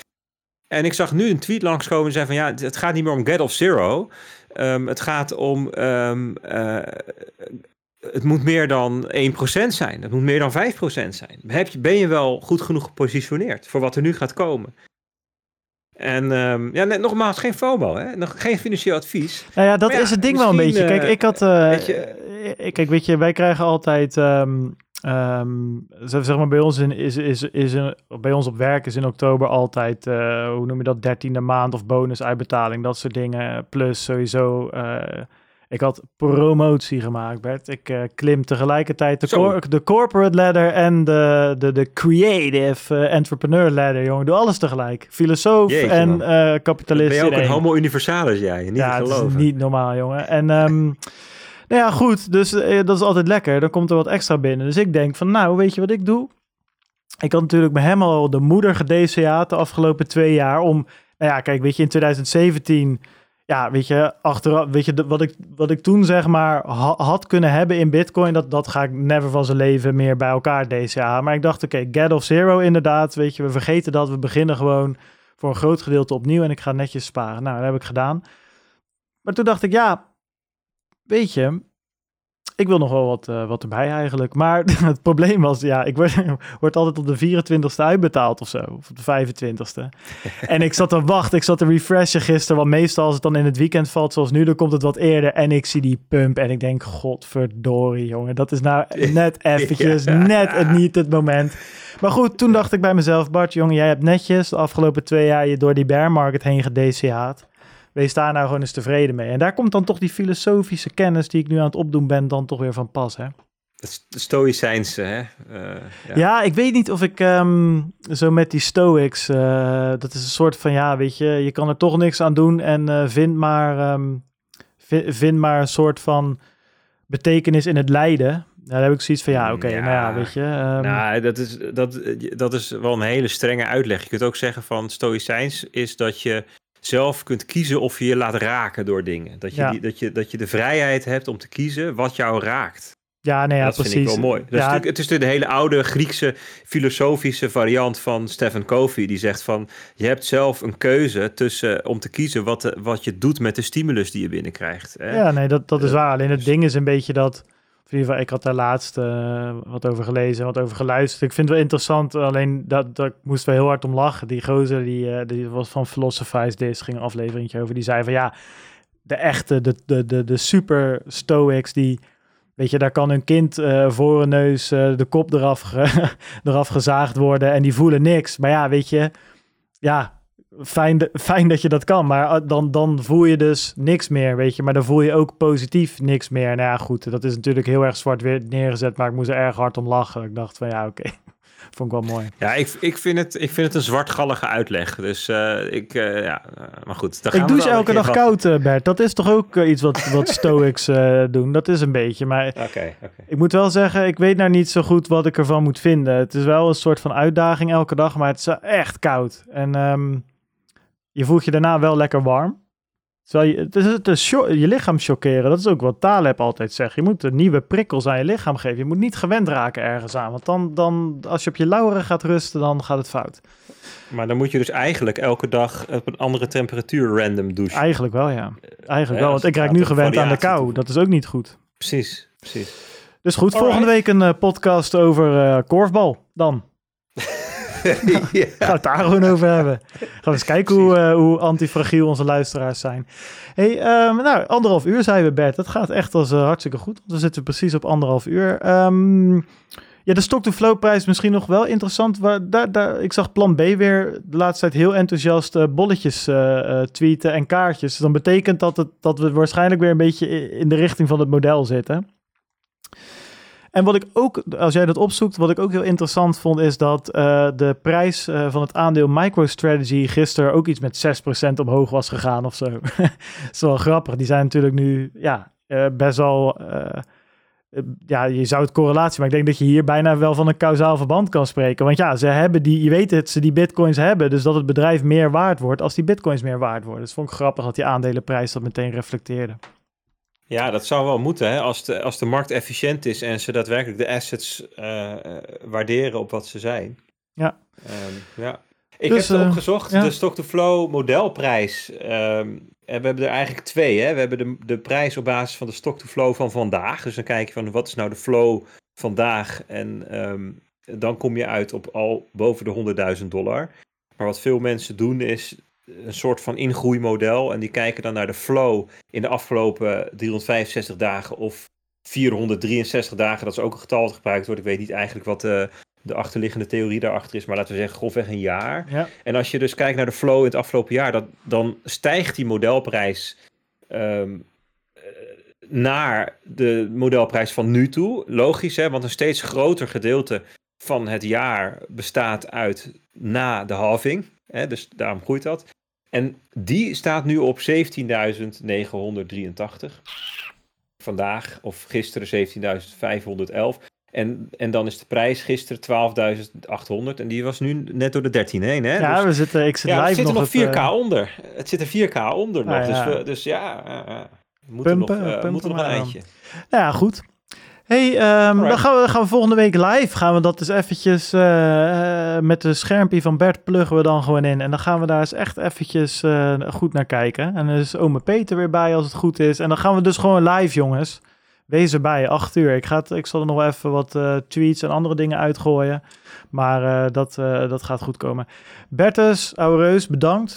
En ik zag nu een tweet langskomen en zei van ja, het gaat niet meer om get off zero. Um, het gaat om, um, uh, het moet meer dan één procent zijn. Het moet meer dan vijf procent zijn. Heb je, ben je wel goed genoeg gepositioneerd voor wat er nu gaat komen? En um, ja, net, nogmaals, geen FOMO, hè? Nog geen financieel advies. Nou ja, dat ja, is het ding wel een beetje. Kijk, ik had... Uh, weet je, kijk, weet je, wij krijgen altijd... Um, um, zeg maar, bij ons, in, is, is, is in, bij ons op werk is in oktober altijd... Uh, hoe noem je dat? dertiende maand of bonusuitbetaling. Dat soort dingen. Plus sowieso... Uh, ik had promotie gemaakt, Bert. Ik uh, klim tegelijkertijd de, cor- de corporate ladder en de, de, de creative uh, entrepreneur ladder, jongen. Doe alles tegelijk. Filosoof Jeetje, en uh, kapitalist. Ben je ook een homo universalis, jij? Niet ja, te geloven. Het is niet normaal, jongen. En um, nou ja, goed. Dus uh, dat is altijd lekker. Dan komt er wat extra binnen. Dus ik denk van, nou, weet je wat ik doe? Ik had natuurlijk bij hem al de moeder ged C A'd de afgelopen twee jaar om... Nou ja, kijk, weet je, in twintig zeventien... Ja, weet je, achteraf, weet je, wat ik, wat ik toen zeg maar ha, had kunnen hebben in Bitcoin, dat, dat ga ik never van zijn leven meer bij elkaar D C A. Maar ik dacht, oké, okay, get off zero inderdaad, weet je, we vergeten dat, we beginnen gewoon voor een groot gedeelte opnieuw en ik ga netjes sparen. Nou, dat heb ik gedaan. Maar toen dacht ik, ja, weet je, ik wil nog wel wat, uh, wat erbij eigenlijk. Maar het probleem was, ja, ik word, word altijd op de vierentwintigste uitbetaald of zo. Of op de vijfentwintigste. En ik zat te wachten, ik zat te refreshen gisteren. Want meestal als het dan in het weekend valt, zoals nu, dan komt het wat eerder. En ik zie die pump en ik denk, godverdorie, jongen. Dat is nou net eventjes, ja. net het, niet het moment. Maar goed, toen dacht ik bij mezelf, Bart, jongen, jij hebt netjes de afgelopen twee jaar je door die bear market heen ged C A'd. Wees daar nou gewoon eens tevreden mee. En daar komt dan toch die filosofische kennis die ik nu aan het opdoen ben dan toch weer van pas, hè? De stoïcijnse, hè? Uh, ja. ja, ik weet niet of ik um, zo met die stoics... Uh, dat is een soort van, ja, weet je... Je kan er toch niks aan doen en uh, vind maar... Um, vind, vind maar een soort van betekenis in het lijden. Nou, daar heb ik zoiets van, ja, oké, okay, ja, nou ja, weet je... Um, nou, dat is, dat, dat is wel een hele strenge uitleg. Je kunt ook zeggen van stoïcijns is dat je... zelf kunt kiezen of je je laat raken door dingen. Dat je, ja. die, dat je, dat je de vrijheid hebt om te kiezen wat jou raakt. Ja, nee, ja, dat precies. vind ik wel mooi. Dat ja. is het is de hele oude Griekse filosofische variant van Stephen Covey. Die zegt van, je hebt zelf een keuze tussen om te kiezen wat, de, wat je doet met de stimulus die je binnenkrijgt. Hè? Ja, nee, dat, dat is waar. Alleen het dus... ding is een beetje dat... In ieder geval, ik had daar laatst uh, wat over gelezen, wat over geluisterd. Ik vind het wel interessant, alleen dat, dat moest wel heel hard om lachen. Die gozer, die, uh, die was van Philosophize This, ging een afleveringetje over. Die zei van ja, de echte, de, de, de, de super stoics, die, weet je, daar kan hun kind uh, voor een neus uh, de kop eraf, ge, eraf gezaagd worden en die voelen niks. Maar ja, weet je, ja, fijn, de, fijn dat je dat kan. Maar dan, dan voel je dus niks meer, weet je. Maar dan voel je ook positief niks meer. Nou ja, goed, dat is natuurlijk heel erg zwart weer neergezet. Maar ik moest er erg hard om lachen. Ik dacht van ja, oké. Okay. Vond ik wel mooi. Ja, ik, ik, vind, het, ik vind het een zwartgallige uitleg. Dus uh, ik, uh, ja, uh, maar goed. Dan gaan ik we douche elke dag van... koud, uh, Bert. Dat is toch ook uh, iets wat, wat Stoics uh, doen. Dat is een beetje. Maar okay, okay. ik moet wel zeggen, ik weet nou niet zo goed wat ik ervan moet vinden. Het is wel een soort van uitdaging elke dag, maar het is echt koud. En um, je voelt je daarna wel lekker warm. Terwijl je, het is het is sho- je lichaam chockeren, dat is ook wat Taleb altijd zegt. Je moet een nieuwe prikkels aan je lichaam geven. Je moet niet gewend raken ergens aan. Want dan, dan als je op je lauweren gaat rusten, dan gaat het fout. Maar dan moet je dus eigenlijk elke dag op een andere temperatuur random douchen. Eigenlijk wel, ja. Eigenlijk ja, wel, want ik raak nu gewend aan de kou. Toe. Dat is ook niet goed. Precies, precies. Dus goed, Alright. Volgende week een uh, podcast over uh, korfbal. Dan. Ja. Gaan we het daar gewoon over hebben. Gaan we eens kijken hoe, uh, hoe antifragiel onze luisteraars zijn. Hey, um, nou, anderhalf uur zijn we, Bert. Dat gaat echt als uh, hartstikke goed. Want we zitten precies op anderhalf uur. Um, ja, de stock-to-flow prijs misschien nog wel interessant. Waar, daar, daar, ik zag Plan B weer de laatste tijd heel enthousiast uh, bolletjes uh, uh, tweeten en kaartjes. Dan betekent dat, het, dat we waarschijnlijk weer een beetje in de richting van het model zitten. En wat ik ook, als jij dat opzoekt, wat ik ook heel interessant vond, is dat uh, de prijs uh, van het aandeel MicroStrategy gisteren ook iets met zes procent omhoog was gegaan of zo. Dat is wel grappig. Die zijn natuurlijk nu ja, uh, best wel, uh, uh, ja, je zou het correlatie, maar ik denk dat je hier bijna wel van een kausaal verband kan spreken. Want ja, ze hebben die, je weet dat ze die bitcoins hebben, dus dat het bedrijf meer waard wordt als die bitcoins meer waard worden. Dus vond ik grappig dat die aandelenprijs dat meteen reflecteerde. Ja, dat zou wel moeten, hè? Als de, als de markt efficiënt is en ze daadwerkelijk de assets uh, waarderen op wat ze zijn. Ja. Um, ja. Ik dus, heb het uh, opgezocht, ja. De stock-to-flow modelprijs. Um, en we hebben er eigenlijk twee, hè? We hebben de, de prijs op basis van de stock-to-flow van vandaag. Dus dan kijk je van wat is nou de flow vandaag. En um, dan kom je uit op al boven de honderdduizend dollar. Maar wat veel mensen doen is een soort van ingroeimodel en die kijken dan naar de flow in de afgelopen driehonderdvijfenzestig dagen of vierhonderddrieënzestig dagen. Dat is ook een getal dat gebruikt wordt. Ik weet niet eigenlijk wat de, de achterliggende theorie daarachter is, maar laten we zeggen grofweg een jaar. Ja. En als je dus kijkt naar de flow in het afgelopen jaar, dat, dan stijgt die modelprijs um, naar de modelprijs van nu toe. Logisch, hè, want een steeds groter gedeelte van het jaar bestaat uit na de halving. Hè, dus daarom groeit dat. En die staat nu op zeventienduizend negenhonderddrieëntachtig. Vandaag of gisteren zeventienduizend vijfhonderdelf. En, en dan is de prijs gisteren twaalfduizend achthonderd. En die was nu net door de dertien heen. Hè? Ja, dus, we zitten, ik zit ja, live het zit er nog vier K het, onder. Het zit er vier K onder nog. Ah, ja. Dus, we, dus ja, uh, we moeten pumpen, nog, uh, pumpen moeten nog een eindje. Nou ja, goed. Hey, um, dan gaan we, gaan we volgende week live. Gaan we dat dus eventjes uh, uh, met de schermpje van Bert pluggen we dan gewoon in. En dan gaan we daar eens echt eventjes uh, goed naar kijken. En dan is ome Peter weer bij als het goed is. En dan gaan we dus gewoon live, jongens. Wees erbij, acht uur. Ik, ga, ik zal er nog even wat uh, tweets en andere dingen uitgooien. Maar uh, dat, uh, dat gaat goed komen. Bertus, ouwe reus, bedankt.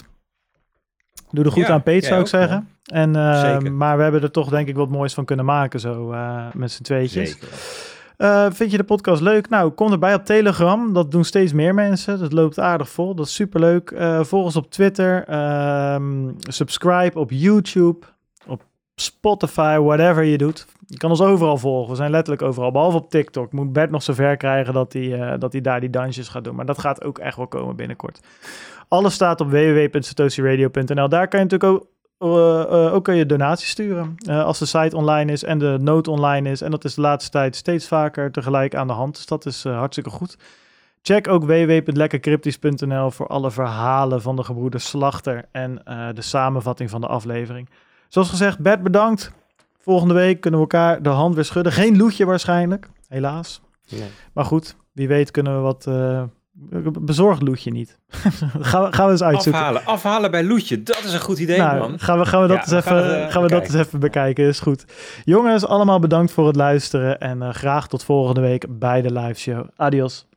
Doe er goed ja, aan Peet, zou ik zeggen. Man. En, uh, maar we hebben er toch denk ik wat moois van kunnen maken zo uh, met z'n tweetjes. Uh, vind je de podcast leuk? Nou, kom erbij op Telegram. Dat doen steeds meer mensen. Dat loopt aardig vol. Dat is superleuk. Uh, volg ons op Twitter. Uh, subscribe op YouTube. Op Spotify, whatever je doet. Je kan ons overal volgen. We zijn letterlijk overal. Behalve op TikTok. Moet Bert nog zover krijgen dat hij uh, dat hij daar die dansjes gaat doen. Maar dat gaat ook echt wel komen binnenkort. Alles staat op w w w punt satoshi radio punt n l. Daar kan je natuurlijk ook Uh, uh, ook kun je donaties sturen uh, als de site online is en de note online is. En dat is de laatste tijd steeds vaker tegelijk aan de hand. Dus dat is uh, hartstikke goed. Check ook w w w punt lekker cryptisch punt n l voor alle verhalen van de gebroeders Slachter en uh, de samenvatting van de aflevering. Zoals gezegd, Bert bedankt. Volgende week kunnen we elkaar de hand weer schudden. Geen loetje waarschijnlijk, helaas. Nee. Maar goed, wie weet kunnen we wat... Uh, Bezorgd Loetje niet. gaan, we, gaan we eens uitzoeken. Afhalen, afhalen bij Loetje. Dat is een goed idee, nou, man. Gaan we, gaan we dat, ja, eens, even, gaan we, gaan we dat eens even bekijken. Is goed. Jongens, allemaal bedankt voor het luisteren. En uh, graag tot volgende week bij de live show. Adios.